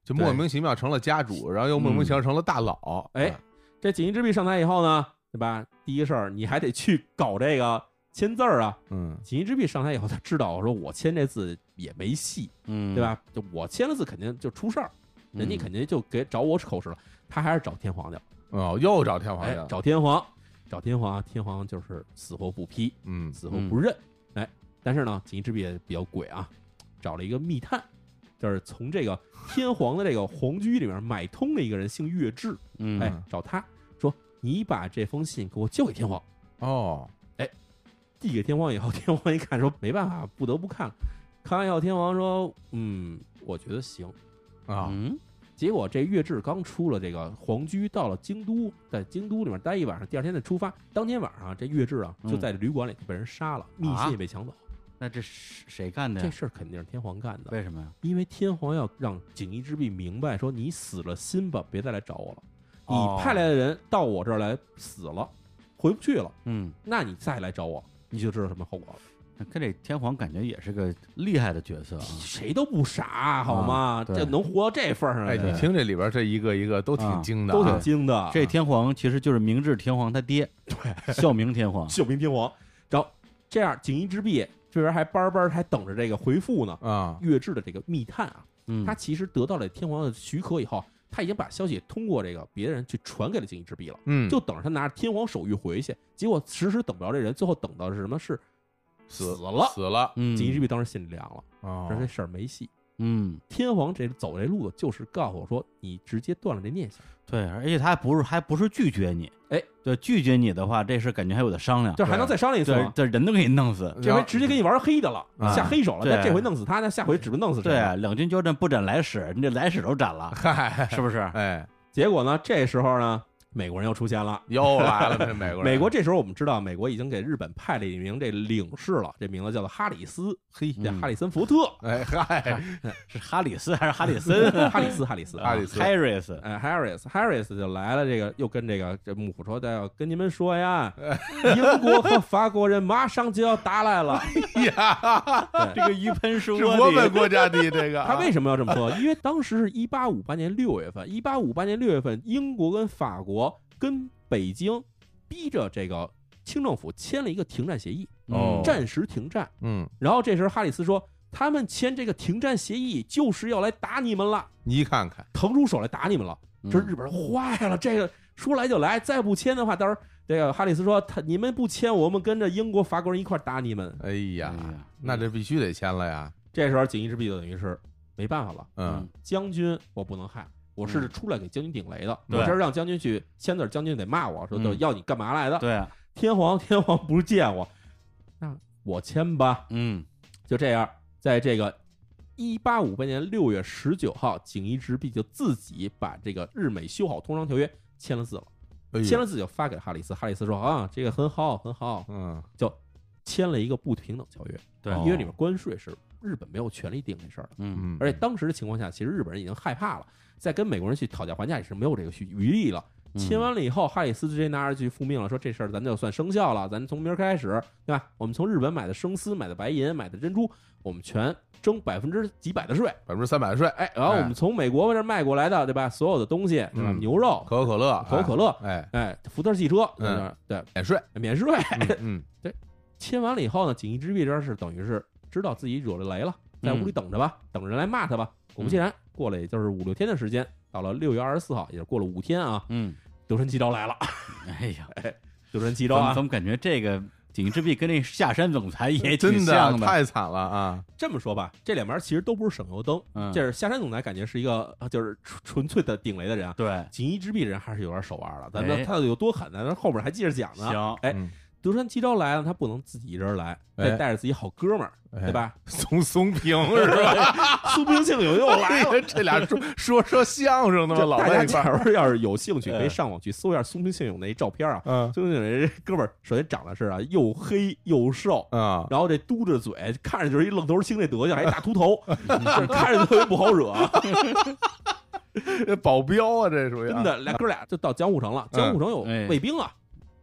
[SPEAKER 3] 就莫名其妙成了家主，然后又莫名其妙成了大佬。
[SPEAKER 1] 哎，这锦衣之弊上台以后呢，对吧？第一事儿你还得去搞这个签字儿啊。
[SPEAKER 3] 嗯，
[SPEAKER 1] 锦衣之弊上台以后，他知道说我签这字也没戏，
[SPEAKER 2] 嗯，
[SPEAKER 1] 对？吧？就我签了字肯定就出事儿，人家肯定就给找我口实了。他还是找天皇去了。
[SPEAKER 3] 哦，又找天皇去
[SPEAKER 1] 哎
[SPEAKER 3] 了，，
[SPEAKER 1] 找天皇，找天皇，天皇就是死活不批，
[SPEAKER 3] 嗯
[SPEAKER 1] 死活不认。哎，但是呢，锦衣之弊也比较鬼啊，找了一个密探，就是从这个天皇的这个皇居里面买通了一个人，姓岳志。
[SPEAKER 2] 嗯，
[SPEAKER 1] 哎，找他说，你把这封信给我交给天皇。
[SPEAKER 3] 哦，
[SPEAKER 1] 递给天皇以后，天皇一看说没办法，不得不看了。看完以后，天皇说，嗯，我觉得行。
[SPEAKER 3] 啊，
[SPEAKER 2] 嗯，
[SPEAKER 1] 结果这岳志刚出了这个皇居，到了京都，在京都里面待一晚上，第二天再出发。当天晚上，这岳志啊就在旅馆里被人杀了，密信也被抢走。
[SPEAKER 2] 那这是谁干的呀？
[SPEAKER 1] 这事儿肯定是天皇干的，
[SPEAKER 2] 为什么呀？
[SPEAKER 1] 因为天皇要让锦衣之弊明白，说你死了心吧，别再来找我了。
[SPEAKER 2] 哦
[SPEAKER 1] 你派来的人到我这儿来死了，回不去了，
[SPEAKER 2] 嗯，
[SPEAKER 1] 那你再来找我，你就知道什么后果了。
[SPEAKER 2] 跟这天皇感觉也是个厉害的角色啊。
[SPEAKER 1] 谁都不傻，好吗？
[SPEAKER 2] 对
[SPEAKER 1] 这能活到这份儿上来，
[SPEAKER 3] 哎，你听这里边这一个一个都挺精的啊，
[SPEAKER 1] 都挺精的。
[SPEAKER 2] 这天皇其实就是明治天皇他爹，对，孝明天皇。
[SPEAKER 1] 孝明天皇，然后这样锦衣之弊这边还班班还等着这个回复呢。
[SPEAKER 3] 啊，
[SPEAKER 1] 岳志的这个密探啊，
[SPEAKER 2] 嗯，
[SPEAKER 1] 他其实得到了天皇的许可以后，他已经把消息通过这个别人去传给了锦衣之弊了，
[SPEAKER 3] 嗯，
[SPEAKER 1] 就等着他拿着天皇手谕回去。结果迟迟等不着这人，最后等到的是什么？是
[SPEAKER 3] 死
[SPEAKER 1] 死了。
[SPEAKER 3] 死了，
[SPEAKER 2] 嗯，
[SPEAKER 1] 锦衣之弊当时心里凉了，
[SPEAKER 3] 哦
[SPEAKER 1] 说这事儿没戏。
[SPEAKER 2] 嗯，
[SPEAKER 1] 天皇这走这路子就是告诉我说，你直接断了这念想。
[SPEAKER 2] 对，而且他还不是还不是拒绝你，
[SPEAKER 1] 哎，
[SPEAKER 2] 对，拒绝你的话，这事感觉还有的商量，
[SPEAKER 1] 这还能再商量一次
[SPEAKER 2] 对
[SPEAKER 1] 吗？
[SPEAKER 2] 这人都给你弄死。
[SPEAKER 1] 这回直接给你玩黑的了，
[SPEAKER 3] 啊
[SPEAKER 1] 下黑手了。
[SPEAKER 2] 对
[SPEAKER 1] 但这回弄死他，那下回指不定弄死谁。
[SPEAKER 2] 对，两军交战不斩来使，你这来使都斩了，
[SPEAKER 3] 嗨，
[SPEAKER 2] 是不是？
[SPEAKER 3] 哎，
[SPEAKER 1] 结果呢，这时候呢，美国人又出现了。
[SPEAKER 3] 又来了，这美国人，
[SPEAKER 1] 美国这时候我们知道，美国已经给日本派了一名这领事了，这名字叫做哈里斯，
[SPEAKER 3] 嘿，
[SPEAKER 1] 叫哈里森福特。
[SPEAKER 3] 哎嗨，
[SPEAKER 2] 是哈里斯还是哈里森？
[SPEAKER 1] 哈里斯，哈里斯，
[SPEAKER 3] 哈里斯
[SPEAKER 2] ，Harris，
[SPEAKER 1] 哎，Harris，Harris 就来了，这个又跟这个这幕府说的，要跟你们说呀，英国和法国人马上就要打来了。
[SPEAKER 3] 呀，
[SPEAKER 2] 这个鱼喷书
[SPEAKER 3] 是我们国家的这个啊，
[SPEAKER 1] 他为什么要这么说？因为当时是一八五八年六月份，一八五八年六月份，英国跟法国跟北京逼着这个清政府签了一个停战协议，
[SPEAKER 3] 哦
[SPEAKER 1] 暂时停战。
[SPEAKER 3] 嗯，
[SPEAKER 1] 然后这时候哈里斯说，他们签这个停战协议就是要来打你们了，
[SPEAKER 3] 你看看，
[SPEAKER 1] 腾出手来打你们了。这日本人坏了，这个说来就来，再不签的话，到时候这个哈里斯说他你们不签，我们跟着英国、法国人一块打你们。
[SPEAKER 3] 哎呀
[SPEAKER 2] 哎呀，
[SPEAKER 3] 那这必须得签了呀，
[SPEAKER 1] 这时候锦衣之弊就等于是没办法了，
[SPEAKER 3] 嗯，
[SPEAKER 1] 将军我不能害，我是出来给将军顶雷的，
[SPEAKER 2] 对
[SPEAKER 1] 我这儿让将军去签字，将军得骂我说
[SPEAKER 2] 嗯
[SPEAKER 1] 都要你干嘛来的？
[SPEAKER 2] 对啊，
[SPEAKER 1] 天皇天皇不见我，那我签吧。
[SPEAKER 2] 嗯
[SPEAKER 1] 就这样，在这个一八五八年六月十九号，锦衣之弊就自己把这个日美修好通商条约签了字了，
[SPEAKER 3] 哎呦
[SPEAKER 1] 签了字就发给了哈里斯，哈里斯说啊，这个很好很好，
[SPEAKER 3] 嗯，
[SPEAKER 1] 就签了一个不平等条约，
[SPEAKER 2] 对
[SPEAKER 1] 因为里面关税是日本没有权利定这事儿的。
[SPEAKER 2] 嗯
[SPEAKER 3] 嗯，
[SPEAKER 1] 而且当时的情况下，其实日本人已经害怕了，再跟美国人去讨价还价也是没有这个余余力了。
[SPEAKER 2] 嗯
[SPEAKER 1] 签完了以后，哈里斯直接拿着去复命了，说这事儿咱就算生效了，咱从明儿开始，对吧？我们从日本买的生丝、买的白银、买的珍珠，我们全征百分之几百的税。
[SPEAKER 3] 百分之三百的税，
[SPEAKER 1] 哎，然后我们从美国这儿卖过来的，对吧？所有的东西，对吧？
[SPEAKER 3] 嗯
[SPEAKER 1] 牛肉、
[SPEAKER 3] 可口可乐，
[SPEAKER 1] 可口可乐，
[SPEAKER 3] 哎，
[SPEAKER 1] 哎，福特汽车，
[SPEAKER 3] 嗯
[SPEAKER 1] 对，
[SPEAKER 3] 免税，
[SPEAKER 1] 免税。
[SPEAKER 3] 嗯，
[SPEAKER 1] 签完了以后呢，锦衣之弊这儿是等于是知道自己惹了雷了，在屋里等着吧，等着人来骂他吧。果不其然，过了也就是五六天的时间，到了六月二十四号，也是过了五天啊，
[SPEAKER 2] 嗯，
[SPEAKER 1] 德川齐昭来了。
[SPEAKER 2] 哎呀，
[SPEAKER 1] 德川齐昭啊
[SPEAKER 2] 怎么怎，么感觉这个锦衣之弊跟那下山总裁也挺
[SPEAKER 3] 真
[SPEAKER 2] 像的？
[SPEAKER 3] 太惨了啊，
[SPEAKER 1] 这么说吧，这两边其实都不是省油灯。
[SPEAKER 2] 嗯，
[SPEAKER 1] 这是下山总裁，感觉是一个呃就是纯纯粹的顶雷的人啊。
[SPEAKER 2] 对，
[SPEAKER 1] 锦衣之弊人还是有点手腕的，咱
[SPEAKER 2] 哎
[SPEAKER 1] 们他有多狠呢？咱后边还接着讲呢。
[SPEAKER 2] 行，
[SPEAKER 1] 哎
[SPEAKER 3] 嗯
[SPEAKER 1] 德川齐昭来了，他不能自己一人来，
[SPEAKER 3] 哎
[SPEAKER 1] 得带着自己好哥们儿，
[SPEAKER 3] 哎
[SPEAKER 1] 对吧？
[SPEAKER 3] 松松平是吧？
[SPEAKER 1] 苏平庆友又来了。
[SPEAKER 3] 哎呀这俩说说说相声的吗？
[SPEAKER 1] 这
[SPEAKER 3] 老
[SPEAKER 1] 大家假
[SPEAKER 3] 在一块儿，
[SPEAKER 1] 如要是有兴趣，
[SPEAKER 2] 哎
[SPEAKER 1] 可以上网去搜一下松平庆永那一照片啊。
[SPEAKER 3] 嗯
[SPEAKER 1] 松平庆永这哥们儿，首先长得是啊又黑又瘦，
[SPEAKER 3] 啊，
[SPEAKER 1] 然后这嘟着嘴，看着就是一愣头青这德行，还一大秃头，就是看着特别不好惹。
[SPEAKER 3] 这保镖啊，这属于啊
[SPEAKER 1] 真的，俩哥俩就到江户城了。江户城有
[SPEAKER 2] 哎
[SPEAKER 1] 卫兵啊，对
[SPEAKER 2] 嗯，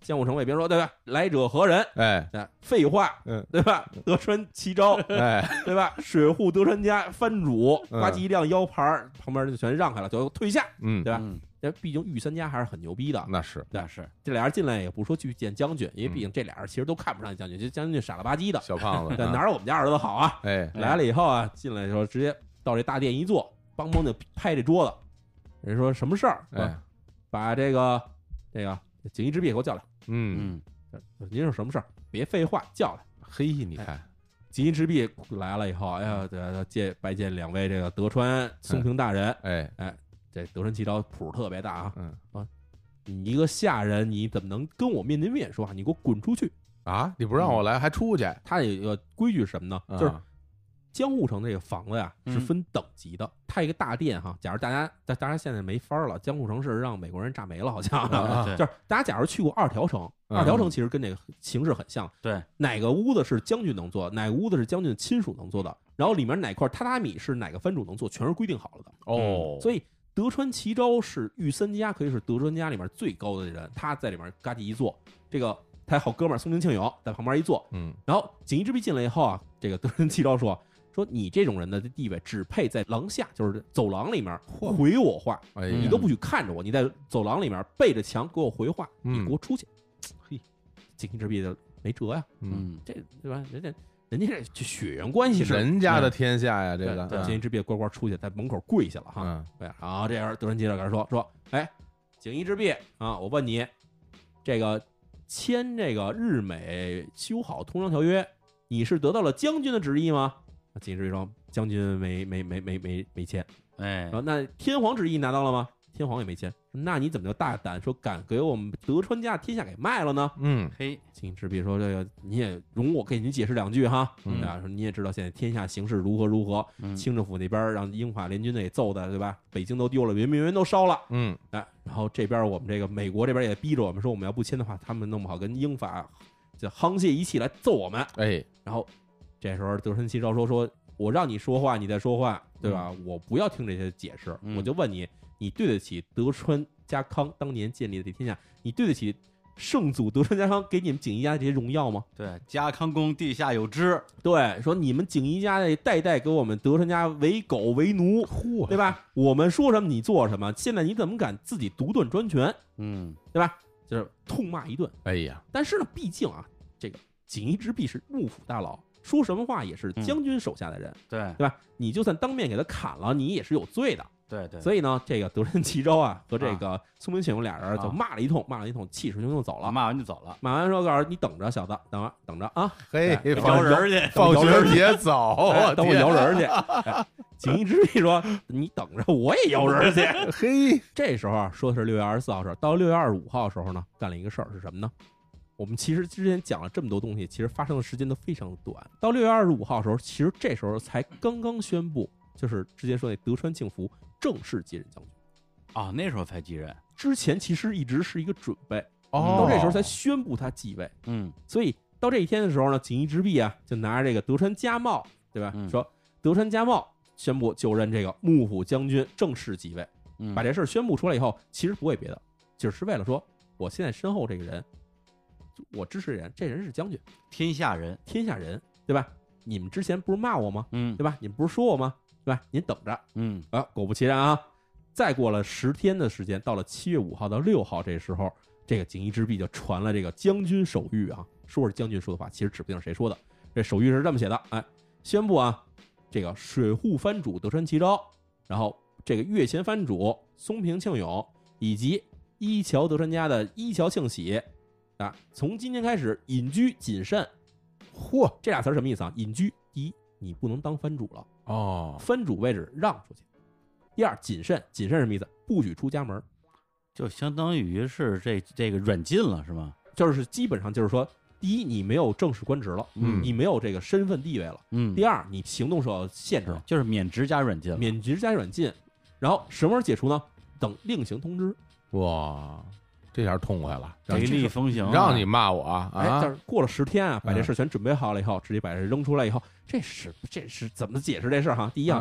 [SPEAKER 1] 江户城卫兵说，对吧？来者何人？
[SPEAKER 3] 哎，
[SPEAKER 1] 哎，废话，
[SPEAKER 3] 嗯，
[SPEAKER 1] 对吧？德川齐昭，
[SPEAKER 3] 哎，
[SPEAKER 1] 对吧？水户德川家藩主，
[SPEAKER 3] 嗯
[SPEAKER 1] 呱唧一亮腰牌，旁边就全让开了，就退下，
[SPEAKER 3] 嗯，
[SPEAKER 1] 对吧？
[SPEAKER 2] 嗯，
[SPEAKER 1] 这毕竟御三家还是很牛逼的。
[SPEAKER 3] 那是
[SPEAKER 1] 对
[SPEAKER 2] 那是
[SPEAKER 1] 这俩人进来也不说去见将军，因为毕竟这俩人其实都看不上将军，这将军傻了吧唧的，
[SPEAKER 3] 小胖子，
[SPEAKER 1] 对，
[SPEAKER 3] 啊
[SPEAKER 1] 哪有我们家儿子好啊？
[SPEAKER 3] 哎，
[SPEAKER 1] 来了以后啊，进来的时候直接到这大殿一坐，梆梆就拍这桌子。人说什么事儿？
[SPEAKER 3] 哎，
[SPEAKER 1] 把这个这个锦衣之弼给我叫来。
[SPEAKER 3] 嗯，
[SPEAKER 2] 嗯
[SPEAKER 1] 您有什么事儿？别废话，叫来。
[SPEAKER 3] 嘿，你看，
[SPEAKER 1] 锦衣之弼来了以后，哎呀，这见拜见两位这个德川松平大人。
[SPEAKER 3] 哎，
[SPEAKER 1] 这德川齐昭谱特别大啊，
[SPEAKER 3] 嗯
[SPEAKER 1] 你一个下人，你怎么能跟我面对面说话？你给我滚出去！
[SPEAKER 3] 啊，你不让我来还出去？
[SPEAKER 1] 他有一个规矩是什么呢？就是
[SPEAKER 3] 啊
[SPEAKER 1] 江户城这个房子呀
[SPEAKER 2] 嗯
[SPEAKER 1] 是分等级的。它一个大殿哈，假如大家大大家现在没法儿了，江户城是让美国人炸没了，好像。
[SPEAKER 3] 啊
[SPEAKER 2] 对
[SPEAKER 1] 就是大家假如去过二条城，
[SPEAKER 3] 嗯
[SPEAKER 1] 二条城其实跟这个形式很像。
[SPEAKER 2] 对，
[SPEAKER 1] 哪个屋子是将军能做，哪个屋子是将军的亲属能做的，然后里面哪块榻榻米是哪个藩主能做，全是规定好了的。
[SPEAKER 3] 哦，
[SPEAKER 1] 所以德川齐昭是御三家，可以是德川家里面最高的人，他在里面嘎叽一坐，这个他好哥们儿松平庆友在旁边一坐，
[SPEAKER 3] 嗯，
[SPEAKER 1] 然后锦衣之弼进来以后啊，这个德川齐昭说说你这种人的地位只配在廊下，就是走廊里面回我话，
[SPEAKER 3] 哎呀，
[SPEAKER 1] 你都不许看着我，你在走廊里面背着墙给我回话，你给我出去。嘿，锦衣之弼的没辙呀，
[SPEAKER 3] 嗯，
[SPEAKER 2] 嗯
[SPEAKER 1] 这对吧？人家人家这血缘关系是
[SPEAKER 3] 人家的天下呀，这个，
[SPEAKER 1] 对锦衣之弼乖乖出去，在门口跪下了哈。
[SPEAKER 3] 嗯，
[SPEAKER 1] 对，然后这样德川接着跟他说说，哎，锦衣之弼啊，我问你，这个签这个日美修好通商条约，你是得到了将军的旨意吗？锦衣之弼说，将军没没没没没没签。
[SPEAKER 2] 哎
[SPEAKER 1] 然，后那天皇旨意拿到了吗？天皇也没签。那你怎么就大胆说敢给我们德川家天下给卖了呢？
[SPEAKER 3] 嗯，
[SPEAKER 2] 嘿，
[SPEAKER 1] 锦衣之弼说，这个你也容我给你解释两句哈。
[SPEAKER 3] 嗯
[SPEAKER 1] 啊，说你也知道现在天下形势如何如何，
[SPEAKER 2] 嗯
[SPEAKER 1] 清政府那边让英法联军给揍的，对吧？北京都丢了，圆明园都烧了，
[SPEAKER 3] 嗯，
[SPEAKER 1] 哎，然后这边我们这个美国这边也逼着我们说，我们要不签的话，他们弄不好跟英法就沆瀣一气来揍我们。
[SPEAKER 3] 哎，
[SPEAKER 1] 然后这时候德川齐昭说说，我让你说话，你再说话，对吧？我不要听这些解释，
[SPEAKER 2] 嗯
[SPEAKER 1] 我就问你，你对得起德川家康当年建立的这天下？你对得起圣祖德川家康给你们锦衣家这些荣耀吗？
[SPEAKER 2] 对，家康公地下有知，
[SPEAKER 1] 对，说你们锦衣家这代代给我们德川家为狗为奴，
[SPEAKER 3] 嚯，
[SPEAKER 1] 对吧？我们说什么你做什么，现在你怎么敢自己独断专权，
[SPEAKER 2] 嗯
[SPEAKER 1] 对吧？就是痛骂一顿。
[SPEAKER 3] 哎呀，
[SPEAKER 1] 但是呢，毕竟啊，这个锦衣之弼是幕府大佬，说什么话也是将军手下的人，
[SPEAKER 2] 对
[SPEAKER 1] 对吧？你就算当面给他砍了，你也是有罪的。
[SPEAKER 2] 对对，
[SPEAKER 1] 所以呢，这个德川齐昭啊和这个松平庆永俩人就骂了一通，骂了一通，气势汹汹走了。
[SPEAKER 2] 骂完就走了，
[SPEAKER 1] 骂完之后告诉你等着，小子，等着等着啊，
[SPEAKER 3] 嘿
[SPEAKER 1] 哎，
[SPEAKER 2] 摇
[SPEAKER 3] 放
[SPEAKER 2] 人儿去，
[SPEAKER 3] 放学别走，
[SPEAKER 1] 哎等我摇人
[SPEAKER 3] 儿，
[SPEAKER 1] 儿去。哎锦衣之弼说：“你等着，我也摇人儿去。”
[SPEAKER 3] 嘿，
[SPEAKER 1] 这时候啊，说的是六月二十四号事儿，到六月二十五号的时候呢，干了一个事儿是什么呢？我们其实之前讲了这么多东西，其实发生的时间都非常的短。到六月二十五号的时候，其实这时候才刚刚宣布，就是之前说那德川庆福正式继任将军。
[SPEAKER 2] 啊，那时候才继任，
[SPEAKER 1] 之前其实一直是一个准备，
[SPEAKER 3] 哦，
[SPEAKER 1] 到这时候才宣布他继位。
[SPEAKER 2] 嗯
[SPEAKER 1] 所以到这一天的时候呢，锦衣之弼啊，就拿着这个德川家茂，对吧？
[SPEAKER 2] 嗯
[SPEAKER 1] 说德川家茂宣布就任这个幕府将军，正式继位。
[SPEAKER 2] 嗯，
[SPEAKER 1] 把这事儿宣布出来以后，其实不为别的，就是为了说，我现在身后这个人，我支持人，这人是将军，
[SPEAKER 2] 天下人，
[SPEAKER 1] 天下人，对吧？你们之前不是骂我吗？
[SPEAKER 2] 嗯
[SPEAKER 1] 对吧？你们不是说我吗？对吧？您等着
[SPEAKER 2] 嗯
[SPEAKER 1] 啊！果不其然啊，再过了十天的时间，到了七月五号到六号这时候，这个锦衣之弼就传了这个将军手谕啊，说是将军说的话，其实指不定是谁说的。这手谕是这么写的，哎，宣布啊，这个水户藩主德川齐昭，然后这个越前藩主松平庆永以及一桥德川家的一桥庆喜啊，从今天开始隐居谨慎。
[SPEAKER 3] 嚯，
[SPEAKER 1] 这俩词儿什么意思啊？隐居，第一，你不能当藩主了，
[SPEAKER 3] 哦，
[SPEAKER 1] 藩主位置让出去；第二，谨慎，谨慎什么意思？不许出家门，
[SPEAKER 2] 就相当于是这这个软禁了，是吗？
[SPEAKER 1] 就是基本上就是说，第一，你没有正式官职了，
[SPEAKER 3] 嗯
[SPEAKER 1] 你没有这个身份地位了；
[SPEAKER 2] 嗯，
[SPEAKER 1] 第二，你行动受到限制了，
[SPEAKER 2] 就是免职加软禁了，
[SPEAKER 1] 免职加软禁。然后什么时候解除呢？等另行通知。
[SPEAKER 3] 哇，这下痛快了，让
[SPEAKER 2] 雷
[SPEAKER 3] 你
[SPEAKER 2] 厉风行啊，
[SPEAKER 3] 让你骂我啊
[SPEAKER 1] 哎，但
[SPEAKER 3] 啊，
[SPEAKER 1] 是过了十天啊，把这
[SPEAKER 3] 嗯
[SPEAKER 1] 事全准备好了以后，直接把这扔出来以后，这是这是怎么解释这事儿哈？第一啊，
[SPEAKER 2] 啊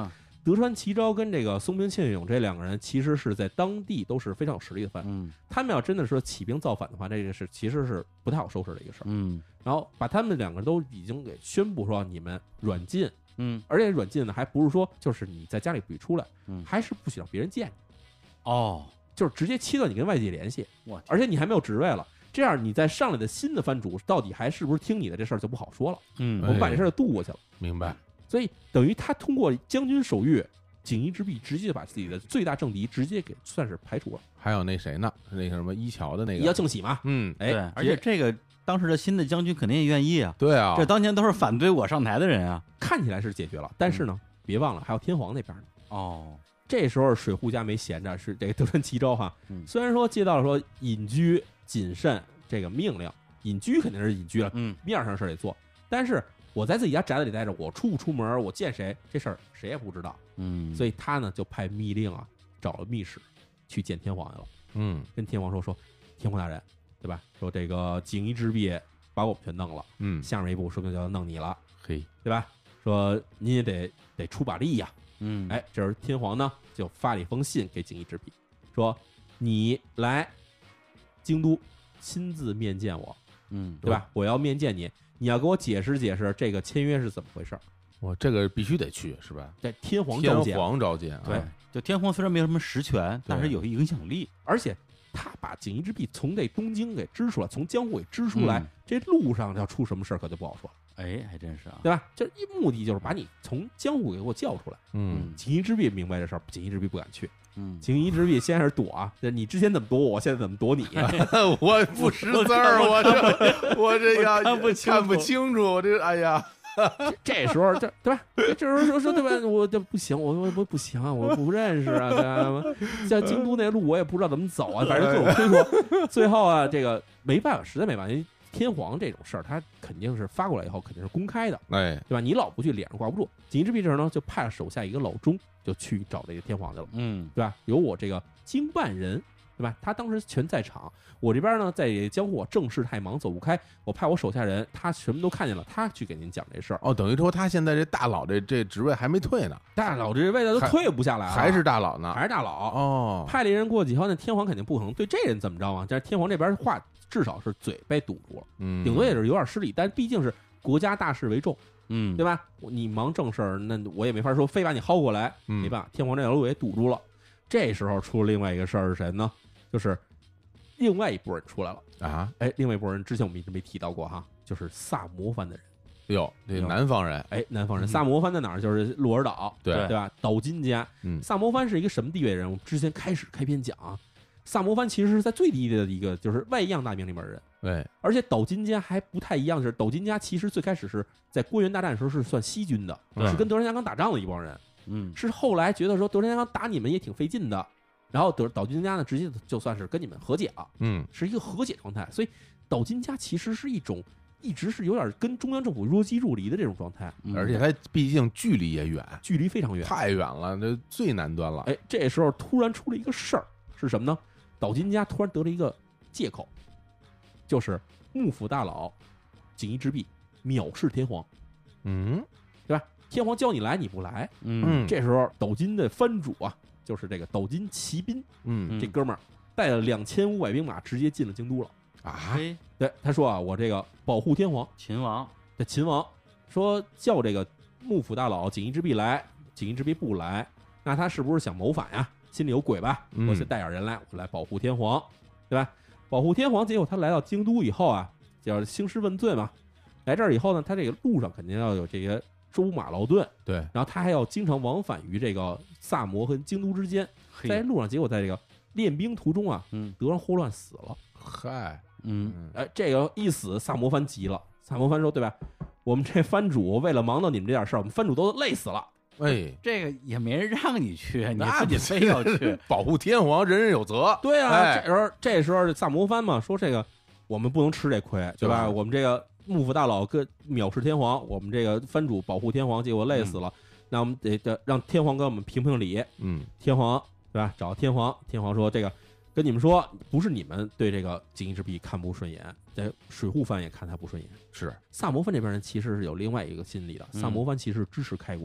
[SPEAKER 1] 德川齐昭跟这个松平庆永这两个人，其实是在当地都是非常有实力的藩主。
[SPEAKER 2] 嗯
[SPEAKER 1] 他们要真的说起兵造反的话，这个是其实是不太好收拾的一个事儿。
[SPEAKER 2] 嗯
[SPEAKER 1] 然后把他们两个人都已经给宣布说你们软禁，
[SPEAKER 2] 嗯
[SPEAKER 1] 而且软禁呢还不是说就是你在家里不许出来，
[SPEAKER 2] 嗯
[SPEAKER 1] 还是不许让别人见你，
[SPEAKER 2] 哦，
[SPEAKER 1] 就是直接切断你跟外界联系。
[SPEAKER 2] 我
[SPEAKER 1] 而且你还没有职位了，这样你再上来的新的藩主到底还是不是听你的，这事儿就不好说了。
[SPEAKER 2] 嗯
[SPEAKER 1] 我们把这事儿渡过去了，
[SPEAKER 3] 明白？
[SPEAKER 1] 所以等于他通过将军守御锦衣之弊，直接把自己的最大政敌直接给算是排除了。
[SPEAKER 3] 还有那谁呢？那个什么一桥的那
[SPEAKER 1] 要
[SPEAKER 3] 个，
[SPEAKER 1] 庆喜嘛，
[SPEAKER 3] 嗯，
[SPEAKER 1] 哎，
[SPEAKER 2] 对，而且这个当时的新的将军肯定也愿意啊，
[SPEAKER 3] 对啊，
[SPEAKER 2] 这当年都是反对我上台的人啊。
[SPEAKER 1] 看起来是解决了，但是呢，别忘了还有天皇那边呢。
[SPEAKER 2] 哦，
[SPEAKER 1] 这时候水户家没闲着，是这个德川齐昭哈。
[SPEAKER 2] 嗯
[SPEAKER 1] 虽然说接到了说隐居谨慎这个命令，隐居肯定是隐居了，
[SPEAKER 2] 嗯
[SPEAKER 1] 面上的事儿得做，但是我在自己家宅子里待着，我出不出门，我见谁这事儿谁也不知道。
[SPEAKER 2] 嗯，
[SPEAKER 1] 所以他呢就派密令啊，找了密使去见天皇去了，
[SPEAKER 3] 嗯
[SPEAKER 1] 跟天皇说说，天皇大人，对吧？说这个锦衣之弊把我们全弄了，
[SPEAKER 3] 嗯，
[SPEAKER 1] 下面一步说不定就要弄你了，
[SPEAKER 3] 嘿，
[SPEAKER 1] 对吧？说您也得得出把力呀、
[SPEAKER 2] 嗯，
[SPEAKER 1] 哎，这时候天皇呢就发了一封信给锦衣之弊，说你来京都亲自面见我，
[SPEAKER 2] 嗯，
[SPEAKER 1] 对吧？我要面见你，你要给我解释解释这个签约是怎么回事儿。
[SPEAKER 3] 我这个必须得去，是吧？
[SPEAKER 1] 这天皇召
[SPEAKER 3] 天
[SPEAKER 1] 见，
[SPEAKER 3] 皇召见，
[SPEAKER 2] 对
[SPEAKER 3] 啊，，
[SPEAKER 2] 就天皇虽然没有什么实权，但是
[SPEAKER 3] 对
[SPEAKER 2] 有影响力。
[SPEAKER 1] 而且他把锦衣之弊从这东京给支出来，从江户给支出来，
[SPEAKER 2] 嗯
[SPEAKER 1] 这路上要出什么事儿可就不好说了，
[SPEAKER 2] 哎，还真是啊。
[SPEAKER 1] 对吧？这一目的就是把你从江户给我叫出来。
[SPEAKER 3] 嗯，
[SPEAKER 1] 锦衣之弊明白这事儿，锦衣之弊不敢去。
[SPEAKER 2] 嗯，
[SPEAKER 1] 锦衣之弊先是躲啊，这你之前怎么躲我，我现在怎么躲你？
[SPEAKER 3] 我不识字儿，我这我这个
[SPEAKER 2] 我看不清楚
[SPEAKER 3] 看不清楚，我这哎呀，
[SPEAKER 1] 这时候这对吧？这时候说说对吧？我这不行，我我我不行啊，我不认识啊，对吧？在京都那路我也不知道怎么走啊，反正各种推脱。最后啊，这个没办法，实在没办法，因为天皇这种事儿，他肯定是发过来以后肯定是公开的，
[SPEAKER 3] 哎，
[SPEAKER 1] 对吧？你老不去，脸上挂不住。锦衣之弊这时候呢，就派了手下一个老中，就去找这个天皇去了，
[SPEAKER 2] 嗯
[SPEAKER 1] 对吧？有我这个经办人，对吧？他当时全在场，我这边呢在江户正事太忙走不开，我派我手下人，他什么都看见了，他去给您讲这事儿。
[SPEAKER 3] 哦，等于说他现在这大佬这这职位还没退呢，
[SPEAKER 1] 大佬这位子都
[SPEAKER 3] 还
[SPEAKER 1] 退不下来了，
[SPEAKER 3] 还是大佬呢，
[SPEAKER 1] 还是大佬。
[SPEAKER 3] 哦，
[SPEAKER 1] 派了一人过去以后，那天皇肯定不可能对这人怎么着啊？但是天皇这边话至少是嘴被堵住了，
[SPEAKER 3] 嗯，
[SPEAKER 1] 顶多也是有点失礼，但毕竟是国家大事为重，
[SPEAKER 2] 嗯，
[SPEAKER 1] 对吧？你忙正事儿，那我也没法说非把你薅过来，
[SPEAKER 3] 嗯
[SPEAKER 1] 没办法，天皇这条路也堵住了。这时候出了另外一个事儿是谁呢？就是另外一拨人出来了。
[SPEAKER 3] 啊，
[SPEAKER 1] 哎，另外一拨人之前我们一直没提到过哈，就是萨摩藩的人。
[SPEAKER 3] 哟，这
[SPEAKER 1] 有
[SPEAKER 3] 南方人，
[SPEAKER 1] 哎，南方人，
[SPEAKER 3] 嗯
[SPEAKER 1] 萨摩藩在哪儿？就是鹿儿岛，
[SPEAKER 3] 对
[SPEAKER 1] 对吧？岛津家。
[SPEAKER 3] 嗯
[SPEAKER 1] 萨摩藩是一个什么地位的人？我们之前开始开篇讲啊，萨摩藩其实是在最低的一个，就是外样大名里面的人。
[SPEAKER 3] 对，
[SPEAKER 1] 而且岛津家还不太一样，就是岛津家其实最开始是在郭元大战的时候是算西军的，
[SPEAKER 3] 对
[SPEAKER 1] 是跟德川家康打仗的一帮人。
[SPEAKER 2] 嗯
[SPEAKER 1] 是后来觉得说德川家康打你们也挺费劲的，然后德岛津家呢直接就算是跟你们和解了，
[SPEAKER 3] 嗯，
[SPEAKER 1] 是一个和解状态。所以岛津家其实是一种一直是有点跟中央政府若即若离的这种状态，
[SPEAKER 2] 嗯
[SPEAKER 3] 而且他毕竟距离也远，
[SPEAKER 1] 距离非常远。
[SPEAKER 3] 太远了，这最南端了，
[SPEAKER 1] 哎，这时候突然出了一个事儿，是什么呢？岛津家突然得了一个借口，就是幕府大佬锦衣之弊藐视天皇，
[SPEAKER 3] 嗯
[SPEAKER 1] 对吧？天皇叫你来你不来，
[SPEAKER 2] 嗯
[SPEAKER 1] 这时候岛津的藩主啊，就是这个岛津骑兵，
[SPEAKER 3] 嗯
[SPEAKER 1] 这哥们儿带了两千五百兵马直接进了京都了。
[SPEAKER 3] 啊，
[SPEAKER 2] 嘿，
[SPEAKER 1] 对，他说啊，我这个保护天皇，
[SPEAKER 2] 秦王，
[SPEAKER 1] 这秦王说叫这个幕府大佬锦衣之弊来，锦衣之弊不来，那他是不是想谋反呀？心里有鬼吧？
[SPEAKER 3] 嗯
[SPEAKER 1] 我先带点人来，我来保护天皇，对吧？保护天皇，结果他来到京都以后啊，就要兴师问罪嘛。来这儿以后呢，他这个路上肯定要有这些舟马劳顿，
[SPEAKER 3] 对，
[SPEAKER 1] 然后他还要经常往返于这个萨摩和京都之间，
[SPEAKER 2] 嘿
[SPEAKER 1] 在路上，结果在这个练兵途中啊，
[SPEAKER 2] 嗯
[SPEAKER 1] 得上霍乱死了。
[SPEAKER 3] 嗨，
[SPEAKER 2] 嗯
[SPEAKER 3] 嗯
[SPEAKER 1] 哎，这个一死，萨摩藩急了。萨摩藩说：“对吧？我们这藩主为了忙到你们这点事儿，我们藩主都累死了。
[SPEAKER 3] 哎，
[SPEAKER 2] 这个也没人让你去，你
[SPEAKER 3] 那
[SPEAKER 2] 自己非要去，
[SPEAKER 3] 保护天皇，人人有责，
[SPEAKER 1] 对啊，
[SPEAKER 3] 哎
[SPEAKER 1] 这时候这时候萨摩藩嘛说这个我们不能吃这亏，对吧？
[SPEAKER 3] 就是
[SPEAKER 1] 我们这个幕府大佬跟藐视天皇，我们这个藩主保护天皇，结果累死了，那我们得得让天皇跟我们评评理。
[SPEAKER 3] 嗯
[SPEAKER 1] 天皇对吧？找天皇，天皇说这个跟你们说，不是你们对这个锦衣之弊看不顺眼，这水户藩也看他不顺眼。
[SPEAKER 3] 是，
[SPEAKER 1] 萨摩藩这边人其实是有另外一个心理的，
[SPEAKER 2] 嗯
[SPEAKER 1] 萨摩藩其实是支持开国的，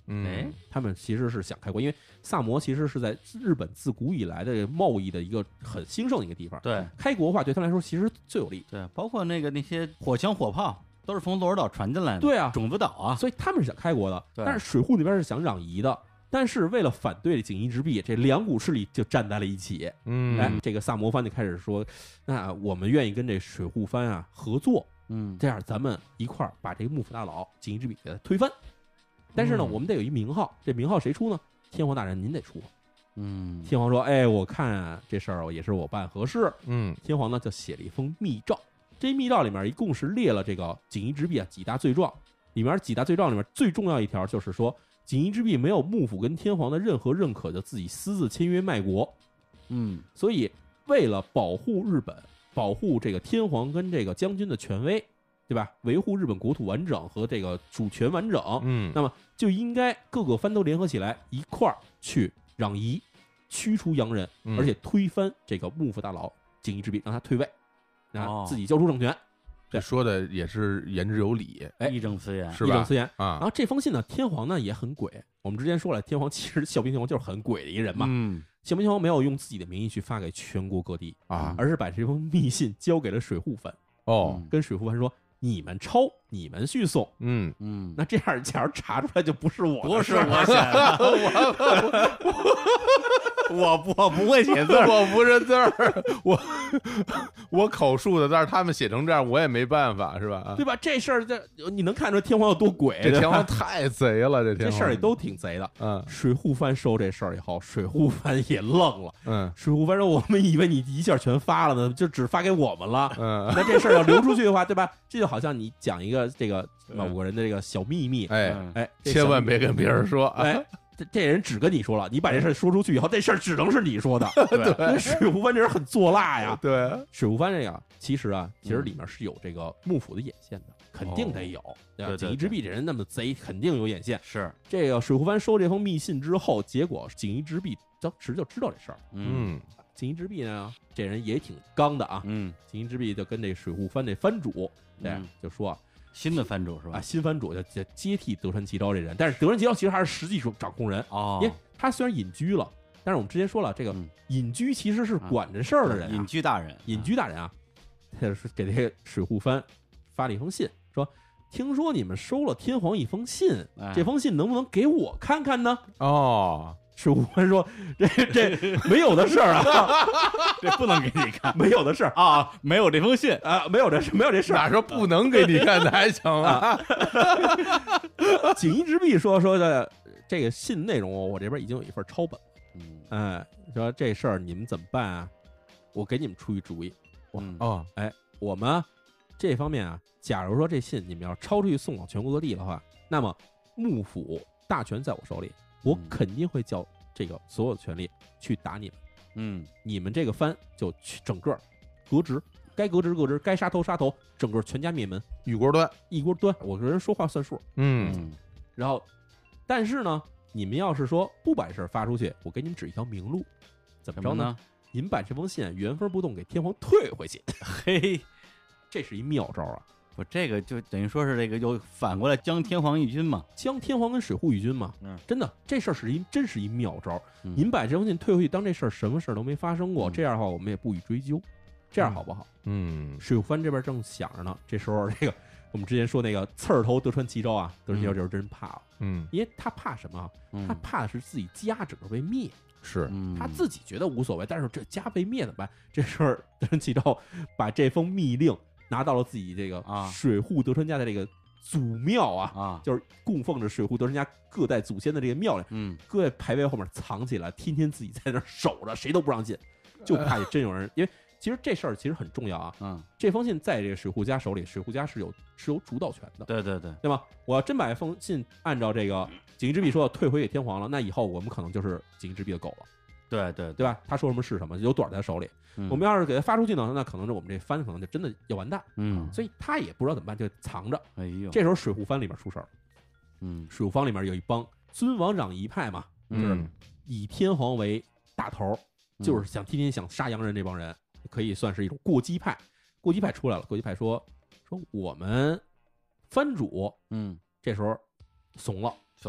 [SPEAKER 3] 嗯，
[SPEAKER 1] 他们其实是想开国，因为萨摩其实是在日本自古以来的贸易的一个很兴盛的一个地方，
[SPEAKER 2] 对，
[SPEAKER 1] 开国化对他们来说其实最有利。
[SPEAKER 2] 对，包括那个那些火枪火炮都是从鹿儿岛传进来的，
[SPEAKER 1] 对啊，
[SPEAKER 2] 种子岛啊，
[SPEAKER 1] 所以他们是想开国的，
[SPEAKER 2] 对
[SPEAKER 1] 但是水户那边是想攘夷的。但是为了反对锦衣之弊，这两股势力就站在了一起。
[SPEAKER 3] 嗯，
[SPEAKER 1] 哎，这个萨摩藩就开始说，那我们愿意跟这水户藩啊合作，
[SPEAKER 2] 嗯，
[SPEAKER 1] 这样咱们一块儿把这个幕府大佬锦衣之弊给他推翻。但是呢，
[SPEAKER 3] 嗯
[SPEAKER 1] 我们得有一名号，这名号谁出呢？天皇大人您得出。
[SPEAKER 2] 嗯，
[SPEAKER 1] 天皇说，哎，我看啊这事儿也是我办合适。
[SPEAKER 3] 嗯
[SPEAKER 1] 天皇呢就写了一封密诏，这密诏里面一共是列了这个锦衣之弊啊几大罪状，里面几大罪状里面最重要一条就是说，锦衣之弊没有幕府跟天皇的任何认可，就自己私自签约卖国。
[SPEAKER 2] 嗯，
[SPEAKER 1] 所以为了保护日本，保护这个天皇跟这个将军的权威，对吧？维护日本国土完整和这个主权完整，
[SPEAKER 3] 嗯，
[SPEAKER 1] 那么就应该各个藩都联合起来，一块儿去攘夷，驱除洋人，
[SPEAKER 3] 嗯
[SPEAKER 1] 而且推翻这个幕府大佬锦衣之弊，让他退位，然
[SPEAKER 2] 哦
[SPEAKER 1] 后自己交出政权。
[SPEAKER 3] 这说的也是言之有理，
[SPEAKER 1] 哎
[SPEAKER 2] 义正辞严，
[SPEAKER 3] 是吧？
[SPEAKER 1] 义正辞严。
[SPEAKER 3] 啊
[SPEAKER 1] 然，后这封信呢，天皇呢也很鬼。我们之前说了，天皇其实孝平天皇就是很鬼的一个人嘛。
[SPEAKER 2] 嗯，
[SPEAKER 1] 孝平天皇没有用自己的名义去发给全国各地
[SPEAKER 3] 啊
[SPEAKER 1] 而是把这封密信交给了水户藩，
[SPEAKER 3] 哦，
[SPEAKER 1] 跟水户藩说：“你们抄，你们去送。
[SPEAKER 3] 嗯，
[SPEAKER 2] 嗯，
[SPEAKER 1] 那这样，假如查出来就不是我的
[SPEAKER 2] 不是
[SPEAKER 1] 事儿，
[SPEAKER 2] 我写的，我不我不会写字儿，
[SPEAKER 3] 我不认字儿，我我口述的，但是他们写成这样，我也没办法，是吧？啊
[SPEAKER 1] 对吧？这事儿这你能看出天皇有多鬼？
[SPEAKER 3] 这天
[SPEAKER 1] 对吧
[SPEAKER 3] 皇太贼了，这天皇
[SPEAKER 1] 这事儿也都挺贼的。
[SPEAKER 3] 嗯
[SPEAKER 1] 水户藩收这事儿以后，水户藩也愣了。
[SPEAKER 3] 嗯
[SPEAKER 1] 水户藩说：“我们以为你一下全发了呢，就只发给我们了。
[SPEAKER 3] 嗯，
[SPEAKER 1] 那这事儿要流出去的话，对吧？这就好像你讲一个这个
[SPEAKER 2] 嗯
[SPEAKER 1] 某个人的这个小秘密，
[SPEAKER 3] 哎，
[SPEAKER 2] 嗯
[SPEAKER 1] 哎，这小
[SPEAKER 3] 千万别跟别人说，啊
[SPEAKER 1] 哎，这这人只跟你说了，你把这事儿说出去以后，这事儿只能是你说的。
[SPEAKER 2] 对，
[SPEAKER 1] 那水户藩这人很作辣呀。
[SPEAKER 3] 对，
[SPEAKER 1] 水户藩这个其实啊，其实里面是有这个幕府的眼线的，肯定得有。对吧
[SPEAKER 2] 对对
[SPEAKER 1] 锦衣之弊这人那么贼，肯定有眼线。
[SPEAKER 2] 是，
[SPEAKER 1] 这个水户藩收这封密信之后，结果锦衣之弊当时就知道这事儿。
[SPEAKER 2] 嗯
[SPEAKER 3] 嗯
[SPEAKER 1] 锦衣之弊呢，这人也挺刚的啊。
[SPEAKER 2] 嗯，
[SPEAKER 1] 锦衣之弊就跟这水户藩这藩主，对，
[SPEAKER 2] 嗯
[SPEAKER 1] 就说啊，
[SPEAKER 2] 新的藩主是
[SPEAKER 1] 啊，
[SPEAKER 2] 吧？
[SPEAKER 1] 新藩主就就接替德川齐昭这人，但是德川齐昭其实还是实际掌控人，
[SPEAKER 2] 哦
[SPEAKER 1] 因为他虽然隐居了，但是我们之前说了，这个
[SPEAKER 2] 嗯
[SPEAKER 1] 隐居其实是管着事儿的人、啊
[SPEAKER 2] 隐居大人，
[SPEAKER 1] 隐居大人啊，他是给这个水户藩发了一封信，说听说你们收了天皇一封信，
[SPEAKER 2] 哎
[SPEAKER 1] 这封信能不能给我看看呢？
[SPEAKER 3] 哦，
[SPEAKER 1] 水户藩说这这没有的事儿啊，
[SPEAKER 2] 这不能给你看
[SPEAKER 1] 没有的事儿
[SPEAKER 2] 啊，没有这封信，
[SPEAKER 1] 啊，没有这没有这事儿。
[SPEAKER 3] 哪说不能给你看的还行了？
[SPEAKER 1] 锦衣之弊说说的这个信内容，我这边已经有一份抄本。
[SPEAKER 2] 嗯
[SPEAKER 1] 哎，说这事儿你们怎么办啊？我给你们出一主意。
[SPEAKER 2] 嗯
[SPEAKER 3] 哦，
[SPEAKER 1] 我们啊这方面啊，假如说这信你们要抄出去送往全国各地的话，那么幕府大权在我手里，我
[SPEAKER 2] 嗯
[SPEAKER 1] 肯定会叫这个所有的权力去打你们。
[SPEAKER 2] 嗯
[SPEAKER 1] 你们这个藩就去整个革职，该革职革职，该杀头杀头，整个全家灭门，
[SPEAKER 3] 玉锅端，
[SPEAKER 1] 一锅端。我这人说话算数。
[SPEAKER 3] 嗯
[SPEAKER 2] 嗯
[SPEAKER 1] 然后，但是呢，你们要是说不把事儿发出去，我给你们指一条明路，怎么着呢？
[SPEAKER 2] 什么呢？
[SPEAKER 1] 你们把这封信原封不动给天皇退回去，
[SPEAKER 2] 嘿，
[SPEAKER 1] 这是一妙招啊！
[SPEAKER 2] 我这个就等于说是这个又反过来将天皇一军嘛，
[SPEAKER 1] 将天皇跟水户一军嘛，
[SPEAKER 2] 嗯
[SPEAKER 1] 真的这事儿是一真是一妙招。
[SPEAKER 2] 嗯
[SPEAKER 1] 您把这封信退回去，当这事儿什么事儿都没发生过，
[SPEAKER 2] 嗯
[SPEAKER 1] 这样的话我们也不予追究，这样好不好？
[SPEAKER 3] 嗯
[SPEAKER 1] 水户藩这边正想着呢，这时候这个我们之前说那个刺儿头德川齐昭啊，德川齐昭就是真怕了，
[SPEAKER 3] 嗯，
[SPEAKER 1] 因为他怕什么啊？
[SPEAKER 2] 嗯
[SPEAKER 1] 他怕的是自己家整个被灭。
[SPEAKER 3] 是，
[SPEAKER 2] 嗯
[SPEAKER 1] 他自己觉得无所谓，但是这家被灭怎么办？这事儿德川齐昭把这封密令拿到了自己这个
[SPEAKER 2] 啊
[SPEAKER 1] 水户德川家的这个祖庙啊，
[SPEAKER 2] 啊，
[SPEAKER 1] 就是供奉着水户德川家各代祖先的这个庙里，
[SPEAKER 2] 嗯
[SPEAKER 1] 搁在牌位后面藏起来，天天自己在那儿守着，谁都不让进，就怕真有人。因为其实这事儿其实很重要啊，
[SPEAKER 2] 嗯，
[SPEAKER 1] 这封信在这个水户家手里，水户家是有是有主导权的，
[SPEAKER 2] 对对对，
[SPEAKER 1] 对吧？我要真把这封信按照这个锦衣之弊说退回给天皇了，那以后我们可能就是锦衣之弊的狗了。
[SPEAKER 2] 对对，
[SPEAKER 1] 对吧？他说什么是什么，有短在他手里。
[SPEAKER 2] 嗯
[SPEAKER 1] 我们要是给他发出去呢，那可能是我们这藩可能就真的要完蛋。
[SPEAKER 2] 嗯，
[SPEAKER 1] 所以他也不知道怎么办，就藏着。
[SPEAKER 2] 哎呦，
[SPEAKER 1] 这时候水户藩里面出事儿，
[SPEAKER 2] 嗯
[SPEAKER 1] 水户藩里面有一帮尊王攘夷派嘛，
[SPEAKER 3] 嗯
[SPEAKER 1] 以天皇为大头，就是想天天想杀洋人这帮人，可以算是一种过激派。过激派出来了，过激派说说我们藩主
[SPEAKER 2] 嗯，
[SPEAKER 1] 这时候怂了，
[SPEAKER 2] 怂了，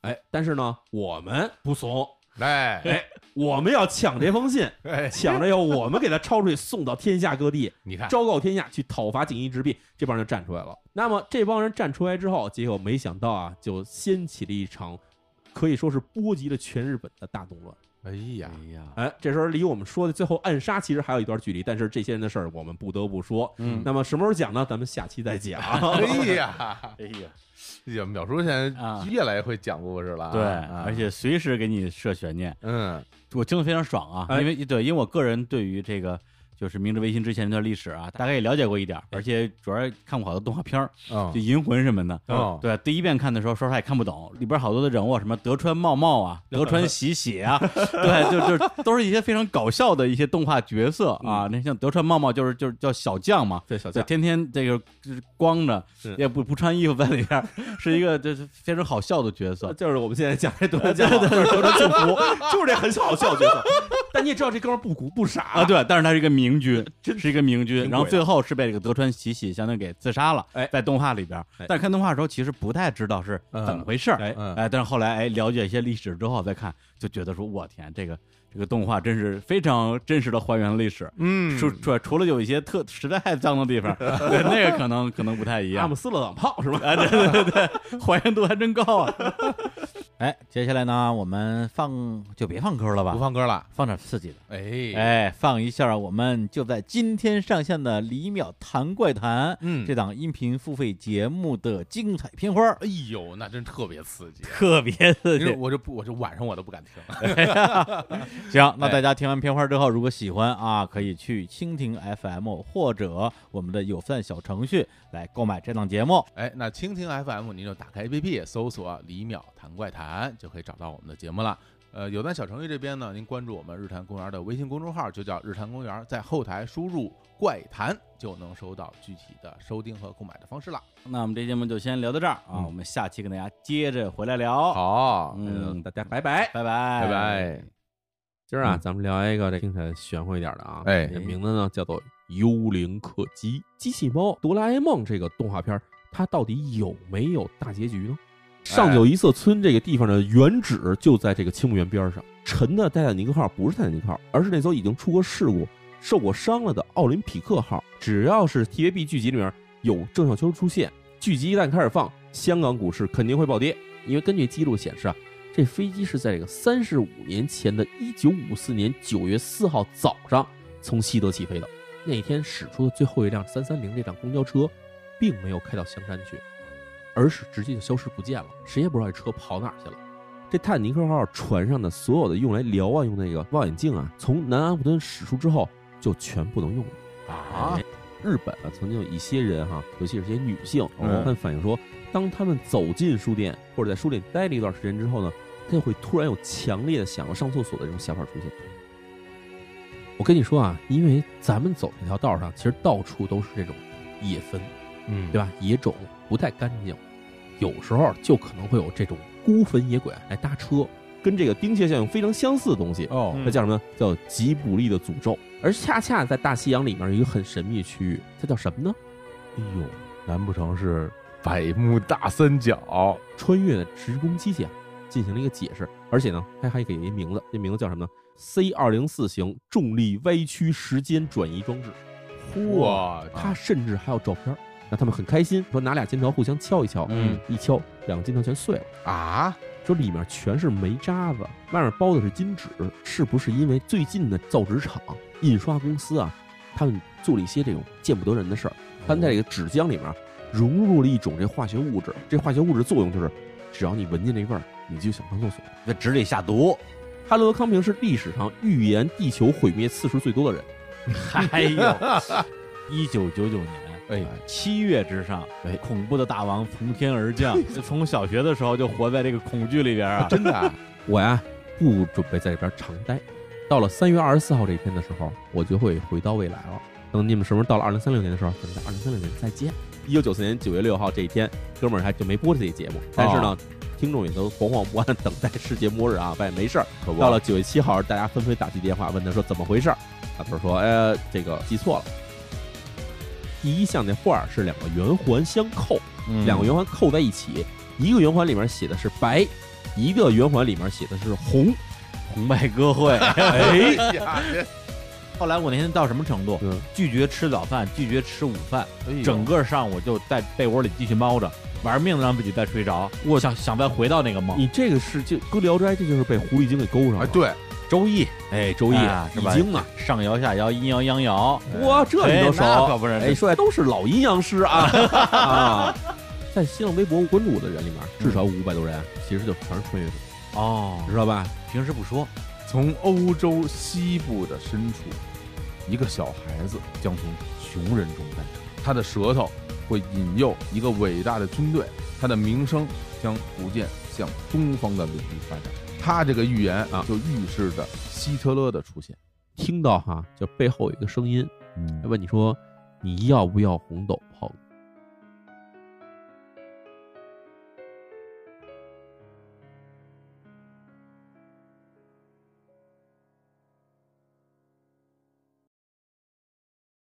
[SPEAKER 1] 哎，但是呢，我们不怂，
[SPEAKER 3] 哎
[SPEAKER 1] 哎，我们要抢这封信，
[SPEAKER 3] 哎，
[SPEAKER 1] 抢着以后我们给他抄出去，送到天下各地，
[SPEAKER 3] 你看，
[SPEAKER 1] 昭告天下，去讨伐锦衣之弊。这帮人站出来了。那么这帮人站出来之后，结果没想到啊，就掀起了一场可以说是波及了全日本的大动乱。
[SPEAKER 3] 哎呀，
[SPEAKER 2] 哎呀，
[SPEAKER 1] 哎，这时候离我们说的最后暗杀其实还有一段距离，但是这些人的事儿我们不得不说。
[SPEAKER 3] 嗯
[SPEAKER 1] 那么什么时候讲呢？咱们下期再讲。
[SPEAKER 3] 哎呀，
[SPEAKER 2] 哎呀，
[SPEAKER 3] 哎呀，淼叔现在
[SPEAKER 2] 啊
[SPEAKER 3] 越来越会讲故事了啊，
[SPEAKER 2] 对，
[SPEAKER 3] 啊
[SPEAKER 2] 而且随时给你设悬念，
[SPEAKER 3] 嗯
[SPEAKER 2] 我听得非常爽啊，
[SPEAKER 1] 哎
[SPEAKER 2] 因为对，因为我个人对于这个就是明治维新之前这段历史啊，大概也了解过一点，而且主要看过好多动画片儿，
[SPEAKER 3] 哦
[SPEAKER 2] 就银魂什么的。
[SPEAKER 3] 哦
[SPEAKER 2] 对，第一遍看的时候，说实话也看不懂，里边好多的人物，什么德川茂茂啊，德川喜喜啊，对，就就都是一些非常搞笑的一些动画角色啊。那像德川茂茂就是就是叫小将嘛，对，
[SPEAKER 1] 对小将，
[SPEAKER 2] 天天这个就是光着
[SPEAKER 1] 是，
[SPEAKER 2] 也不不穿衣服在里边，是一个就是非常好笑的角色。
[SPEAKER 1] 就是我们现在讲这德川家，就是德川庆福，就是这很好笑的角色。但你也知道这哥们儿不苦不傻
[SPEAKER 2] 啊，对，但是他是一个明君，
[SPEAKER 1] 真
[SPEAKER 2] 是一个明君，
[SPEAKER 1] 挺鬼的
[SPEAKER 2] 然后最后是被这个德川喜喜相当于给自杀了。
[SPEAKER 1] 哎
[SPEAKER 2] 在动画里边，
[SPEAKER 1] 哎
[SPEAKER 2] 但是看动画的时候其实不太知道是怎么回事儿，
[SPEAKER 1] 哎
[SPEAKER 3] 嗯
[SPEAKER 2] 哎，但是后来哎了解一些历史之后再看，就觉得说我天，这个这个动画真是非常真实的还原了历史。
[SPEAKER 3] 嗯，
[SPEAKER 2] 除除除了有一些特实在太脏的地方，对那个可能可能不太一样
[SPEAKER 1] 阿姆。斯特朗炮是吧？
[SPEAKER 2] 哎，对对对对，还原度还真高啊！哎，接下来呢，我们放就别放歌了吧
[SPEAKER 3] 不，放歌了，
[SPEAKER 2] 放点刺激的。
[SPEAKER 3] 哎
[SPEAKER 2] 哎，放一下我们就在今天上线的《李淼谈怪谈》
[SPEAKER 3] 嗯
[SPEAKER 2] 这档音频付费节目的精彩片花，
[SPEAKER 3] 哎呦，那真特别刺激，
[SPEAKER 2] 特别刺激。
[SPEAKER 3] 因为我这不，我这晚上我都不敢听。
[SPEAKER 2] 行，那大家听完片花之后，如果喜欢啊，可以去蜻蜓 F M 或者我们的有赞小程序来购买这档节目。
[SPEAKER 3] 哎，那蜻蜓 F M 您就打开 A P P 搜索“李淼谈怪谈”，就可以找到我们的节目了。呃，有赞小程序这边呢，您关注我们日坛公园的微信公众号，就叫日坛公园，在后台输入“怪谈”，就能收到具体的收听和购买的方式了。
[SPEAKER 2] 那我们这节目就先聊到这儿啊，
[SPEAKER 3] 嗯
[SPEAKER 2] 我们下期跟大家接着回来聊。，
[SPEAKER 3] 好，
[SPEAKER 2] 嗯，
[SPEAKER 1] 大家拜拜。
[SPEAKER 2] 拜拜，
[SPEAKER 3] 拜拜。
[SPEAKER 1] 今儿啊，
[SPEAKER 3] 嗯
[SPEAKER 1] 咱们聊一个这听起来玄乎一点的啊，
[SPEAKER 3] 哎
[SPEAKER 1] 这名字呢叫做《幽灵客机》。机器猫哆啦 A 梦这个动画片，它到底有没有大结局呢？上九一色村这个地方的原址就在这个青木园边上。沉的泰坦尼克号不是泰坦尼克号，而是那艘已经出过事故、受过伤了的奥林匹克号。只要是 T V B 剧集里面有郑少秋出现，剧集一旦开始放，香港股市肯定会暴跌。因为根据记录显示啊，这飞机是在这个三十五年前的一九五四年九月四号早上从西德起飞的。那天驶出的最后一辆三三零这辆公交车，并没有开到香山去，而是直接就消失不见了，谁也不知道这车跑哪儿去了。这泰坦尼克号船上的所有的用来瞭望用那个望远镜啊，从南安普敦驶出之后就全不能用了
[SPEAKER 3] 啊
[SPEAKER 1] 哎日本啊，曾经有一些人哈、尤其是些女性，
[SPEAKER 3] 嗯
[SPEAKER 1] 他们反映说，当他们走进书店或者在书店待了一段时间之后呢，他就会突然有强烈的想要上厕所的这种想法出现。我跟你说啊，因为咱们走这条道上，其实到处都是这种野坟，
[SPEAKER 3] 嗯，
[SPEAKER 1] 对吧？野种不太干净，有时候就可能会有这种孤坟野鬼来搭车，跟这个丁蟹效应非常相似的东西。
[SPEAKER 3] 哦，
[SPEAKER 1] 它叫什么呢？叫吉卜力的诅咒。而恰恰在大西洋里面有一个很神秘的区域，它叫什么呢？
[SPEAKER 3] 哎呦，难不成是百慕大三角？
[SPEAKER 1] 穿越的直攻机器啊，进行了一个解释，而且呢，它还给了一名字，这名字叫什么呢 ？C 二零四型重力歪曲时间转移装置。
[SPEAKER 3] 哇，
[SPEAKER 1] 它甚至还有照片，让他们很开心，说拿俩金条互相敲一敲，
[SPEAKER 2] 嗯，
[SPEAKER 1] 一敲两个金条全碎了。
[SPEAKER 3] 啊，
[SPEAKER 1] 说里面全是煤渣子，外面包的是金纸，是不是因为最近的造纸厂、印刷公司啊，他们做了一些这种见不得人的事儿？他们在这个纸浆里面融入了一种这化学物质，这化学物质作用就是，只要你闻见这味儿，你就想上厕所。
[SPEAKER 2] 在纸里下毒。
[SPEAKER 1] 哈罗德·康平是历史上预言地球毁灭次数最多的人。
[SPEAKER 2] 哎呦，一九九九年，
[SPEAKER 3] 哎，
[SPEAKER 2] 七月之上，
[SPEAKER 1] 哎
[SPEAKER 2] 恐怖的大王从天而降。从小学的时候就活在这个恐惧里边啊，
[SPEAKER 3] 真的啊，
[SPEAKER 1] 我呀不准备在这边常待，到了三月二十四号这一天的时候，我就会回到未来了。等你们什么时候到了二零三六年的时候，咱们在二零三六年再见。一九九四年九月六号这一天，哥们儿还就没播这节目，但是呢，听众也都惶惶不安，等待世界末日啊，发现没事儿。
[SPEAKER 3] 可不
[SPEAKER 1] 到了九月七号，大家纷纷打起电话问他说怎么回事儿，啊，他说哎这个记错了。第一项那画是两个圆环相扣，
[SPEAKER 2] 嗯
[SPEAKER 1] 两个圆环扣在一起，一个圆环里面写的是白， 一个圆环里面写的是红，
[SPEAKER 2] 红白歌会。
[SPEAKER 1] 哎，
[SPEAKER 3] 呀，这
[SPEAKER 2] 后来我那天到什么程度？
[SPEAKER 1] 嗯
[SPEAKER 2] 拒绝吃早饭，拒绝吃午饭，
[SPEAKER 3] 哎呦
[SPEAKER 2] 整个上午就在被窝里继续猫着，玩命的让自己再睡着。我想想再回到那个梦。
[SPEAKER 1] 你这个是就搁《聊斋》，这就是被狐狸精给勾上了。
[SPEAKER 3] 哎，对，
[SPEAKER 2] 周易，
[SPEAKER 1] 哎，周易
[SPEAKER 2] 啊是吧
[SPEAKER 1] 易经啊，
[SPEAKER 2] 上爻下爻，阴爻阳爻。
[SPEAKER 1] 哇，这你都熟？
[SPEAKER 2] 哎那可不是
[SPEAKER 1] 哎，说来都是老阴阳师啊啊！在新浪微博关注我的人里面，至少五百多人，其实就全是穿越者，
[SPEAKER 2] 哦，
[SPEAKER 1] 知道吧？
[SPEAKER 2] 平时不说。
[SPEAKER 3] 从欧洲西部的深处，一个小孩子将从穷人中诞生，他的舌头会引诱一个伟大的军队，他的名声将逐渐向东方的领域发展。他这个预言
[SPEAKER 1] 啊
[SPEAKER 3] 就预示着希特勒的出现。
[SPEAKER 1] 听到哈，就背后有一个声音
[SPEAKER 2] 嗯，
[SPEAKER 1] 问你说，你要不要红斗篷？